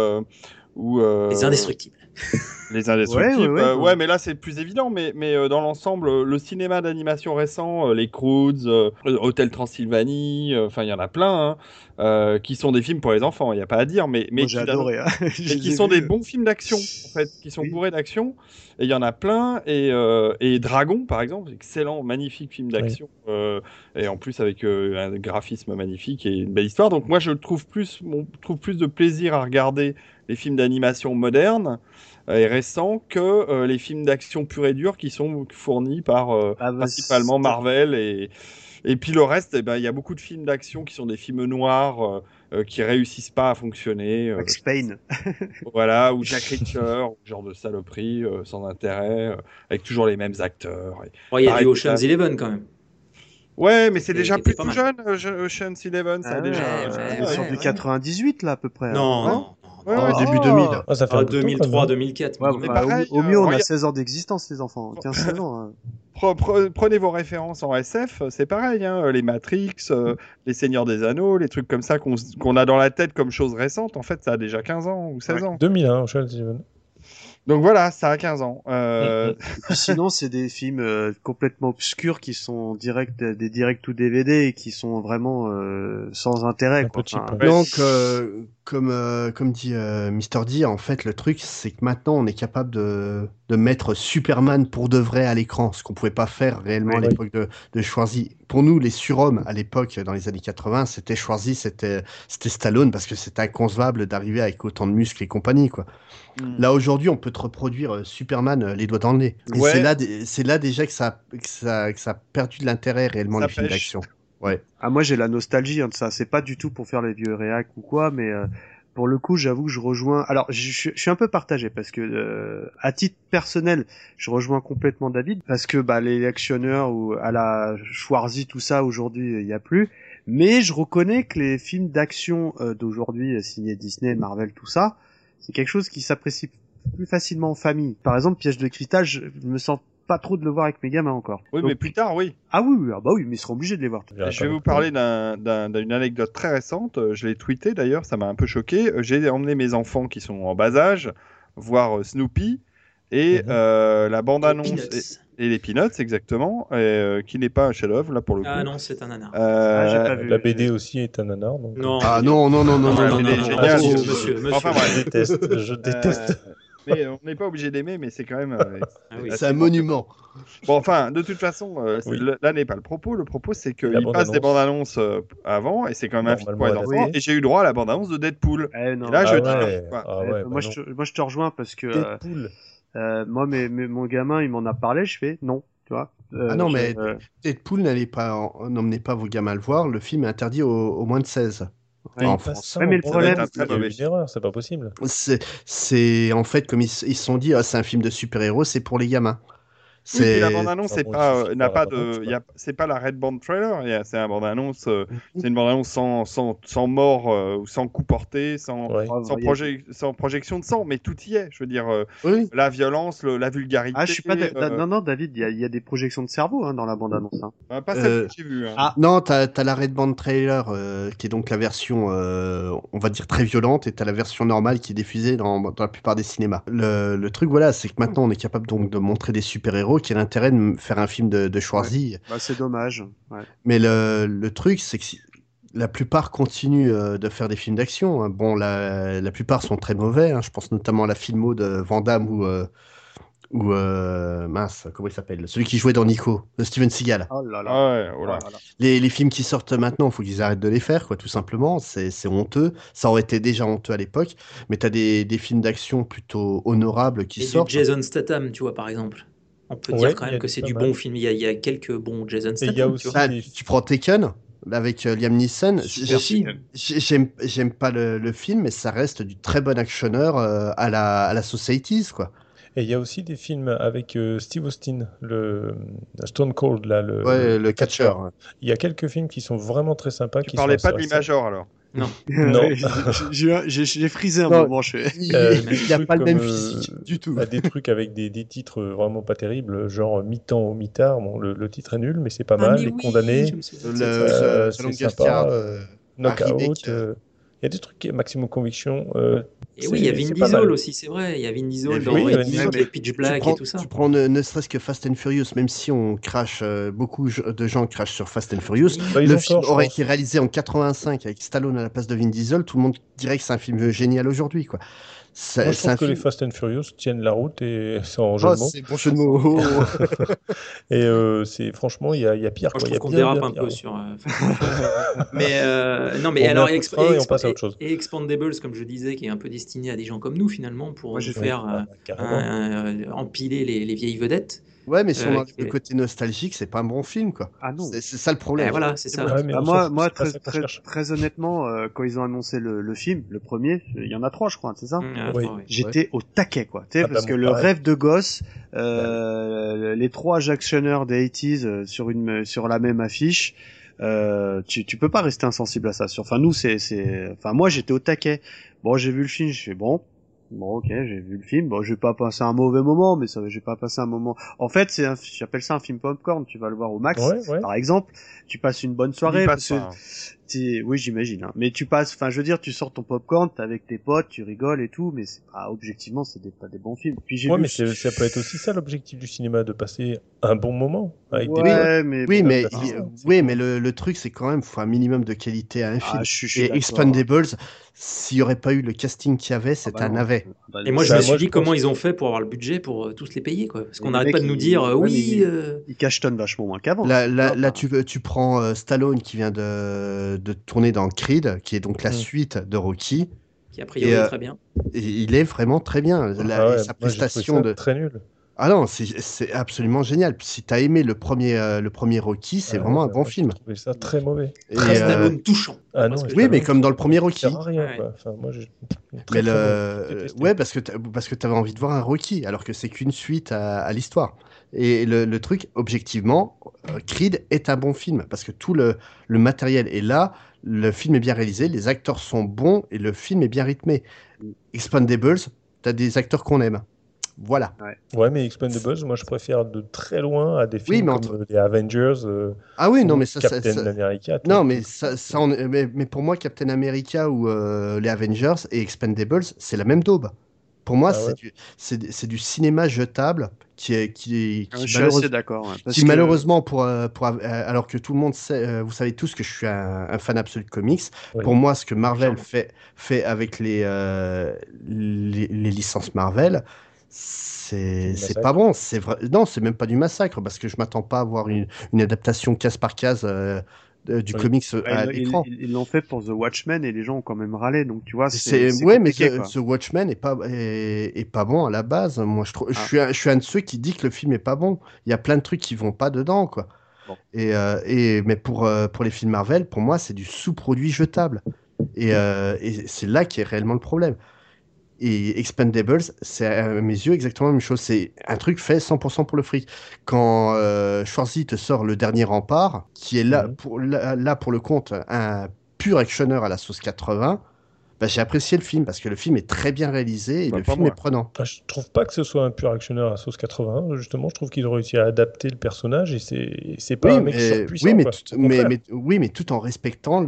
ou Les Indestructibles. Les Indestructibles, ouais, mais là c'est plus évident, mais dans l'ensemble, le cinéma d'animation récent, les Croods, Hôtel Transylvanie, il y en a plein, qui sont des films pour les enfants, il n'y a pas à dire, mais moi, j'ai adoré, et qui sont des bons films d'action, en fait, qui sont bourrés d'action, et il y en a plein, et Dragon, par exemple, excellent, magnifique film d'action, et en plus avec un graphisme magnifique et une belle histoire, donc moi je trouve plus de plaisir à regarder les films d'animation modernes et récents que les films d'action pure et dure qui sont fournis par principalement Marvel et puis le reste, il y a beaucoup de films d'action qui sont des films noirs qui réussissent pas à fonctionner. Max Payne. Voilà, ou Jack Reacher, genre de saloperie sans intérêt, avec toujours les mêmes acteurs. Il y a du Ocean's Eleven quand même. Ouais, mais c'est déjà plus tout jeune, Ocean's Eleven, ça a déjà... sur du 98 là à peu près. Non. Début 2000. Ça fait 2003, 2004. Mais pareil, au mieux, on a 16 ans d'existence, les enfants. 15-16 ans. Prenez vos références en SF, c'est pareil. Les Matrix, les Seigneurs des Anneaux, les trucs comme ça qu'on a dans la tête comme choses récentes. En fait, ça a déjà 15 ans ou 16 ans. 2001, Ocean's Eleven. Donc voilà, ça a 15 ans. Sinon, c'est des films complètement obscurs qui sont des direct ou DVD et qui sont vraiment sans intérêt. Quoi. Donc, Comme dit Mr. D, en fait, le truc, c'est que maintenant, on est capable de mettre Superman pour de vrai à l'écran, ce qu'on pouvait pas faire réellement à l'époque de Schwarzy. Pour nous, les surhommes, à l'époque, dans les années 80, c'était Schwarzy, c'était Stallone, parce que c'était inconcevable d'arriver avec autant de muscles et compagnie, quoi. Là, aujourd'hui, on peut te reproduire Superman les doigts dans le nez. Et c'est là déjà que ça a perdu de l'intérêt réellement, les films d'action. Ouais. Ah, moi j'ai la nostalgie de ça. C'est pas du tout pour faire les vieux réacs ou quoi, mais pour le coup, j'avoue que je rejoins. Alors, je suis un peu partagé parce que à titre personnel, je rejoins complètement David parce que les actionneurs ou à la Schwarzy tout ça aujourd'hui, il y a plus. Mais je reconnais que les films d'action d'aujourd'hui, signés Disney, Marvel, tout ça, c'est quelque chose qui s'apprécie plus facilement en famille. Par exemple, Piège de cristal, je me sens pas trop de le voir avec mes gamins encore. Oui, mais plus tard, oui. Ah oui, oui, mais ils seront obligés de les voir. Je vais vous parler d'une anecdote très récente. Je l'ai tweeté d'ailleurs, ça m'a un peu choqué. J'ai emmené mes enfants qui sont en bas âge voir Snoopy et la bande-annonce et les Peanuts, exactement, qui n'est pas un chef-d'œuvre là pour le coup. Ah non, c'est un nanar. J'ai pas vu. La BD aussi est un nanar. Donc... Non. Ah non. Monsieur. Enfin, je déteste. Mais on n'est pas obligé d'aimer, mais c'est quand même. C'est un monument. Bon, enfin, de toute façon, là n'est pas le propos. Le propos, c'est qu'il passe des bandes annonces avant, et c'est quand même un film pour les enfants. Et j'ai eu droit à la bande annonce de Deadpool. Et là, moi, je te rejoins parce que moi, mon gamin, il m'en a parlé. Je fais non, tu vois. Mais Deadpool, n'emmenez pas vos gamins le voir. Le film est interdit aux moins de 16. En France. Mais le problème, c'est pas possible. C'est en fait comme ils se sont dit, c'est un film de super-héros, c'est pour les gamins. Oui, puis la bande-annonce, c'est pas la Red Band trailer, c'est une bande-annonce sans mort ou sans coup porté, sans projection de sang, mais tout y est. Je veux dire, la violence, la vulgarité. Ah, je suis pas. Non, David, il y a des projections de cerveau dans la bande-annonce. Pas celle que j'ai vue. Ah non, t'as la Red Band trailer qui est donc la version, on va dire très violente, et t'as la version normale qui est diffusée dans la plupart des cinémas. Le truc, voilà, c'est que maintenant on est capable donc de montrer des super-héros. Qui a l'intérêt de faire un film de Schwarzy. C'est dommage. Ouais. Mais le truc, c'est que la plupart continuent de faire des films d'action. Hein. Bon, la plupart sont très mauvais. Hein. Je pense notamment à la filmo de Van Damme ou mince, comment il s'appelle? Celui qui jouait dans Nico, de Steven Seagal. Oh là là. Les films qui sortent maintenant, il faut qu'ils arrêtent de les faire, quoi, tout simplement. C'est honteux. Ça aurait été déjà honteux à l'époque. Mais t'as des films d'action plutôt honorables qui sortent. Du Jason Statham, tu vois, par exemple. On peut dire quand même que c'est du bon film. Il y a quelques bons Jason Statham. Il y a aussi tu prends Taken avec Liam Neeson. J'aime pas le film, mais ça reste du très bon actionneur à la Societies, quoi. Et il y a aussi des films avec Steve Austin, le Stone Cold, là, le catcheur. Ouais. Il y a quelques films qui sont vraiment très sympas. Tu parlais pas de l'Imagor, alors? Non. J'ai frisé un moment. Il n'y a pas le même physique du tout. Des trucs avec des titres vraiment pas terribles, genre mi-temps ou mi-tard. Bon, le titre est nul, mais c'est pas mal. Les Condamnés, c'est sympa. Knockout. Il y a des trucs, Maximum Conviction. Et oui, il y a Vin Diesel aussi, c'est vrai. Il y a Vin Diesel dans Pitch Black et tout ça. Tu prends ne serait-ce que Fast and Furious, même si on crache, beaucoup de gens crachent sur Fast and Furious, le film aurait été réalisé en 85 avec Stallone à la place de Vin Diesel, tout le monde dirait que c'est un film génial aujourd'hui, quoi. Moi, je trouve que les Fast and Furious tiennent la route et sans jeu de mots. C'est bon jeu de mots. Et franchement, il y a pire. Moi, je trouve qu'on dérape un peu sur. Mais non, mais alors et Expandables, comme je disais, qui est un peu destiné à des gens comme nous finalement pour faire empiler les vieilles vedettes. Ouais, mais si on enlève le côté nostalgique, c'est pas un bon film, quoi. Ah non. C'est ça le problème. Voilà, c'est ça. Moi, très honnêtement, quand ils ont annoncé le film, le premier, il y en a 3, je crois, c'est ça? J'étais au taquet, quoi. Parce que le rêve de gosse, les 3 actionneurs des 80s sur la même affiche, tu peux pas rester insensible à ça. Enfin, moi, j'étais au taquet. Bon, j'ai vu le film, je fais bon, ok, j'ai vu le film. Bon, j'ai pas passé un mauvais moment, mais j'ai pas passé un moment. En fait, j'appelle ça un film popcorn. Tu vas le voir au max, par exemple. Tu passes une bonne soirée. Oui, j'imagine. Hein. Mais tu passes, enfin, je veux dire, tu sors ton popcorn, t'es avec tes potes, tu rigoles et tout, mais c'est pas, objectivement, pas des bons films. Puis mais ça peut être aussi ça l'objectif du cinéma, de passer un bon moment avec des potes. Mais le truc, c'est quand même, faut un minimum de qualité à un film. Et Expendables, s'il n'y aurait pas eu le casting qu'il y avait, c'est un navet. Et moi, je me suis dit comment ils ont fait pour avoir le budget pour tous les payer, quoi. Parce qu'on n'arrête pas de nous dire, ils cachetonnent vachement moins qu'avant. Là, tu prends Stallone qui vient de tourner dans Creed, qui est donc la suite de Rocky. Qui a priori est très bien. Et il est vraiment très bien. Sa prestation très nul. Ah non, c'est absolument génial. Si t'as aimé le premier Rocky, c'est vraiment un bon film. J'ai trouvé ça très mauvais. Très Stallone touchant. Ah non, oui, mais comme dans le premier Rocky. Parce que t'avais envie de voir un Rocky, alors que c'est qu'une suite à l'histoire. Et le truc, objectivement, Creed est un bon film, parce que tout le matériel est là, le film est bien réalisé, les acteurs sont bons, et le film est bien rythmé. Expendables, t'as des acteurs qu'on aime. Voilà. Ouais, mais Expendables, moi je préfère de très loin à des films comme les Avengers. Captain America. Non, mais mais pour moi, Captain America ou les Avengers et Expendables, c'est la même daube. Pour moi, c'est du cinéma jetable qui malheureusement alors que tout le monde sait, vous savez tous que je suis un fan absolu de comics. Oui. Pour moi, ce que Marvel fait avec les licences Marvel, c'est pas bon. Non, c'est même pas du massacre, parce que je m'attends pas à avoir une adaptation case par case du comics à l'écran. Ils l'ont fait pour The Watchmen et les gens ont quand même râlé, donc tu vois. Mais The Watchmen est pas bon à la base. Moi, je suis un de ceux qui dit que le film est pas bon. Il y a plein de trucs qui vont pas dedans, quoi. Bon. Mais pour les films Marvel, pour moi, c'est du sous-produit jetable. Et c'est là qui est réellement le problème. Et Expendables, c'est à mes yeux exactement la même chose. C'est un truc fait 100% pour le fric. Quand Schwarzy te sort Le Dernier Rempart, qui est là, pour le compte, un pur actionneur à la sauce 80, j'ai apprécié le film, parce que le film est très bien réalisé et le film est prenant. Je trouve pas que ce soit un pur actionneur à la sauce 80. Justement, je trouve qu'ils ont réussi à adapter le personnage, et c'est pas un mec surpuissant. Mais tout en respectant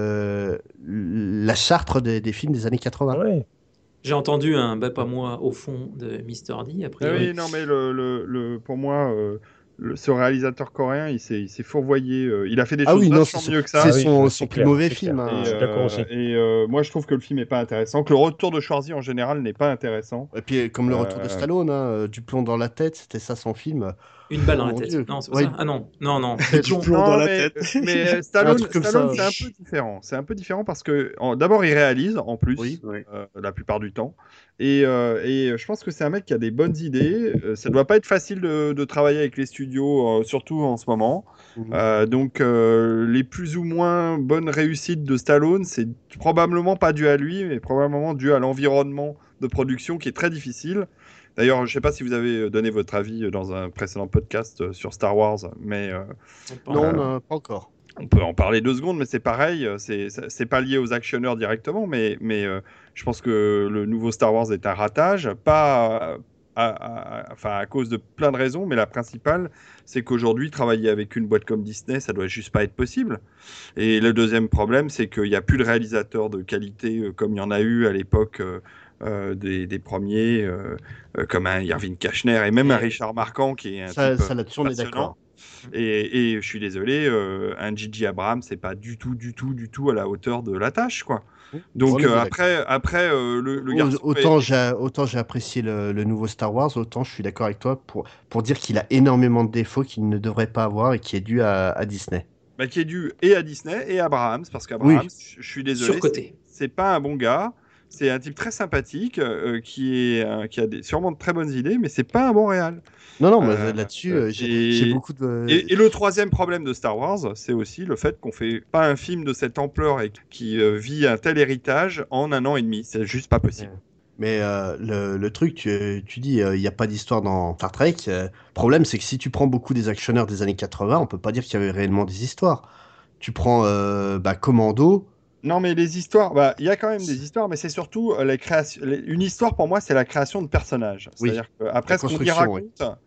la charte des films des années 80. Ouais. J'ai entendu un pas moi au fond de Mr. D. Après, oui, non, mais pour moi, ce réalisateur coréen, il s'est fourvoyé. Il a fait des choses vachement mieux que ça. C'est son plus mauvais film. Hein. Je suis d'accord aussi. Et moi, je trouve que le film n'est pas intéressant, que le retour de Schwarzy en général n'est pas intéressant. Et puis, comme le retour de Stallone, du plomb dans la tête, c'était ça son film. Une balle dans la tête. Non, c'est pas ça. Ah non. Du plomb dans la tête. Mais Stallone, c'est un peu différent. C'est un peu différent parce que d'abord, il réalise en plus la plupart du temps. Et je pense que c'est un mec qui a des bonnes idées. Ça doit pas être facile de travailler avec les studios, surtout en ce moment. Donc, les plus ou moins bonnes réussites de Stallone, c'est probablement pas dû à lui, mais probablement dû à l'environnement de production qui est très difficile. D'ailleurs, je ne sais pas si vous avez donné votre avis dans un précédent podcast sur Star Wars, mais non, pas encore. On peut en parler 2 secondes, mais c'est pareil. C'est pas lié aux actionneurs directement, mais je pense que le nouveau Star Wars est un ratage, pas à cause de plein de raisons, mais la principale, c'est qu'aujourd'hui, travailler avec une boîte comme Disney, ça doit juste pas être possible. Et le deuxième problème, c'est qu'il n'y a plus de réalisateurs de qualité comme il y en a eu à l'époque. Des premiers comme un Irving Kershner et même un Richard Marquand qui est un type là-dessus on est d'accord. Et je suis désolé, un J.J. Abrams c'est pas du tout à la hauteur de la tâche, quoi. Donc après le garçon autant j'ai apprécié le nouveau Star Wars, autant je suis d'accord avec toi pour dire qu'il a énormément de défauts qu'il ne devrait pas avoir et qui est dû à Disney. Qui est dû et à Disney et à Abrams, parce qu'Abrams, je suis désolé, surcoté. C'est pas un bon gars. C'est un type très sympathique qui a sûrement de très bonnes idées, mais c'est pas un bon réal. Non, mais là-dessus, j'ai beaucoup de... Et le troisième problème de Star Wars, c'est aussi le fait qu'on fait pas un film de cette ampleur et qui vit un tel héritage en 1 an et demi. C'est juste pas possible. Mais le truc, tu dis, il n'y a pas d'histoire dans Star Trek. Le problème, c'est que si tu prends beaucoup des actionneurs des années 80, on peut pas dire qu'il y avait réellement des histoires. Tu prends Commando... Non, mais les histoires, il y a quand même des histoires, mais c'est surtout une histoire pour moi, c'est la création de personnages. C'est-à-dire qu'après ce qu'on y raconte,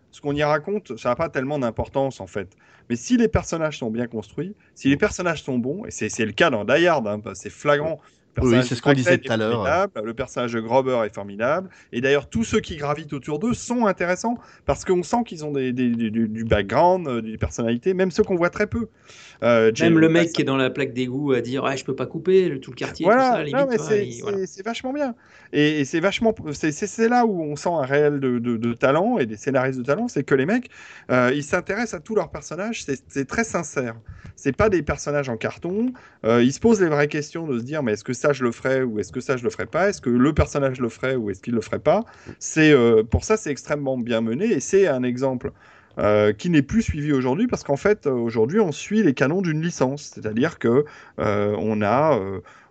ce qu'on y raconte, ça n'a pas tellement d'importance en fait. Mais si les personnages sont bien construits, si les personnages sont bons, et c'est le cas dans Die Hard, hein, c'est flagrant. Oui, c'est ce qu'on disait tout à l'heure. Le personnage de Grover est formidable. Et d'ailleurs, tous ceux qui gravitent autour d'eux sont intéressants parce qu'on sent qu'ils ont du background, des personnalités, même ceux qu'on voit très peu. Même le mec qui est dans la plaque d'égout à dire je peux pas couper tout le quartier, voilà, tout ça, limite. C'est vachement bien. Et c'est là où on sent un réel de talent et des scénaristes de talent, c'est que les mecs, ils s'intéressent à tous leurs personnages, c'est très sincère. C'est pas des personnages en carton. Ils se posent les vraies questions de se dire mais est-ce que ça je le ferais ou est-ce que ça je le ferais pas? Est-ce que le personnage le ferait ou est-ce qu'il le ferait pas? Pour ça c'est extrêmement bien mené et c'est un exemple qui n'est plus suivi aujourd'hui parce qu'en fait aujourd'hui on suit les canons d'une licence, c'est-à-dire que on a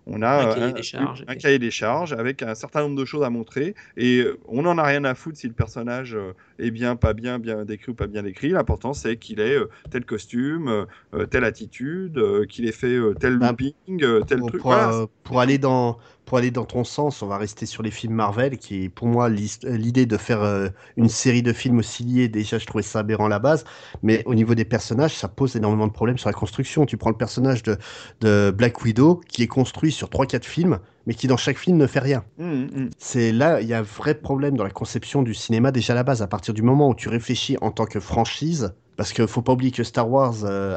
un cahier des charges avec un certain nombre de choses à montrer et on n'en a rien à foutre si le personnage est bien, pas bien, bien décrit ou pas bien décrit. L'important c'est qu'il ait tel costume, telle attitude, qu'il ait fait tel looping, tel truc. Pour aller dans ton sens, on va rester sur les films Marvel, qui est pour moi l'idée de faire une série de films aussi liés. Déjà, je trouvais ça aberrant à la base, mais au niveau des personnages, ça pose énormément de problèmes sur la construction. Tu prends le personnage de Black Widow, qui est construit sur 3-4 films, mais qui dans chaque film ne fait rien. C'est là, il y a un vrai problème dans la conception du cinéma déjà à la base. À partir du moment où tu réfléchis en tant que franchise, parce qu'il faut pas oublier que Star Wars,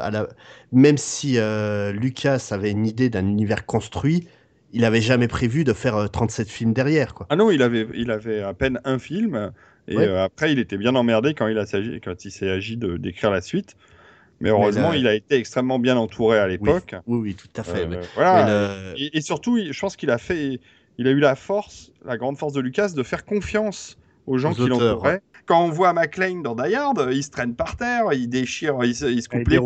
même si Lucas avait une idée d'un univers construit, il avait jamais prévu de faire 37 films derrière, quoi. Ah non, il avait à peine un film, et après il était bien emmerdé quand il s'est agi d'écrire la suite. Mais heureusement, il a été extrêmement bien entouré à l'époque. Oui, tout à fait. Voilà. Et surtout, je pense qu'il a eu la grande force de Lucas de faire confiance aux gens qui l'entouraient. Quand on voit McClane dans Die Hard, il se traîne par terre, il déchire, il se coupe les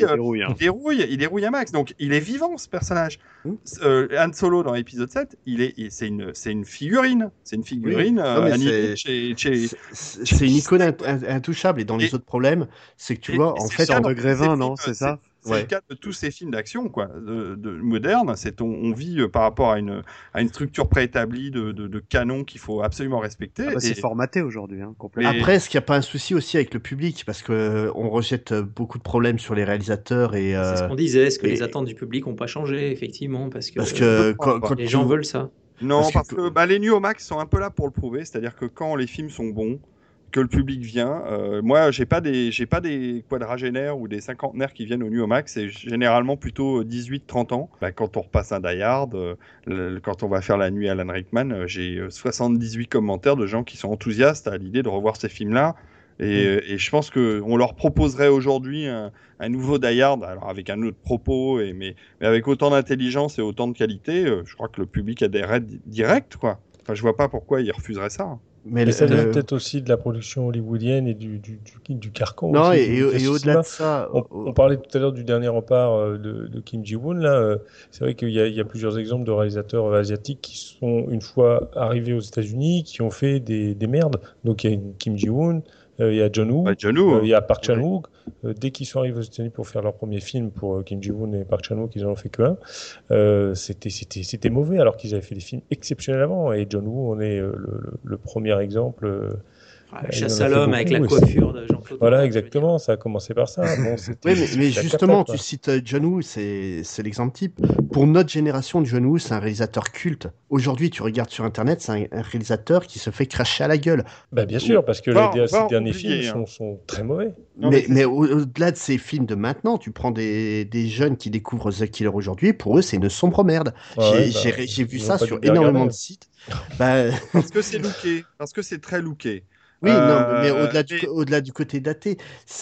pieds, il dérouille un max. Donc il est vivant ce personnage. Han Solo dans l'épisode 7, c'est une figurine. C'est une figurine animée c'est une icône intouchable. Et dans les autres problèmes, c'est que tu vois, en fait, en degré 20, non, c'est ça. C'est le cas de tous ces films d'action modernes. On vit par rapport à une structure préétablie de canon qu'il faut absolument respecter. C'est formaté aujourd'hui, complètement. Après, est-ce qu'il n'y a pas un souci aussi avec le public? Parce qu'on rejette beaucoup de problèmes sur les réalisateurs. C'est ce qu'on disait. Est-ce que les attentes du public n'ont pas changé, effectivement? Parce que quand les gens veulent ça. Non, parce que les New Max sont un peu là pour le prouver. C'est-à-dire que quand les films sont bons, que le public vient. Moi, j'ai pas des quadragénaires ou des cinquantenaires qui viennent au New Max. C'est généralement plutôt 18-30 ans. Quand on repasse un Die Hard, quand on va faire la nuit Alan Rickman, j'ai 78 commentaires de gens qui sont enthousiastes à l'idée de revoir ces films-là. Et je pense qu'on leur proposerait aujourd'hui un nouveau Die Hard, alors avec un autre propos, mais avec autant d'intelligence et autant de qualité. Je crois que le public adhérerait direct, quoi. Enfin, je vois pas pourquoi ils refuseraient ça. Mais ça vient peut-être aussi de la production hollywoodienne et du carcan. Non, aussi, et au-delà de ça... On parlait tout à l'heure du dernier rempart de Kim Ji-woon. Là, c'est vrai qu'il y a plusieurs exemples de réalisateurs asiatiques qui sont, une fois arrivés aux États-Unis, qui ont fait des merdes. Donc il y a Kim Ji-woon, il y a John Woo, il y a Park Chan-wook. Dès qu'ils sont arrivés aux États-Unis pour faire leur premier film, pour Kim Ji-woon et Park Chan-wook, ils en ont fait qu'un. C'était mauvais, alors qu'ils avaient fait des films exceptionnels avant. Et John Woo en est le premier exemple. Chasse à l'homme avec la coiffure de Jean-Claude. Voilà, exactement, ça a commencé par ça. Bon, mais justement, tu cites John Woo, c'est l'exemple type. Pour notre génération, John Woo, c'est un réalisateur culte. Aujourd'hui, tu regardes sur Internet, c'est un réalisateur qui se fait cracher à la gueule. Bien sûr, parce que ces derniers films sont très mauvais. Mais au-delà de ces films de maintenant, tu prends des jeunes qui découvrent The Killer aujourd'hui, pour eux, c'est une sombre merde. J'ai vu ça sur énormément de sites. Parce que c'est looké, parce que c'est très looké. Oui, non, mais au-delà du côté daté,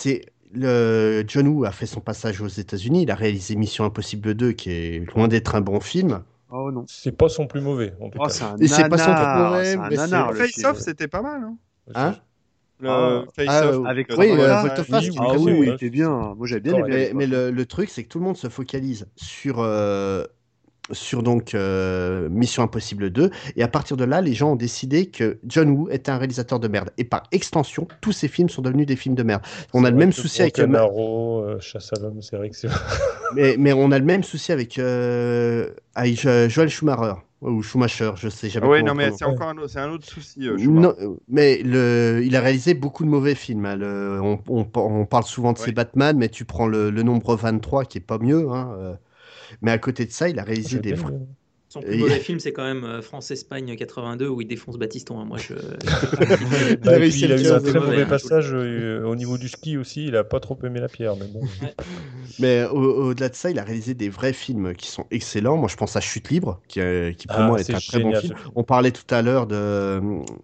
John Woo a fait son passage aux États-Unis, il a réalisé Mission Impossible 2, qui est loin d'être un bon film. Oh non. C'est pas son plus mauvais, en tout cas. C'est pas son plus mauvais, mais Face-Off, c'était pas mal, hein. Face-Off avec Volte-Face. Il était bien. Moi, j'avais bien aimé. Mais le truc, c'est que tout le monde se focalise sur sur donc Mission Impossible 2. Et à partir de là, les gens ont décidé que John Woo était un réalisateur de merde. Et par extension, tous ces films sont devenus des films de merde. On a le même souci avec Chasse à l'homme, c'est vrai que c'est. mais on a le même souci avec Joel Schumacher ou Schumacher, je sais jamais. Oui, comment non, on mais prononce. c'est un autre souci. Non, mais il a réalisé beaucoup de mauvais films. Hein. On parle souvent de ses Batman, mais tu prends le nombre 23 qui est pas mieux. Hein. Mais à côté de ça, il a réalisé des vrais. Son plus mauvais film, c'est quand même France-Espagne 82 où il défonce Batiston. Hein. Moi, il a eu un très mauvais passage au niveau du ski aussi. Il a pas trop aimé la pierre, mais bon. Mais au-delà de ça, il a réalisé des vrais films qui sont excellents. Moi, je pense à Chute libre, qui pour moi est un très bon film. On parlait tout à l'heure de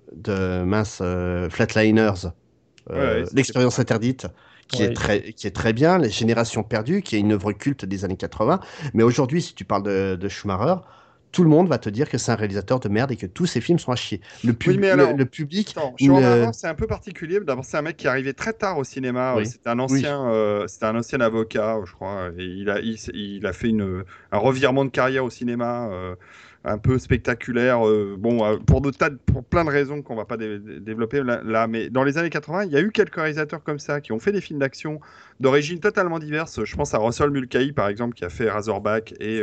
Flatliners, L'expérience interdite. Qui est très bien, Les Générations perdues, qui est une œuvre culte des années 80. Mais aujourd'hui, si tu parles de Schumacher, tout le monde va te dire que c'est un réalisateur de merde et que tous ses films sont à chier. Le public... Schumacher, c'est un peu particulier. D'abord, c'est un mec qui est arrivé très tard au cinéma. Oui. C'était un ancien avocat, je crois. Et il a fait un revirement de carrière au cinéma un peu spectaculaire. Pour plein de raisons qu'on va pas développer là. Mais dans les années 80, il y a eu quelques réalisateurs comme ça qui ont fait des films d'action d'origine totalement diverses. Je pense à Russell Mulcahy, par exemple, qui a fait Razorback et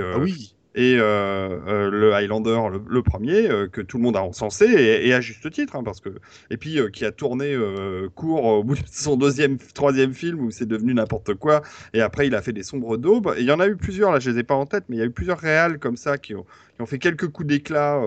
le Highlander, le premier, que tout le monde a encensé, et à juste titre, hein, et puis qui a tourné court au bout de son troisième film, où c'est devenu n'importe quoi, et après il a fait des Sombres d'Aube, et il y en a eu plusieurs, là je les ai pas en tête, mais il y a eu plusieurs réals comme ça, qui ont fait quelques coups d'éclat,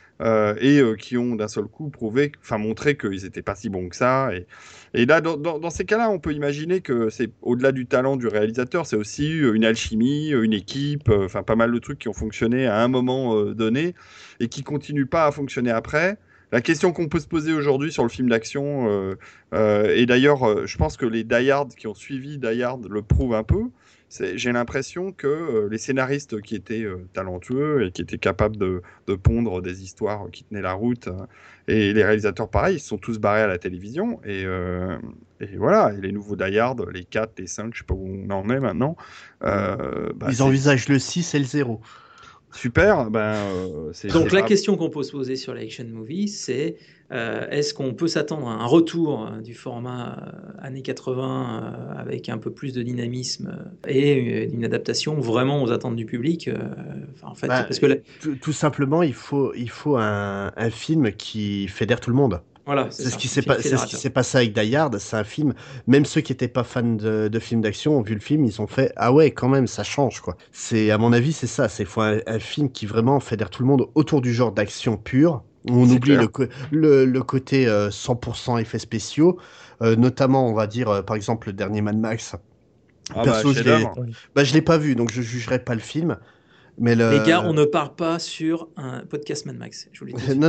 et qui ont d'un seul coup montré qu'ils n'étaient pas si bons que ça. Et là, dans ces cas-là, on peut imaginer que c'est au-delà du talent du réalisateur, c'est aussi une alchimie, une équipe, pas mal de trucs qui ont fonctionné à un moment donné et qui continuent pas à fonctionner après. La question qu'on peut se poser aujourd'hui sur le film d'action, et d'ailleurs, je pense que les Die Hard qui ont suivi Die Hard le prouvent un peu. J'ai l'impression que les scénaristes qui étaient talentueux et qui étaient capables de pondre des histoires qui tenaient la route, et les réalisateurs pareil, ils se sont tous barrés à la télévision, et voilà, et les nouveaux Die Hard, les 4, les 5, je sais pas où on en est maintenant. Ils envisagent le 6 et le 0. Super. Donc la question qu'on peut se poser sur l'Action Movie, c'est est-ce qu'on peut s'attendre à un retour du format années 80 avec un peu plus de dynamisme et une adaptation vraiment aux attentes du public parce que tout simplement, il faut un film qui fédère tout le monde. Voilà, c'est ce qui s'est passé avec Die Hard. C'est un film, même ceux qui n'étaient pas fans de films d'action ont vu le film, ils ont fait ah ouais, quand même, ça change quoi. C'est, à mon avis, c'est ça. C'est faut un film qui vraiment fédère tout le monde autour du genre d'action pure. On oublie le côté 100% effets spéciaux, notamment, on va dire, par exemple, le dernier Mad Max. Perso, je l'ai pas vu, donc je jugerai pas le film. Mais Les gars, on ne part pas sur un podcast Mad Max. Je vous le dis.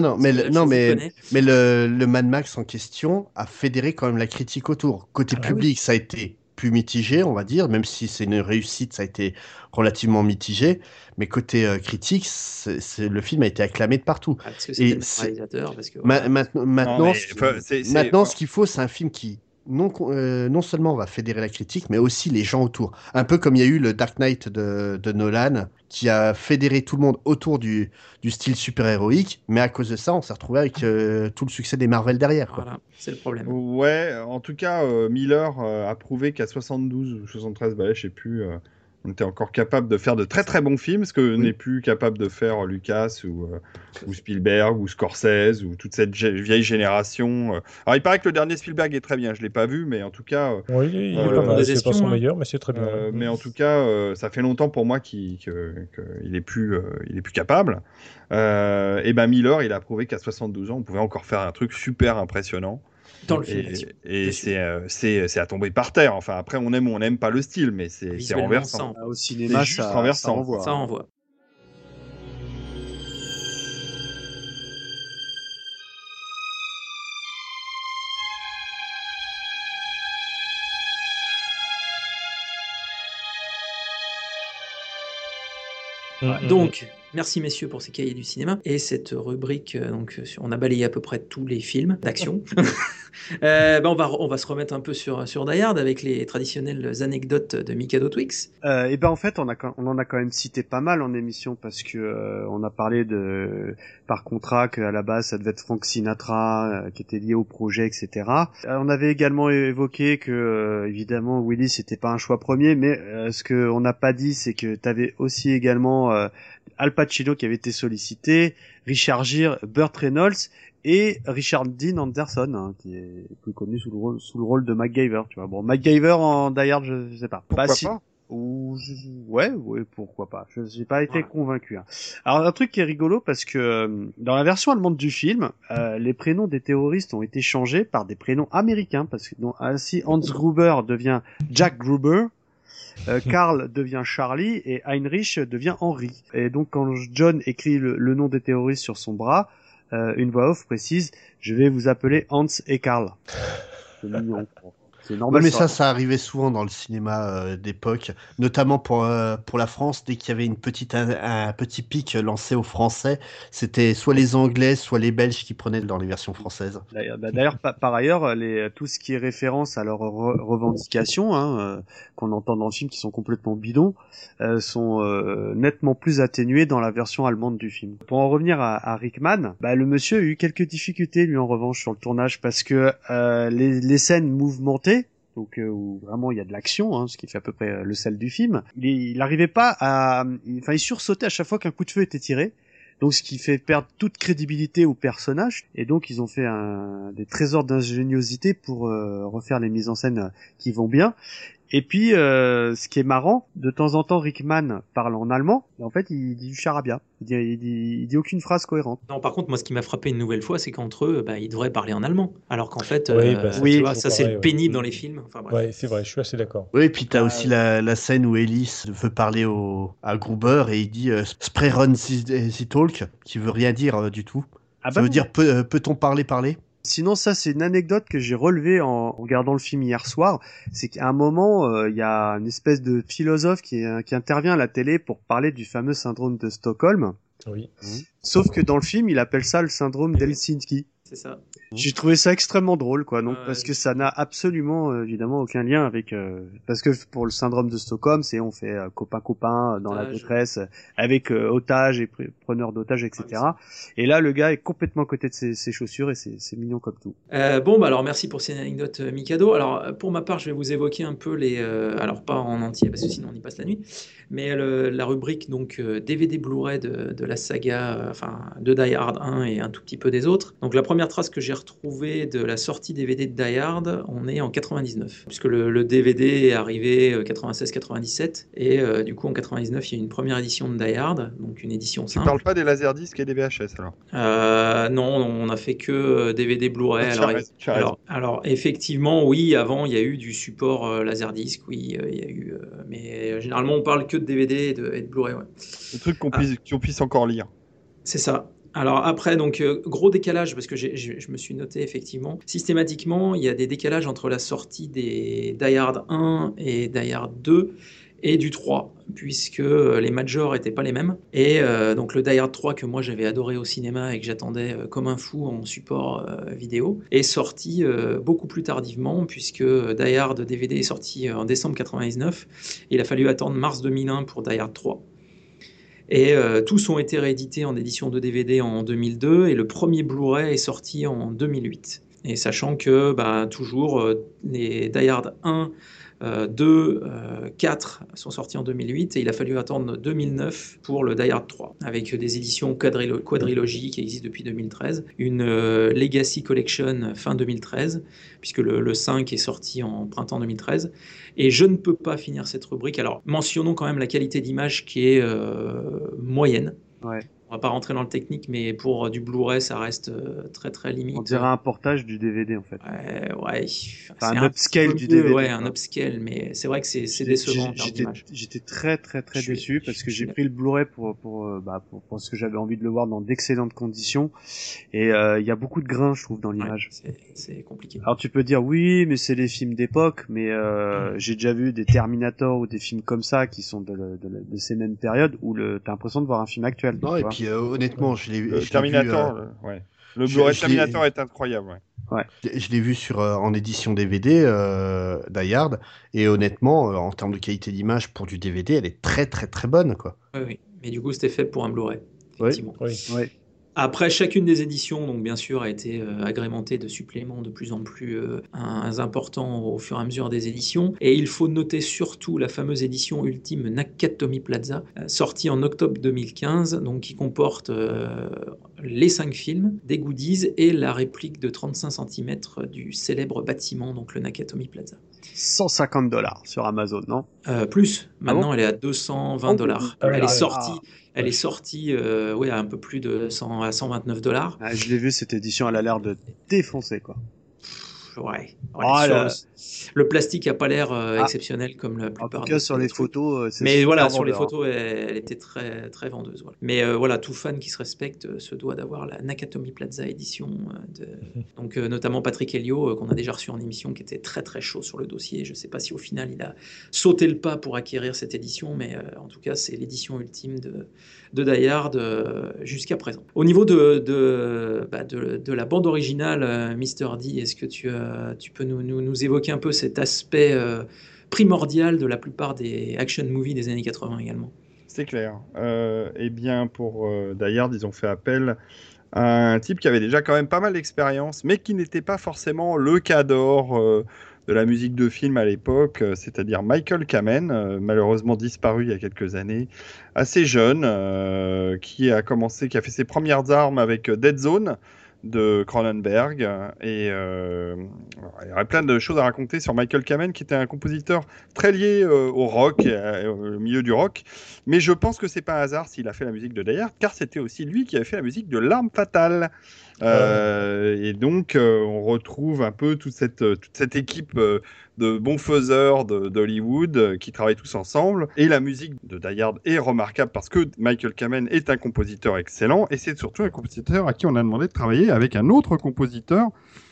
Mais le Mad Max en question a fédéré quand même la critique autour. Côté public, ça a été plus mitigé, on va dire, même si c'est une réussite, ça a été relativement mitigé. Mais côté critique, le film a été acclamé de partout. Parce que c'est le réalisateur. Maintenant, ce qu'il faut, c'est un film qui non seulement va fédérer la critique, mais aussi les gens autour. Un peu comme il y a eu le Dark Knight de Nolan, qui a fédéré tout le monde autour du style super-héroïque, mais à cause de ça, on s'est retrouvé avec tout le succès des Marvel derrière. Quoi. Voilà, c'est le problème. Ouais, en tout cas, Miller a prouvé qu'à 72 ou 73 balais, je sais plus... on était encore capable de faire de très très bons films, ce que n'est plus capable de faire Lucas ou Spielberg ou Scorsese ou toute cette vieille génération. Alors il paraît que le dernier Spielberg est très bien, je l'ai pas vu, mais en tout cas, oui, il est pas son meilleur, mais c'est très bien. Mais en tout cas, ça fait longtemps pour moi qu'il est plus capable. Et ben Miller, il a prouvé qu'à 72 ans, on pouvait encore faire un truc super impressionnant. Dans le film. Et c'est à tomber par terre. Enfin, après, on aime ou on n'aime pas le style, mais c'est renversant. Au cinéma, juste renversant. Ça envoie. Donc, Merci messieurs pour ces cahiers du cinéma et cette rubrique. On a balayé à peu près tous les films d'action. On va se remettre un peu sur Die Hard avec les traditionnelles anecdotes de Mikado Twix. En fait, on en a quand même cité pas mal en émission parce que on a parlé par contrat qu'à la base ça devait être Frank Sinatra qui était lié au projet, etc. On avait également évoqué que évidemment Willis c'était pas un choix premier, mais ce que on n'a pas dit, c'est que t'avais aussi également Al Pacino qui avait été sollicité, Richard Gere, Burt Reynolds et Richard Dean Anderson, qui est plus connu sous le rôle de MacGyver, tu vois. Bon, MacGyver en Die Hard, je sais pas. Pourquoi pas Ouais, pourquoi pas. J'ai pas été convaincu. Alors, un truc qui est rigolo, parce que dans la version allemande du film, les prénoms des terroristes ont été changés par des prénoms américains, parce que ainsi Hans Gruber devient Jack Gruber, Karl devient Charlie et Heinrich devient Henry. Et donc quand John écrit le nom des terroristes sur son bras, une voix off précise « Je vais vous appeler Hans et Karl ». C'est mignon. C'est normal. Ouais, mais ça arrivait souvent dans le cinéma d'époque, notamment pour la France. Dès qu'il y avait un petit pic lancé aux Français, c'était soit les Anglais, soit les Belges qui prenaient dans les versions françaises. D'ailleurs, par ailleurs, tout ce qui est référence à leurs revendications, qu'on entend dans le film, qui sont complètement bidons, sont nettement plus atténuées dans la version allemande du film. Pour en revenir à Rickman, le monsieur a eu quelques difficultés, lui, en revanche, sur le tournage, parce que les scènes mouvementées, donc où vraiment il y a de l'action, ce qui fait à peu près le sel du film, il n'arrivait pas il sursautait à chaque fois qu'un coup de feu était tiré, donc ce qui fait perdre toute crédibilité au personnage, et donc ils ont fait des trésors d'ingéniosité pour refaire les mises en scène qui vont bien. Et puis, ce qui est marrant, de temps en temps, Rickman parle en allemand, et en fait, il dit du charabia. Il dit aucune phrase cohérente. Non, par contre, moi, ce qui m'a frappé une nouvelle fois, c'est qu'entre eux, ils devraient parler en allemand. Alors qu'en fait, ça c'est pénible dans les films. Enfin, bref. Ouais, c'est vrai, je suis assez d'accord. Oui, et puis t'as aussi la scène où Ellis veut parler à Gruber et il dit Sprechen Sie Talk, qui veut rien dire du tout. Ça veut dire peut-on parler. Sinon, ça, c'est une anecdote que j'ai relevée en regardant le film hier soir. C'est qu'à un moment, il y a une espèce de philosophe qui intervient à la télé pour parler du fameux syndrome de Stockholm. Oui. Sauf que dans le film, il appelle ça le syndrome d'Helsinki. C'est ça. J'ai trouvé ça extrêmement drôle, quoi. Donc, parce que ça n'a absolument, évidemment, aucun lien avec, parce que pour le syndrome de Stockholm, on fait copain dans la détresse, avec otages et preneurs d'otages, etc. Et là, le gars est complètement à côté de ses chaussures et c'est mignon comme tout. Alors merci pour ces anecdotes, Mikado. Alors, pour ma part, je vais vous évoquer un peu alors pas en entier, parce que sinon on y passe la nuit, mais la rubrique, donc, DVD Blu-ray de la saga, de Die Hard 1 et un tout petit peu des autres. Donc, la première trace que j'ai retrouvée de la sortie DVD de Die Hard, on est en 99, puisque le DVD est arrivé 96-97, et du coup en 99 il y a une première édition de Die Hard, donc une édition simple. Tu parles pas des laserdiscs et des VHS alors? Non, on a fait que DVD Blu-ray. Alors effectivement, oui, avant il y a eu du support Laserdisc, oui, il y a eu, mais généralement on parle que de DVD et de Blu-ray. Ouais. Le truc qu'on puisse encore lire. C'est ça. Alors après, donc gros décalage, parce que je me suis noté effectivement, systématiquement, il y a des décalages entre la sortie des Die Hard 1 et Die Hard 2 et du 3, puisque les majors n'étaient pas les mêmes. Et donc le Die Hard 3 que moi j'avais adoré au cinéma et que j'attendais comme un fou en support vidéo, est sorti beaucoup plus tardivement, puisque Die Hard DVD est sorti en décembre 99, et il a fallu attendre mars 2001 pour Die Hard 3. Et tous ont été réédités en édition de DVD en 2002, et le premier Blu-ray est sorti en 2008. Et sachant que toujours les Die Hard 1, 2, 4 sont sortis en 2008, et il a fallu attendre 2009 pour le Die Hard 3, avec des éditions quadrilogie qui existent depuis 2013, une Legacy Collection fin 2013, puisque le 5 est sorti en printemps 2013, et je ne peux pas finir cette rubrique. Alors, mentionnons quand même la qualité d'image qui est moyenne. Ouais. On va pas rentrer dans le technique, mais pour du Blu-ray, ça reste très très limite. On dirait un portage du DVD en fait. Ouais. Enfin, un upscale du DVD. Ouais, un upscale, mais c'est vrai que c'est décevant en termes d'image. J'étais très déçu parce que j'ai pris le Blu-ray parce que j'avais envie de le voir dans d'excellentes conditions. Et il y a beaucoup de grains, je trouve, dans l'image. C'est compliqué. Alors tu peux dire oui, mais c'est les films d'époque, mais j'ai déjà vu des Terminator ou des films comme ça qui sont de ces mêmes périodes où t'as l'impression de voir un film actuel. Non, et puis honnêtement, je l'ai vu. Terminator, ouais. Le Blu-ray Terminator est incroyable, ouais. Je l'ai vu en édition DVD, Die Hard, et honnêtement, en termes de qualité d'image pour du DVD, elle est très très très bonne, quoi. Oui. Mais du coup, c'était fait pour un Blu-ray, effectivement. Oui. Après, chacune des éditions, donc bien sûr, a été agrémentée de suppléments de plus en plus importants au fur et à mesure des éditions. Et il faut noter surtout la fameuse édition ultime Nakatomi Plaza, sortie en octobre 2015, donc qui comporte les 5 films, des goodies et la réplique de 35 cm du célèbre bâtiment, donc le Nakatomi Plaza. $150 sur Amazon, non? Plus. Maintenant, elle est à $220. Elle est sortie à un peu plus de $129. Ah, je l'ai vu, cette édition, elle a l'air de défoncer, quoi. Ouais. Oh, le plastique a pas l'air exceptionnel comme la plupart. En tout cas, sur les photos, c'est mais voilà, sur les photos, elle était très très vendeuse. Voilà. Mais voilà, tout fan qui se respecte se doit d'avoir la Nakatomi Plaza édition. Donc notamment Patrick Helio, qu'on a déjà reçu en émission, qui était très très chaud sur le dossier. Je sais pas si au final il a sauté le pas pour acquérir cette édition, mais en tout cas, c'est l'édition ultime de Die Hard jusqu'à présent. Au niveau de la bande originale, Mr. D, est-ce que tu peux nous évoquer un peu cet aspect primordial de la plupart des action movies des années 80 également? C'est clair. Eh bien, pour Die Hard, ils ont fait appel à un type qui avait déjà quand même pas mal d'expérience, mais qui n'était pas forcément le cador de la musique de film à l'époque, c'est-à-dire Michael Kamen, malheureusement disparu il y a quelques années, assez jeune, qui a fait ses premières armes avec Dead Zone de Cronenberg, et il y aurait plein de choses à raconter sur Michael Kamen, qui était un compositeur très lié au rock, au milieu du rock, mais je pense que c'est pas un hasard s'il a fait la musique de Die Hard, car c'était aussi lui qui avait fait la musique de L'Arme Fatale. Et donc on retrouve un peu toute cette équipe de bons faiseurs d'Hollywood qui travaillent tous ensemble. Et la musique de Die Hard est remarquable parce que Michael Kamen est un compositeur excellent, et c'est surtout un compositeur à qui on a demandé de travailler avec un autre compositeur,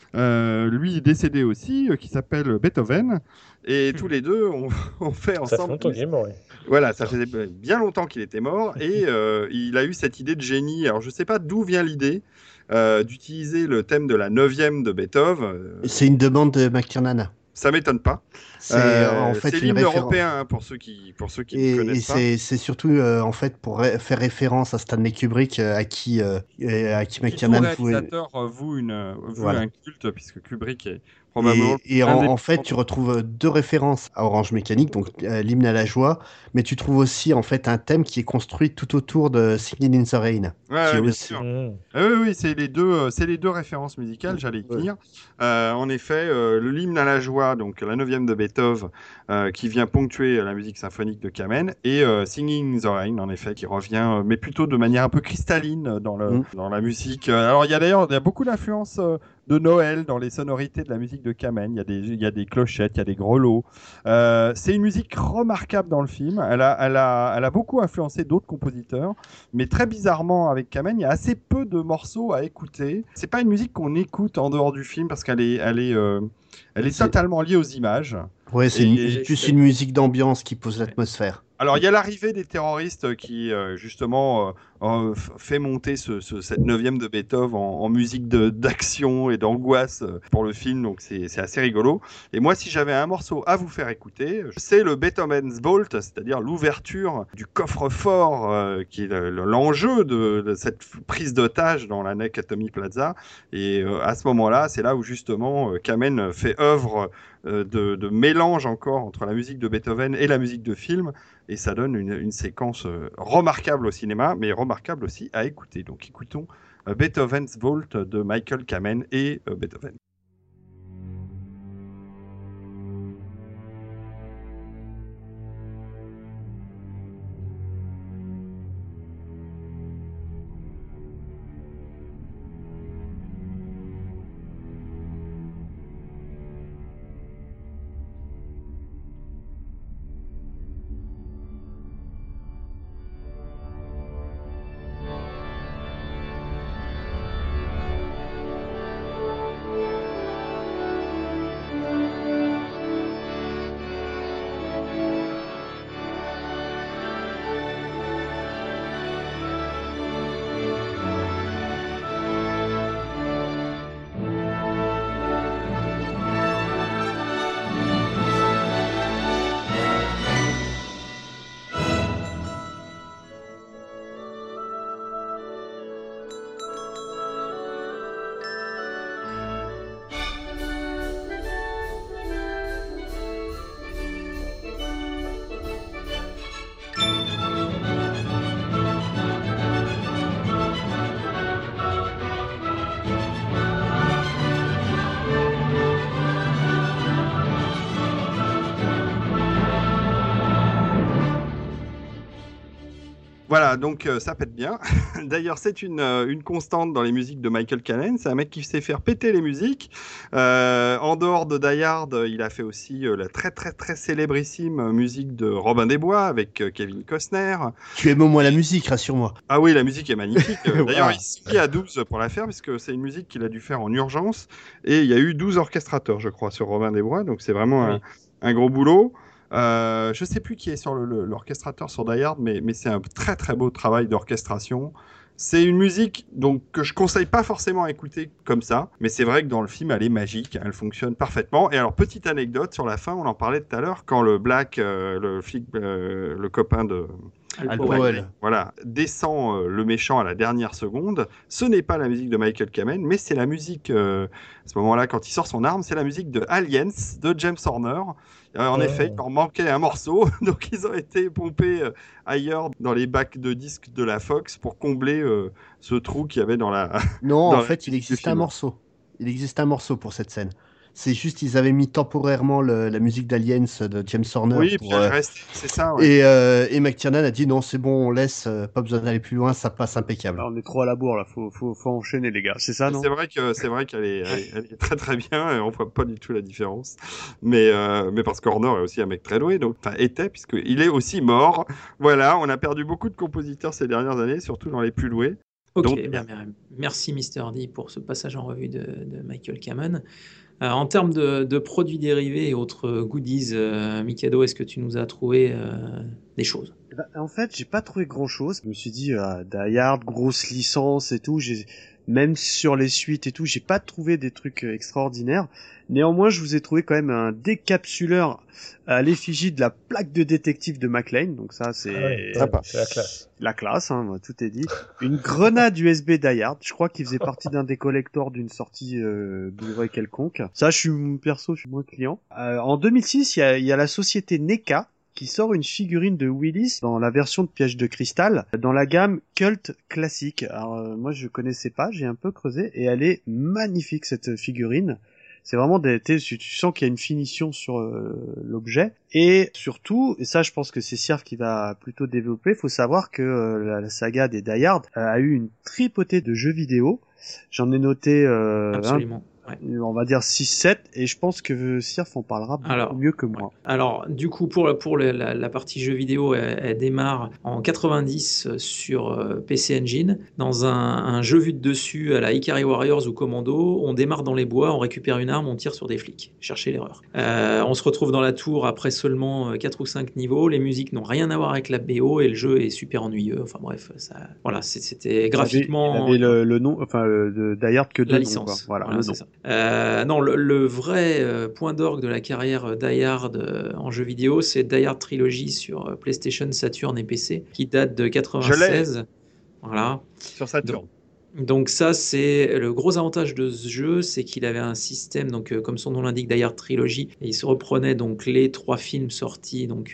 lui décédé aussi, qui s'appelle Beethoven. Et tous les deux ont fait ensemble. Ça fait longtemps qu'il est mort, oui. Voilà, ça faisait bien longtemps qu'il était mort, et il a eu cette idée de génie. Alors je sais pas d'où vient l'idée d'utiliser le thème de la 9e de Beethoven. C'est une demande de McTiernan. Ça m'étonne pas. C'est en fait c'est l'hymne européen, hein, pour ceux qui ne connaissent pas. Et c'est surtout en fait pour faire référence à Stanley Kubrick, à qui McTiernan réalisateur voue un culte, puisque Kubrick est probablement. Et en fait, tu retrouves 2 références à Orange Mécanique, donc l'hymne à la joie, mais tu trouves aussi en fait un thème qui est construit tout autour de Singing in the Rain. Ouais, bien sûr. Oui, c'est les deux références musicales, j'allais y venir. En effet, l'hymne à la joie, donc la 9e de Beethoven, qui vient ponctuer la musique symphonique de Kamen, et Singing in the Rain, en effet, qui revient, mais plutôt de manière un peu cristalline dans la musique. Alors, il y a beaucoup d'influences de Noël dans les sonorités de la musique de Kamen. Il y a des clochettes, il y a des grelots. C'est une musique remarquable dans le film. Elle a beaucoup influencé d'autres compositeurs, mais très bizarrement, avec Kamen, il y a assez peu de morceaux à écouter. C'est pas une musique qu'on écoute en dehors du film parce qu'elle est totalement liée aux images. Ouais, c'est plus une musique d'ambiance qui pose l'atmosphère. Alors, il y a l'arrivée des terroristes qui, justement, fait monter cette 9e de Beethoven en musique d'action et d'angoisse pour le film, donc c'est assez rigolo. Et moi, si j'avais un morceau à vous faire écouter, c'est le Beethoven's Vault, c'est-à-dire l'ouverture du coffre-fort, qui est l'enjeu de cette prise d'otage dans la Nakatomi Plaza. Et à ce moment-là, c'est là où, justement, Kamen fait œuvre de mélange encore entre la musique de Beethoven et la musique de film, et ça donne une séquence remarquable au cinéma, mais remarquable aussi à écouter. Donc écoutons Beethoven's Vault de Michael Kamen et Beethoven. Voilà, donc ça pète bien. D'ailleurs, c'est une constante dans les musiques de Michael Canen. C'est un mec qui sait faire péter les musiques. En dehors de Die Hard, il a fait aussi la très très très célébrissime musique de Robin des Bois avec Kevin Costner. Tu aimes au moins la musique, rassure-moi. Ah oui, la musique est magnifique. D'ailleurs, Voilà. il s'est mis à 12 pour la faire, puisque c'est une musique qu'il a dû faire en urgence. Et il y a eu 12 orchestrateurs, je crois, sur Robin des Bois. Donc c'est vraiment un gros boulot. Je sais plus qui est sur l'orchestrateur sur Die Hard, mais c'est un très très beau travail d'orchestration. C'est une musique donc que je conseille pas forcément à écouter comme ça, mais c'est vrai que dans le film elle est magique, elle fonctionne parfaitement. Et alors petite anecdote sur la fin, on en parlait tout à l'heure, quand le Black, le flic, le copain de Al Powell, voilà, descend le méchant à la dernière seconde, ce n'est pas la musique de Michael Kamen, mais c'est la musique à ce moment-là quand il sort son arme, c'est la musique de Aliens de James Horner. En effet, il leur manquait un morceau, donc ils ont été pompés ailleurs dans les bacs de disques de la Fox pour combler ce trou qu'il y avait dans la. Non, dans en fait, il existait un morceau. Il existait un morceau pour cette scène. C'est juste ils avaient mis temporairement la musique d'Aliens de James Horner. Oui, pour, puis elle reste, c'est ça. Ouais. Et McTiernan a dit non, c'est bon, on laisse, pas besoin d'aller plus loin, ça passe impeccable. Alors, on est trop à la bourre là, faut enchaîner les gars, c'est ça non? C'est vrai qu'elle est très très bien, et on voit pas du tout la différence. Mais parce qu'Horner est aussi un mec très doué, donc était puisqu'il est aussi mort. Voilà, on a perdu beaucoup de compositeurs ces dernières années, surtout dans les plus doués. Ok, donc, merci Mr. D pour ce passage en revue de Michael Kamen. En termes de produits dérivés et autres goodies, Mikado, est-ce que tu nous as trouvé des choses? En fait, j'ai pas trouvé grand-chose. Je me suis dit, Die Hard, grosse licence et tout. Même sur les suites et tout, j'ai pas trouvé des trucs extraordinaires. Néanmoins, je vous ai trouvé quand même un décapsuleur à l'effigie de la plaque de détective de McLean. Donc ça, c'est sympa. C'est la classe. La classe, hein, tout est dit. Une grenade USB Die Hard. Je crois qu'il faisait partie d'un des collectors d'une sortie Blu-ray quelconque. Ça, je suis moins client. En 2006, il y a la société NECA qui sort une figurine de Willis dans la version de Piège de cristal, dans la gamme Cult classique. Alors moi je connaissais pas, j'ai un peu creusé, et elle est magnifique cette figurine. C'est vraiment tu sens qu'il y a une finition sur l'objet. Et surtout, et ça je pense que c'est Sierf qui va plutôt développer, faut savoir que la saga des Die Hard a eu une tripotée de jeux vidéo. J'en ai noté Absolument. on va dire 6-7, et je pense que Sierf en parlera beaucoup mieux que moi. Alors, du coup, pour la partie jeux vidéo, elle démarre en 90 sur PC Engine, dans un jeu vu de dessus à la Ikari Warriors ou Commando. On démarre dans les bois, on récupère une arme, on tire sur des flics. Cherchez l'erreur. On se retrouve dans la tour après seulement 4 ou 5 niveaux. Les musiques n'ont rien à voir avec la BO et le jeu est super ennuyeux. Enfin bref, voilà, c'était graphiquement... Il avait le nom, de Die Hard que de la nom, licence. Voilà, Voilà, c'est ça. Non, le vrai point d'orgue de la carrière Die Hard en jeu vidéo, c'est Die Hard Trilogy sur PlayStation, Saturn et PC, qui date de 96. Voilà. Sur Saturn. Donc ça, c'est le gros avantage de ce jeu, c'est qu'il avait un système, donc comme son nom l'indique, Die Hard Trilogy, et il se reprenait donc les 3 films sortis, donc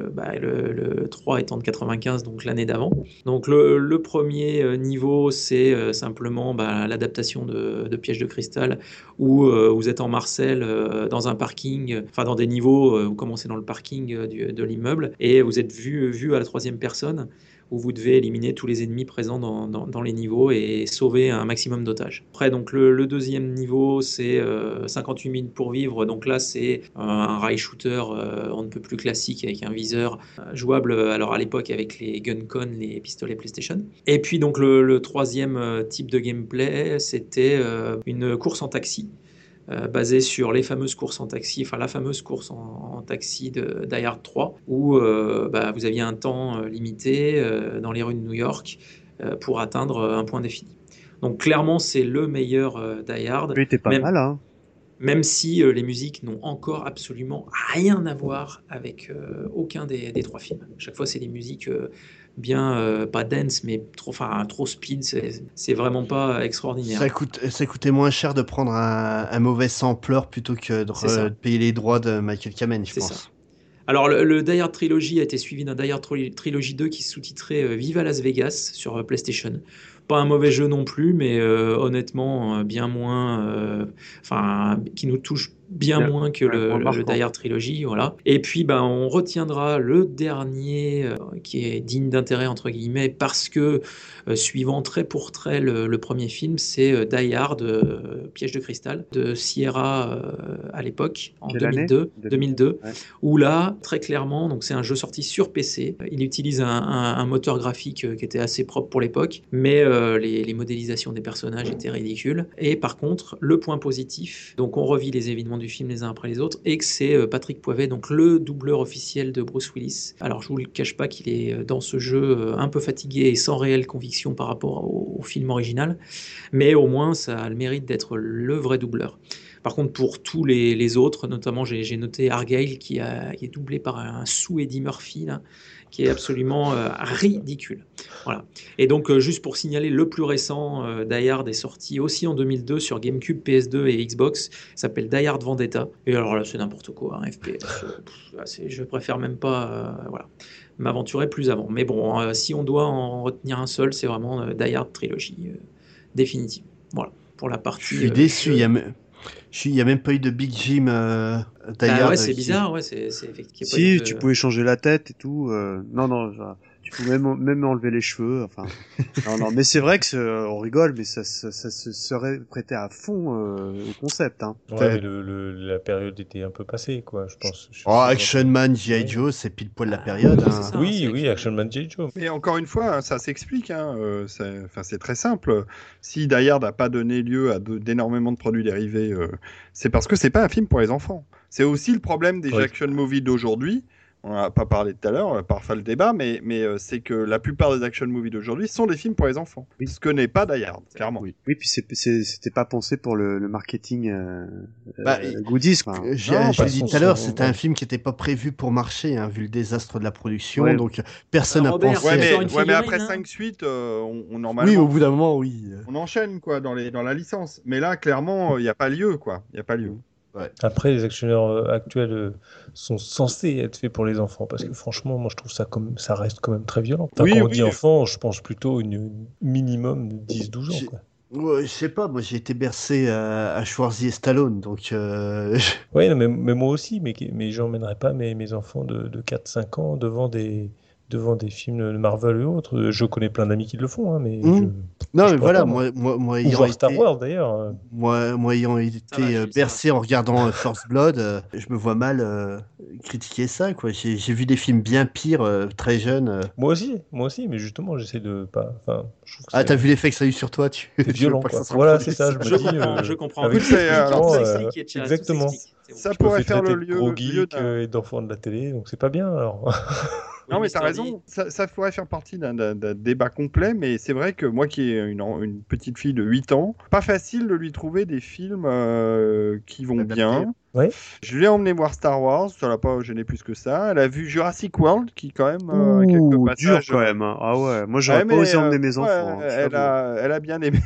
le 3 étant de 95, donc l'année d'avant. Donc le premier niveau, c'est simplement l'adaptation de Piège de cristal, où vous êtes en Marcel dans un parking, enfin dans des niveaux, vous commencez dans le parking de l'immeuble, et vous êtes vu à la 3e personne, où vous devez éliminer tous les ennemis présents dans les niveaux et sauver un maximum d'otages. Après, donc le deuxième niveau, c'est 58 minutes pour vivre. Donc là, c'est un rail shooter on ne peut plus classique avec un viseur jouable. Alors à l'époque avec les Gun-Con, les pistolets PlayStation. Et puis donc le troisième type de gameplay, c'était une course en taxi. Basé sur les fameuses courses en taxi, enfin la fameuse course en taxi de Die Hard 3, où vous aviez un temps limité dans les rues de New York pour atteindre un point défini. Donc clairement, c'est le meilleur Die Hard. Il était pas mal, hein. Même si les musiques n'ont encore absolument rien à voir avec aucun des 3 films. Chaque fois, c'est des musiques bien, pas dance, mais trop speed, c'est vraiment pas extraordinaire. Ça coûtait moins cher de prendre un mauvais sampler plutôt que de payer les droits de Michael Kamen, je pense. Ça. Alors, le Die Hard Trilogy a été suivi d'un Die Hard Trilogy 2 qui sous-titrait Viva Las Vegas sur PlayStation. Pas un mauvais jeu non plus, mais honnêtement, bien moins... qui nous touche bien moins que le Die Hard trilogie, voilà. Et puis, on retiendra le dernier qui est digne d'intérêt entre guillemets parce que suivant trait pour trait le premier film, c'est Die Hard, Piège de cristal de Sierra à l'époque en 2002, ouais. Où là, très clairement, donc c'est un jeu sorti sur PC. Il utilise un moteur graphique qui était assez propre pour l'époque, mais les modélisations des personnages étaient ridicules. Et par contre, le point positif, donc on revit les événements du film les uns après les autres, et que c'est Patrick Poivet, donc le doubleur officiel de Bruce Willis. Alors je vous le cache pas qu'il est dans ce jeu un peu fatigué et sans réelle conviction par rapport au film original, mais au moins ça a le mérite d'être le vrai doubleur. Par contre, pour tous les autres, notamment j'ai noté Argyle qui est doublé par un sous-Eddie Murphy, là, qui est absolument ridicule. Voilà. Et donc, juste pour signaler, le plus récent, Die Hard est sorti aussi en 2002 sur GameCube, PS2 et Xbox. Ça s'appelle Die Hard Vendetta. Et alors là, c'est n'importe quoi, un FPS. Je préfère même pas m'aventurer plus avant. Mais bon, si on doit en retenir un seul, c'est vraiment Die Hard trilogie définitive. Voilà, pour la partie... Je suis déçu, il n'y a même pas eu de Big Jim Die Hard. Ouais, c'est bizarre, ouais, c'est effectivement. Si, tu pouvais changer la tête et tout. Non, tu pouvais même enlever les cheveux. Enfin, non, mais c'est vrai que on rigole, mais ça se serait prêté à fond au concept. Hein. Ouais, mais la période était un peu passée, quoi, je pense. Action Man, G.I. Joe, c'est pile poil la période. Ça, oui, Action Man, G.I. Joe. Mais encore une fois, ça s'explique. C'est très simple. Si Die Hard n'a pas donné lieu à d'énormément de produits dérivés, c'est parce que c'est pas un film pour les enfants. C'est aussi le problème des action movies d'aujourd'hui. On n'a pas parlé tout à l'heure, on va pas refaire le débat, mais c'est que la plupart des action movies d'aujourd'hui sont des films pour les enfants. Oui. Ce que n'est pas Die Hard, clairement. Oui, puis c'était pas pensé pour le marketing goodies, quoi. Je l'ai dit tout à l'heure, c'était un film qui n'était pas prévu pour marcher, vu le désastre de la production, donc personne n'a pensé... mais après 5 suites, on normalement... Oui, au bout d'un moment, oui. On enchaîne, quoi, dans la licence. Mais là, clairement, il n'y a pas lieu, quoi. Il n'y a pas lieu. Ouais. Après, les actionneurs actuels sont censés être faits pour les enfants, parce que franchement, moi je trouve ça reste quand même très violent. Enfin, quand on dit enfant, je pense plutôt une minimum de 10-12 ans. Quoi. Ouais, je sais pas, moi j'ai été bercé à Schwarzy et Stallone, donc... Oui, mais moi aussi, mais j'emmènerais pas mes enfants de 4-5 ans devant des films de Marvel et autres. Je connais plein d'amis qui le font, mais... Non, mais voilà, moi ayant été... Star Wars, d'ailleurs. Moi ayant été bercé en regardant First Blood, je me vois mal critiquer ça, quoi. J'ai vu des films bien pires, très jeunes. Moi aussi, mais justement, j'essaie de pas... Enfin, t'as vu l'effet que ça a eu sur toi, c'est violent, quoi. Voilà, c'est ça, je comprends. Avec exactement. Ça pourrait faire le lieu... gros geek et d'enfants de la télé, donc c'est pas bien, alors... Non, mais t'as raison, ça pourrait faire partie d'un débat complet, mais c'est vrai que moi qui ai une petite fille de 8 ans, pas facile de lui trouver des films qui vont bien. Ouais. Je l'ai emmené voir Star Wars, ça l'a pas gêné plus que ça. Elle a vu Jurassic World, qui quand même a quelques passages... dur quand même. Ah ouais, moi j'aurais pas osé emmener mes enfants. Elle a bien aimé.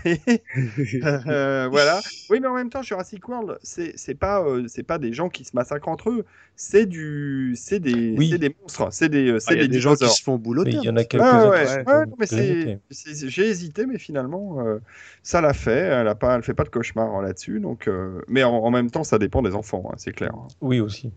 Voilà. Oui, mais en même temps, Jurassic World, c'est pas des gens qui se massacrent entre eux. C'est des monstres. C'est des gens qui se font boulotter. Il y en a quelques-uns. J'ai hésité, mais finalement, ça l'a fait. Elle fait pas de cauchemar là-dessus. Donc, mais en même temps, ça dépend des enfants, c'est clair. Oui, aussi.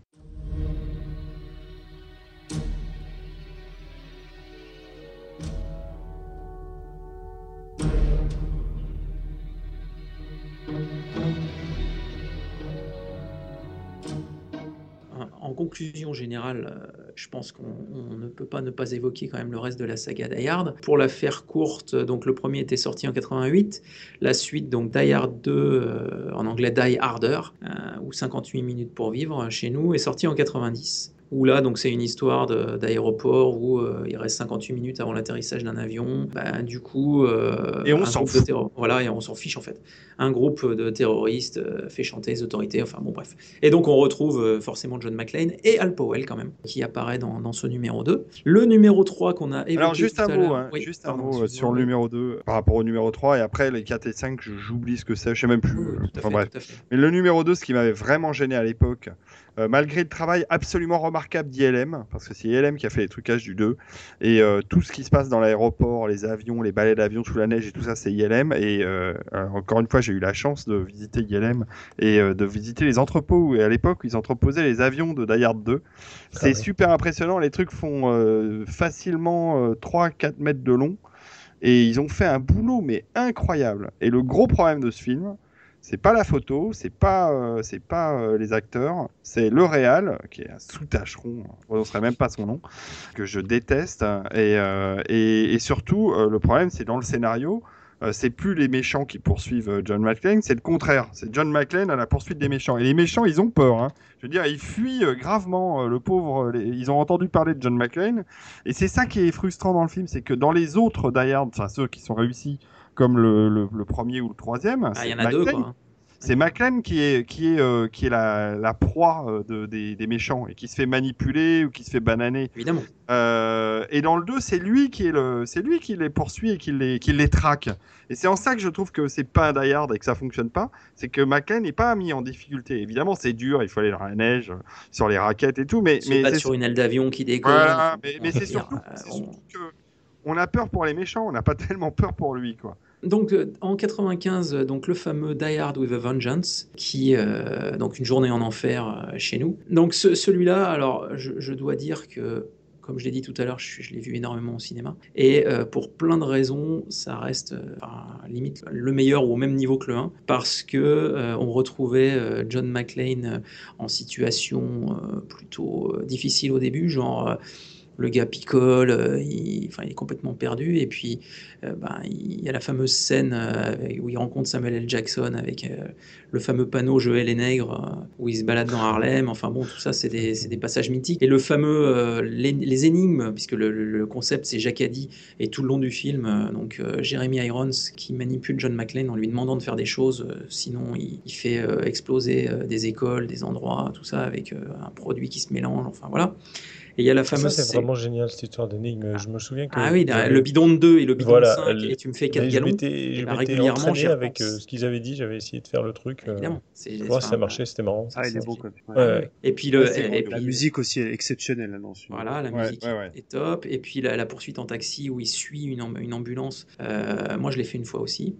En conclusion générale, je pense qu'on ne peut pas ne pas évoquer quand même le reste de la saga Die Hard. Pour la faire courte, donc le premier était sorti en 88, la suite donc Die Hard 2, en anglais Die Harder, ou 58 minutes pour vivre chez nous, est sorti en 90. Où là, donc c'est une histoire d'aéroport où il reste 58 minutes avant l'atterrissage d'un avion. Du coup, et on s'en fout. Voilà, et on s'en fiche en fait. Un groupe de terroristes fait chanter les autorités. Enfin bon, bref. Et donc on retrouve forcément John McClane et Al Powell quand même, qui apparaît dans ce numéro 2. Le numéro 3 qu'on a évoqué. Alors juste un mot, sur le numéro 2 par rapport au numéro 3 et après les 4 et 5, j'oublie ce que c'est, je sais même plus. Bref. Mais le numéro 2, ce qui m'avait vraiment gêné à l'époque, malgré le travail absolument remarquable remarquable d'ILM, parce que c'est ILM qui a fait les trucages du 2, et tout ce qui se passe dans l'aéroport, les avions, les balais d'avions sous la neige et tout ça, c'est ILM, et encore une fois, j'ai eu la chance de visiter ILM et de visiter les entrepôts, où à l'époque, ils entreposaient les avions de Die Hard 2. C'est super impressionnant, les trucs font facilement 3-4 mètres de long, et ils ont fait un boulot, mais incroyable. Et le gros problème de ce film, c'est pas la photo, c'est pas les acteurs, c'est le réal, qui est un sous-tâcheron, on ne saurait même pas son nom, que je déteste. Et surtout, le problème, c'est dans le scénario, c'est plus les méchants qui poursuivent John McClane, c'est le contraire. C'est John McClane à la poursuite des méchants. Et les méchants, ils ont peur. Hein. Je veux dire, ils fuient gravement le pauvre. Ils ont entendu parler de John McClane. Et c'est ça qui est frustrant dans le film, c'est que dans les autres Die Hard, enfin ceux qui sont réussis, comme le premier ou le troisième, il y en a deux, quoi. C'est McClane qui est la proie des méchants et qui se fait manipuler ou qui se fait bananer. Évidemment. Et dans le 2, c'est lui qui les poursuit et qui les traque. Et c'est en ça que je trouve que c'est pas un Die Hard et que ça fonctionne pas. C'est que McClane n'est pas mis en difficulté. Évidemment, c'est dur, il faut aller dans la neige, sur les raquettes et tout. Mais c'est sur une aile d'avion qui décolle. Voilà, mais c'est surtout que on a peur pour les méchants, on n'a pas tellement peur pour lui, quoi. Donc en 95, donc le fameux Die Hard with a Vengeance, qui donc une journée en enfer chez nous. Donc celui-là, alors je dois dire que, comme je l'ai dit tout à l'heure, je l'ai vu énormément au cinéma, et pour plein de raisons, ça reste limite le meilleur ou au même niveau que le 1, parce que on retrouvait John McClane en situation plutôt difficile au début, genre le gars picole, il est complètement perdu, et puis il y a la fameuse scène où il rencontre Samuel L. Jackson avec le fameux panneau Joël et Nègre, où il se balade dans Harlem. Enfin bon, tout ça, c'est des passages mythiques. Et le fameux, les énigmes, puisque le concept c'est Jacadi, et tout le long du film, Jeremy Irons qui manipule John McClane en lui demandant de faire des choses, sinon il fait exploser des écoles, des endroits, tout ça avec un produit qui se mélange, enfin voilà. Et il y a la fameuse. Ça, c'est vraiment génial, cette histoire d'énigme. Je me souviens que. Ah oui, le bidon de 2 et le bidon de 5, et tu me fais 4 gallons. Je m'étais entraîné avec ce qu'ils avaient dit, j'avais essayé de faire le truc. Évidemment. Ça marchait, c'était marrant. Il est beau, quoi. Ouais. Et puis la musique aussi est exceptionnelle là-dedans. Voilà, la musique est top. Et puis la poursuite en taxi où il suit une ambulance. Moi, je l'ai fait une fois aussi.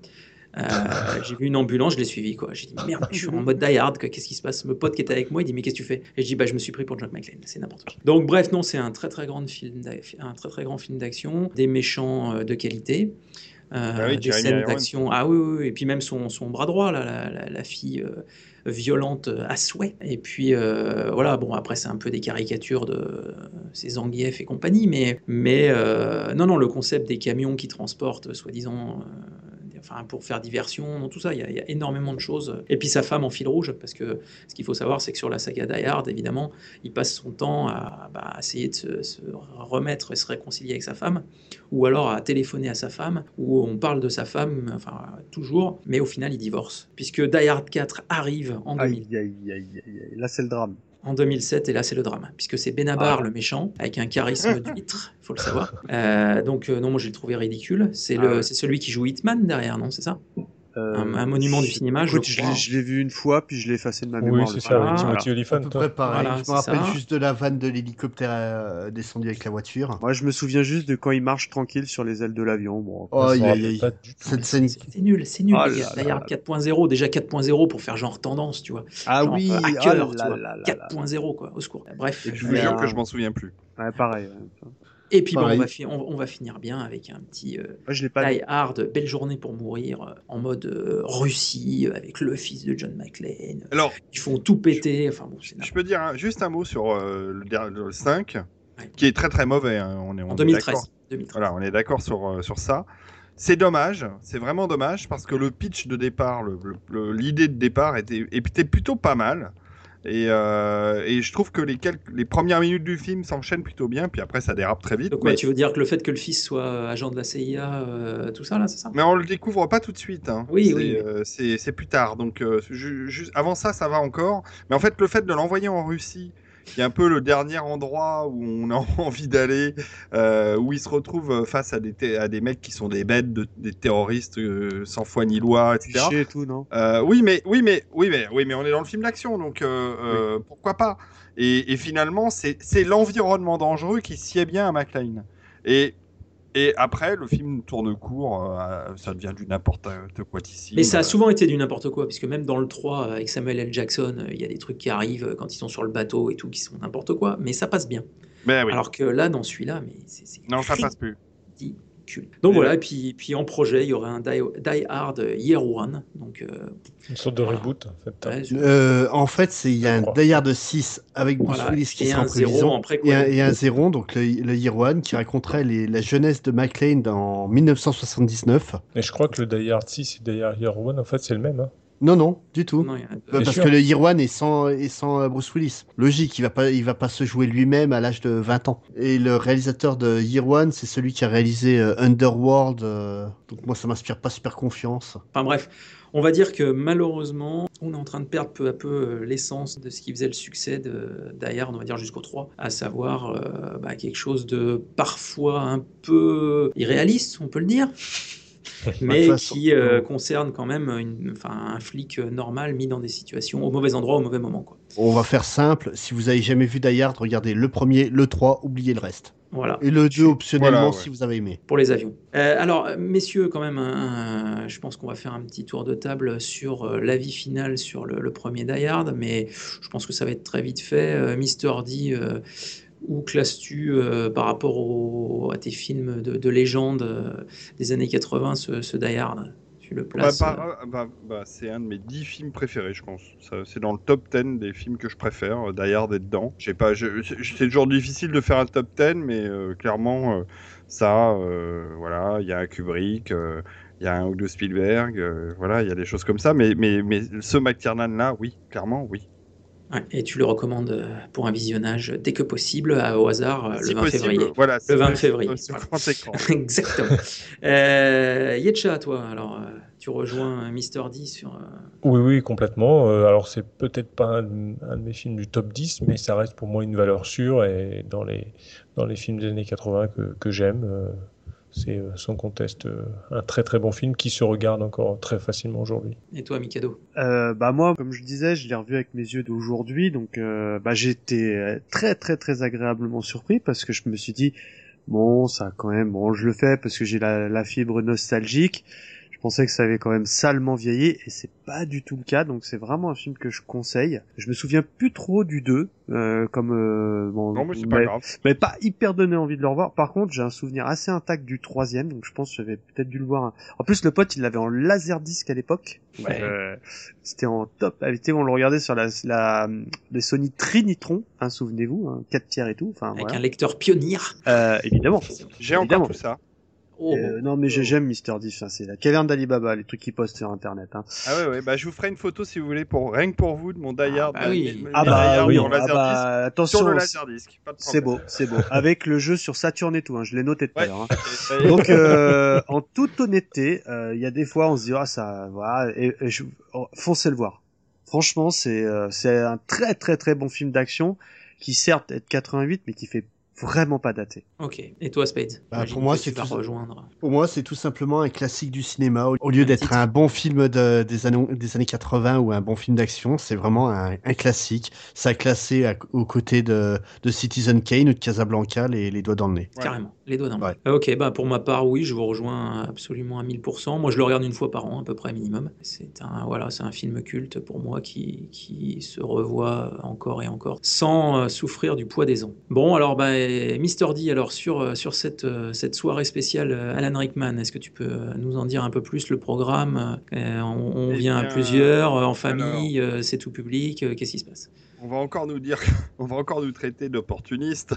J'ai vu une ambulance, je l'ai suivi, quoi. J'ai dit merde, je suis en mode Die Hard, qu'est-ce qui se passe? Mon pote qui était avec moi, il dit mais qu'est-ce que tu fais? Et je dis je me suis pris pour John McClane, c'est n'importe quoi. Donc bref, non, c'est un très très grand film d'action, des méchants de qualité. Des scènes d'action. Ah oui, et puis même son bras droit, là, la fille violente à souhait. Et puis voilà, bon, après c'est un peu des caricatures de ces Zangief et compagnie, mais non, le concept des camions qui transportent soi-disant pour faire diversion, tout ça, il y a énormément de choses. Et puis sa femme en fil rouge, parce que ce qu'il faut savoir, c'est que sur la saga Die Hard, évidemment, il passe son temps à essayer de se remettre et se réconcilier avec sa femme, ou alors à téléphoner à sa femme, où on parle de sa femme, toujours, mais au final, il divorce. Puisque Die Hard 4 arrive en 2000. Là, c'est le drame. En 2007, et là c'est le drame, puisque c'est Benabar le méchant, avec un charisme d'huître, il faut le savoir. Non, moi je l'ai trouvé ridicule. C'est celui qui joue Hitman derrière, non? C'est ça? Un monument du cinéma, je crois. Je l'ai vu une fois, puis je l'ai effacé de ma mémoire. Oui, c'est ça, Timothy Olyphant. À peu près pareil. Voilà, je me rappelle juste de la vanne de l'hélicoptère descendu avec la voiture. Moi, je me souviens juste de quand il marche tranquille sur les ailes de l'avion. Bon, cette scène. C'est nul, les gars. Die Hard 4.0, déjà 4.0 pour faire genre tendance, tu vois. Ah oui, hacker, 4.0 quoi, au secours. Bref. Et je vous jure que je m'en souviens plus. Ouais, pareil. Et puis on va finir bien avec un petit Die Hard, belle journée pour mourir, en mode Russie, avec le fils de John McClane. Alors, ils font tout péter. Enfin, bon, je peux dire juste un mot sur le 5, qui est très très mauvais. Hein. On en 2013. Voilà, on est d'accord sur ça. C'est dommage, c'est vraiment dommage, parce que le pitch de départ, l'idée de départ était plutôt pas mal. Et je trouve que les premières minutes du film s'enchaînent plutôt bien, puis après ça dérape très vite. Donc tu veux dire que le fait que le fils soit agent de la CIA, tout ça là, c'est ça? Mais on le découvre pas tout de suite. Hein. Oui. C'est plus tard. Donc avant ça va encore. Mais en fait, le fait de l'envoyer en Russie qui est un peu le dernier endroit où on a envie d'aller, où il se retrouve face à des mecs qui sont des bêtes, des terroristes sans foi ni loi, etc. Cliché et tout, non? Oui, mais on est dans le film d'action, donc pourquoi pas? Et finalement, c'est l'environnement dangereux qui sied bien à McClane. Et après, le film tourne court, ça devient du n'importe quoi d'ici. Mais ça a souvent été du n'importe quoi, puisque même dans le 3, avec Samuel L. Jackson, il y a des trucs qui arrivent quand ils sont sur le bateau et tout, qui sont n'importe quoi, mais ça passe bien. Mais oui. Alors que là, dans celui-là, mais c'est non, ça passe plus. Donc voilà, et puis en projet, il y aurait un Die Hard Year One. Donc, une sorte de reboot, en fait. En fait, il y a un Die Hard 6 avec Bruce Willis qui sera en prison et un 0, donc le Year One, qui raconterait la jeunesse de McClane en 1979. Et je crois que le Die Hard 6 et Die Hard Year One, en fait, c'est le même. Hein. Non, du tout. Non, parce que le Year One est sans Bruce Willis. Logique, il va pas se jouer lui-même à l'âge de 20 ans. Et le réalisateur de Year One, c'est celui qui a réalisé Underworld. Donc moi, ça m'inspire pas super confiance. Enfin bref, on va dire que malheureusement, on est en train de perdre peu à peu l'essence de ce qui faisait le succès de Die Hard, on va dire jusqu'au 3, à savoir quelque chose de parfois un peu irréaliste, on peut le dire. Mais qui concerne quand même un flic normal mis dans des situations au mauvais endroit, au mauvais moment. Quoi. On va faire simple, si vous avez jamais vu Die Hard, regardez le premier, le 3, oubliez le reste. Voilà. Et le 2 optionnellement si vous avez aimé. Pour les avions. Alors, messieurs, quand même, je pense qu'on va faire un petit tour de table sur l'avis final sur le premier Die Hard, mais je pense que ça va être très vite fait. Mister D, où classes-tu par rapport à tes films de légende des années 80, ce Die Hard? Tu le places c'est un de mes 10 films préférés, je pense. C'est dans le top 10 des films que je préfère. Die Hard est dedans. C'est toujours difficile de faire un top 10, mais clairement, voilà, il y a un Kubrick, il y a un ou deux Spielberg, voilà, il y a des choses comme ça. Mais ce McTiernan-là, oui, clairement, oui. Ouais, et tu le recommandes pour un visionnage dès que possible, au hasard, le 20 février. Voilà, le 20 février. Exactement. Yetcha, toi, alors, tu rejoins Mister D sur... Oui, complètement. Alors, c'est peut-être pas un de mes films du top 10, mais ça reste pour moi une valeur sûre, et dans les films des années 80 que j'aime, c'est sans conteste un très très bon film qui se regarde encore très facilement aujourd'hui. Et toi, Mikado? Moi, comme je disais, je l'ai revu avec mes yeux d'aujourd'hui, donc j'ai été très très très agréablement surpris parce que je me suis dit bon, ça quand même, je le fais parce que j'ai la fibre nostalgique. Je pensais que ça avait quand même salement vieilli et c'est pas du tout le cas, donc c'est vraiment un film que je conseille. Je me souviens plus trop du 2, non, mais c'est pas grave. Mais pas hyper donné envie de le revoir. Par contre, j'ai un souvenir assez intact du 3e, donc je pense que j'avais peut-être dû le voir. En plus, le pote, il l'avait en laserdisc à l'époque. Ouais. C'était en top. On le regardait sur les Sony Trinitron, souvenez-vous, 4 tiers et tout. Enfin, avec voilà. Un lecteur pionnier. Évidemment. J'ai encore tout ça. Non, mais j'aime Mister D, c'est la caverne d'Alibaba, les trucs qu'il poste sur internet. Ah ouais, je vous ferai une photo si vous voulez, rien que pour vous, de mon Die Hard. Attention, sur le laserdisc. Pas de problème. C'est beau. Avec le jeu sur Saturn et tout, je l'ai noté tout à l'heure. Donc, en toute honnêteté, il y a des fois, on se dit, ça, voilà, foncez le voir. Franchement, c'est un très très très bon film d'action qui certes est de 88, mais qui fait vraiment pas daté. Ok. Et toi, Spade? Pour moi, c'est tout simplement un classique du cinéma. Au lieu d'être un bon film des années 80 ou un bon film d'action, c'est vraiment un classique. Ça a classé aux côtés de Citizen Kane ou de Casablanca, les doigts dans le nez. Carrément, les doigts dans le nez. Ok, pour ma part, oui, je vous rejoins absolument à 1000%. Moi, je le regarde une fois par an, à peu près minimum. C'est un film culte pour moi qui se revoit encore et encore sans souffrir du poids des ans. Bon, alors, Mister D, alors sur cette soirée spéciale Alan Rickman, est-ce que tu peux nous en dire un peu plus le programme? On vient à plusieurs, en famille, c'est tout public, qu'est-ce qui se passe? On va encore nous traiter d'opportunistes.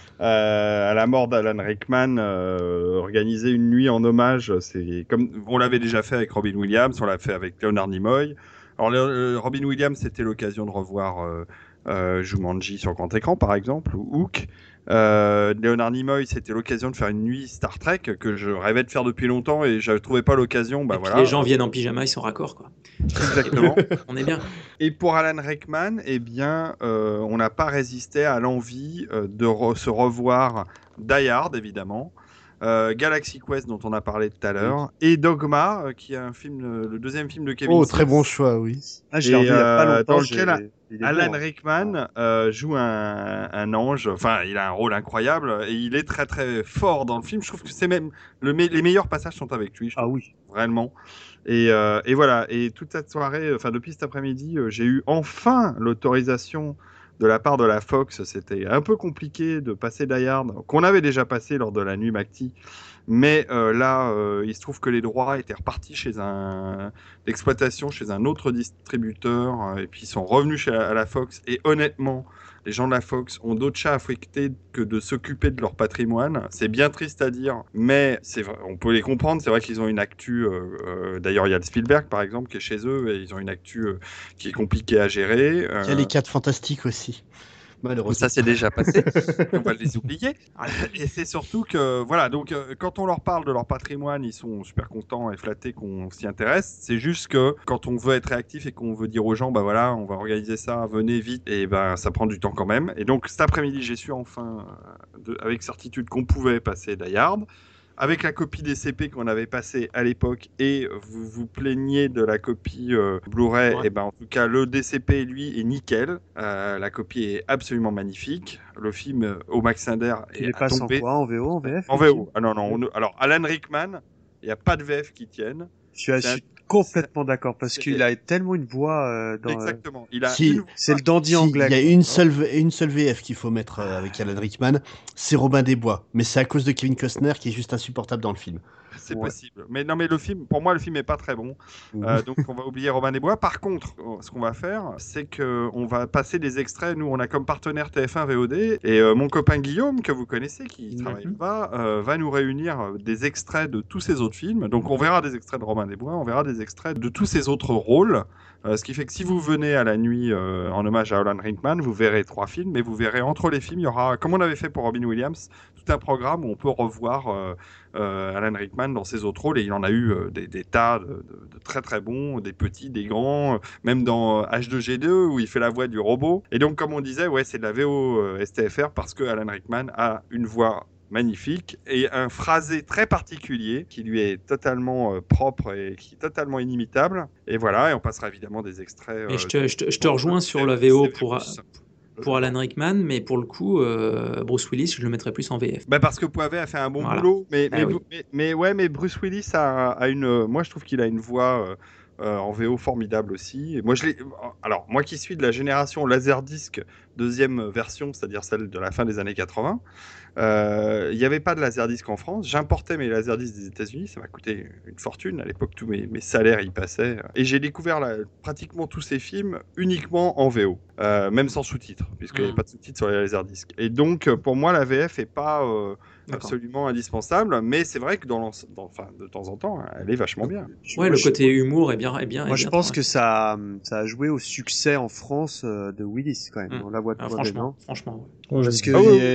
À la mort d'Alan Rickman, organiser une nuit en hommage, c'est comme on l'avait déjà fait avec Robin Williams, on l'a fait avec Leonard Nimoy. Alors Robin Williams, c'était l'occasion de revoir Jumanji sur grand écran par exemple, ou Hook. Leonard Nimoy, c'était l'occasion de faire une nuit Star Trek que je rêvais de faire depuis longtemps et je trouvais pas l'occasion. Et puis les gens viennent en pyjama, ils sont raccords, quoi. Exactement. On est bien. Et pour Alan Rickman, eh bien, on n'a pas résisté à l'envie de se revoir Die Hard, évidemment. Galaxy Quest dont on a parlé tout à l'heure, et Dogma, qui est un film, le deuxième film de Kevin Smith. Très bon choix, oui. J'ai revu il y a pas longtemps. Dans lequel Alan Rickman joue un ange. Enfin, il a un rôle incroyable et il est très très fort dans le film. Je trouve que c'est même les meilleurs passages sont avec lui. Ah oui, vraiment. Et voilà. Et toute cette soirée, enfin depuis cet après-midi, j'ai eu enfin l'autorisation de la part de la Fox. C'était un peu compliqué de passer Die Hard, qu'on avait déjà passé lors de la nuit Macti. Mais là, il se trouve que les droits étaient repartis chez l'exploitation chez un autre distributeur, et puis ils sont revenus à la Fox. Et honnêtement, les gens de la Fox ont d'autres chats à fouetter que de s'occuper de leur patrimoine. C'est bien triste à dire, mais c'est vrai, on peut les comprendre. C'est vrai qu'ils ont une actu. D'ailleurs, il y a Spielberg, par exemple, qui est chez eux, et ils ont une actu qui est compliquée à gérer. Il y a les 4 Fantastiques aussi. Malheureusement. Ça c'est déjà passé, on va les oublier. Et c'est surtout que, voilà, donc quand on leur parle de leur patrimoine, ils sont super contents et flattés qu'on s'y intéresse. C'est juste que quand on veut être réactif et qu'on veut dire aux gens, bah voilà, on va organiser ça, venez vite, et ben ça prend du temps quand même. Et donc cet après-midi, j'ai su enfin, avec certitude, qu'on pouvait passer Die Hard. Avec la copie DCP qu'on avait passée à l'époque, et vous vous plaignez de la copie Blu-ray, et ben en tout cas le DCP lui est nickel. La copie est absolument magnifique. Le film au Max Linder est passe en quoi, en VO, en VF? En VO. Ah non. Alors Alan Rickman, il n'y a pas de VF qui tienne. Je suis complètement d'accord, parce qu'il a tellement une voix dans... Exactement. C'est le dandy anglais. Il y a une seule VF qu'il faut mettre avec Alan Rickman, c'est Robin des Bois. Mais c'est à cause de Kevin Costner qui est juste insupportable dans le film. C'est possible. Mais non, mais le film, pour moi, le film est pas très bon. Donc on va oublier Robin des Bois. Par contre, ce qu'on va faire, c'est que on va passer des extraits. Nous, on a comme partenaire TF1 VOD, et mon copain Guillaume, que vous connaissez, qui travaille là-bas, va nous réunir des extraits de tous ces autres films. Donc on verra des extraits de Robin des Bois, on verra des extraits de tous ces autres rôles. Ce qui fait que si vous venez à la nuit en hommage à Alan Rickman, vous verrez 3 films, mais vous verrez entre les films, il y aura, comme on avait fait pour Robin Williams, tout un programme où on peut revoir Alan Rickman dans ses autres rôles, et il en a eu des tas de très très bons, des petits, des grands, même dans H2G2 où il fait la voix du robot. Et donc comme on disait, ouais, c'est de la VO STFR parce que Alan Rickman a une voix magnifique et un phrasé très particulier qui lui est totalement propre et qui est totalement inimitable. Et voilà, et on passera évidemment des extraits. Et je te rejoins sur la VO pour Alan Rickman, mais pour le coup, Bruce Willis, je le mettrais plus en VF. Bah parce que Poivet a fait un bon boulot, mais Bruce Willis a une. Moi, je trouve qu'il a une voix en VO formidable aussi. Et moi, alors, moi qui suis de la génération Laserdisc deuxième version, c'est-à-dire celle de la fin des années 80. Il n'y avait pas de Laserdisc en France. J'importais mes Laserdisc des États-Unis. Ça m'a coûté une fortune. À l'époque, tous mes salaires y passaient. Et j'ai découvert pratiquement tous ces films uniquement en VO, même sans sous-titres, puisqu'il n'y avait pas de sous-titres sur les Laserdisc. Et donc, pour moi, la VF n'est pas absolument indispensable. Mais c'est vrai que de temps en temps, elle est vachement bien. Ouais, le côté humour est bien. Moi, je pense que ça a joué au succès en France de Willis, quand même. La voix de franchement. Ouais. Parce que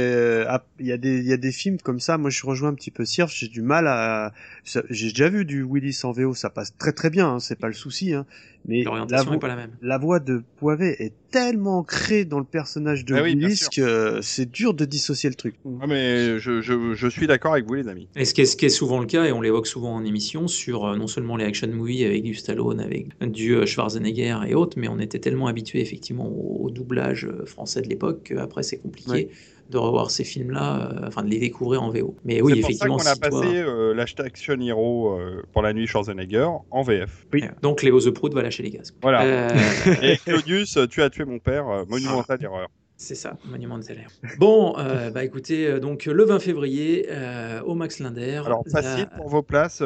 il y a des films comme ça. Moi, je rejoins un petit peu Sirf. J'ai du mal à. J'ai déjà vu du Willis en VO. Ça passe très très bien. Hein, c'est pas le souci. Hein. Mais l'orientation n'est pas la même. La voix de Poivet est tellement ancrée dans le personnage de Willis que c'est dur de dissocier le truc. Ah, mais je suis d'accord avec vous, les amis. Et ce qui est souvent le cas, et on l'évoque souvent en émission, sur non seulement les action movies avec du Stallone, avec du Schwarzenegger et autres, mais on était tellement habitués effectivement au doublage français de l'époque qu'après c'est compliqué de revoir ces films-là, de les découvrir en VO. Mais oui, effectivement, c'est pour ça qu'on a passé l'hashtag Action Hero pour la nuit Schwarzenegger en VF. Oui. Donc Léo The Proud va lâcher les gaz. Voilà. Et Claudius, tu as tué mon père, monumentale erreur. C'est ça, monument de salaire. Bon, écoutez, donc le 20 février au Max Linder. Alors facile pour vos places,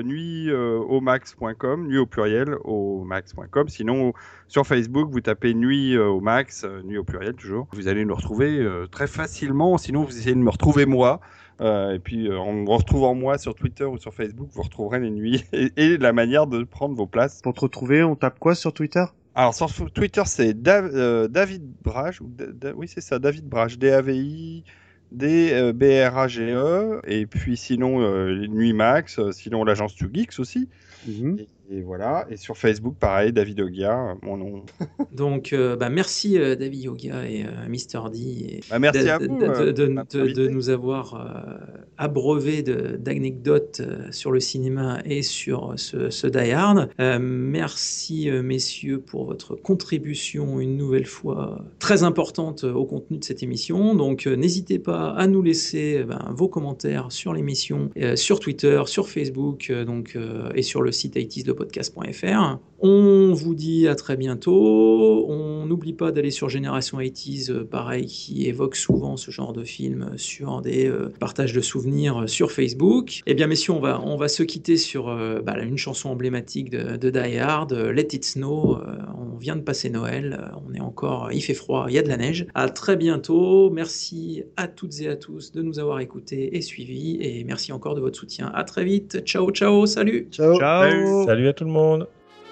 nuit-au-max.com, nuit au pluriel au max.com. Sinon sur Facebook vous tapez nuit au max, nuit au pluriel toujours. Vous allez nous retrouver très facilement. Sinon vous essayez de me retrouver moi. Et puis en me retrouvant moi sur Twitter ou sur Facebook, vous retrouverez les nuits et la manière de prendre vos places. Pour te retrouver, on tape quoi sur Twitter ? Alors sur Twitter, c'est David Brage, oui c'est ça, David Brage, DAVID BRAGE, et puis sinon Nuit Max, sinon l'agence Two Geeks aussi. Et voilà, et sur Facebook, pareil, David Yogia, mon nom. Donc, merci David Yogia et Mr. D. Et merci à vous de nous avoir abreuvé d'anecdotes sur le cinéma et sur ce Die Hard. Merci messieurs pour votre contribution une nouvelle fois très importante au contenu de cette émission. Donc, n'hésitez pas à nous laisser vos commentaires sur l'émission, sur Twitter, sur Facebook, et sur le site @podcast.fr. On vous dit à très bientôt. On n'oublie pas d'aller sur Génération 80s, pareil, qui évoque souvent ce genre de film sur des partages de souvenirs sur Facebook. Eh bien, messieurs, on va se quitter sur une chanson emblématique de Die Hard, Let It Snow. On vient de passer Noël, il fait froid, il y a de la neige. À très bientôt. Merci à toutes et à tous de nous avoir écoutés et suivis. Et merci encore de votre soutien. À très vite. Ciao, ciao, salut. Ciao. Salut à tout le monde.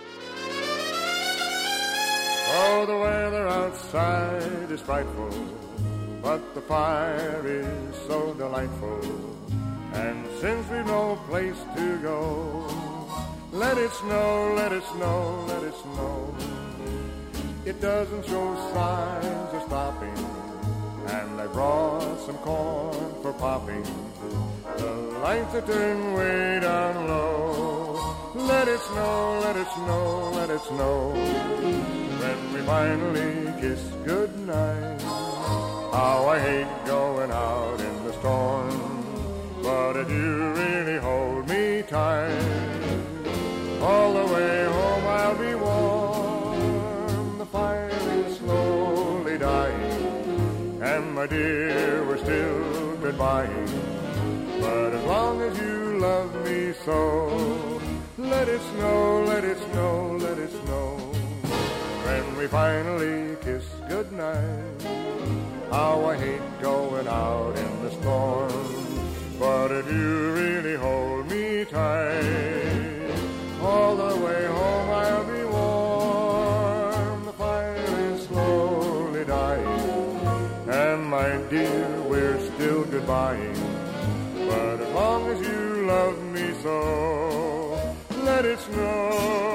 Oh, the weather outside is frightful, but the fire is so delightful. And since we've no place to go, let it snow, let it snow, let it snow. It doesn't show signs of stopping, and I brought some corn for popping. The lights are turned way down low. Let it snow, let it snow, let it snow. When we finally kiss goodnight, how I hate going out in the storm. But if you really hold me tight, all the way home I'll be warm. The fire is slowly dying, and my dear, we're still goodbying. But as long as you love me so, let it snow, let it snow, let it snow. When we finally kiss goodnight, how I hate going out in the storm. But if you really hold me tight, all the way home I'll be warm. The fire is slowly dying, and my dear, we're still goodbying. But as long as you love me so, let it snow.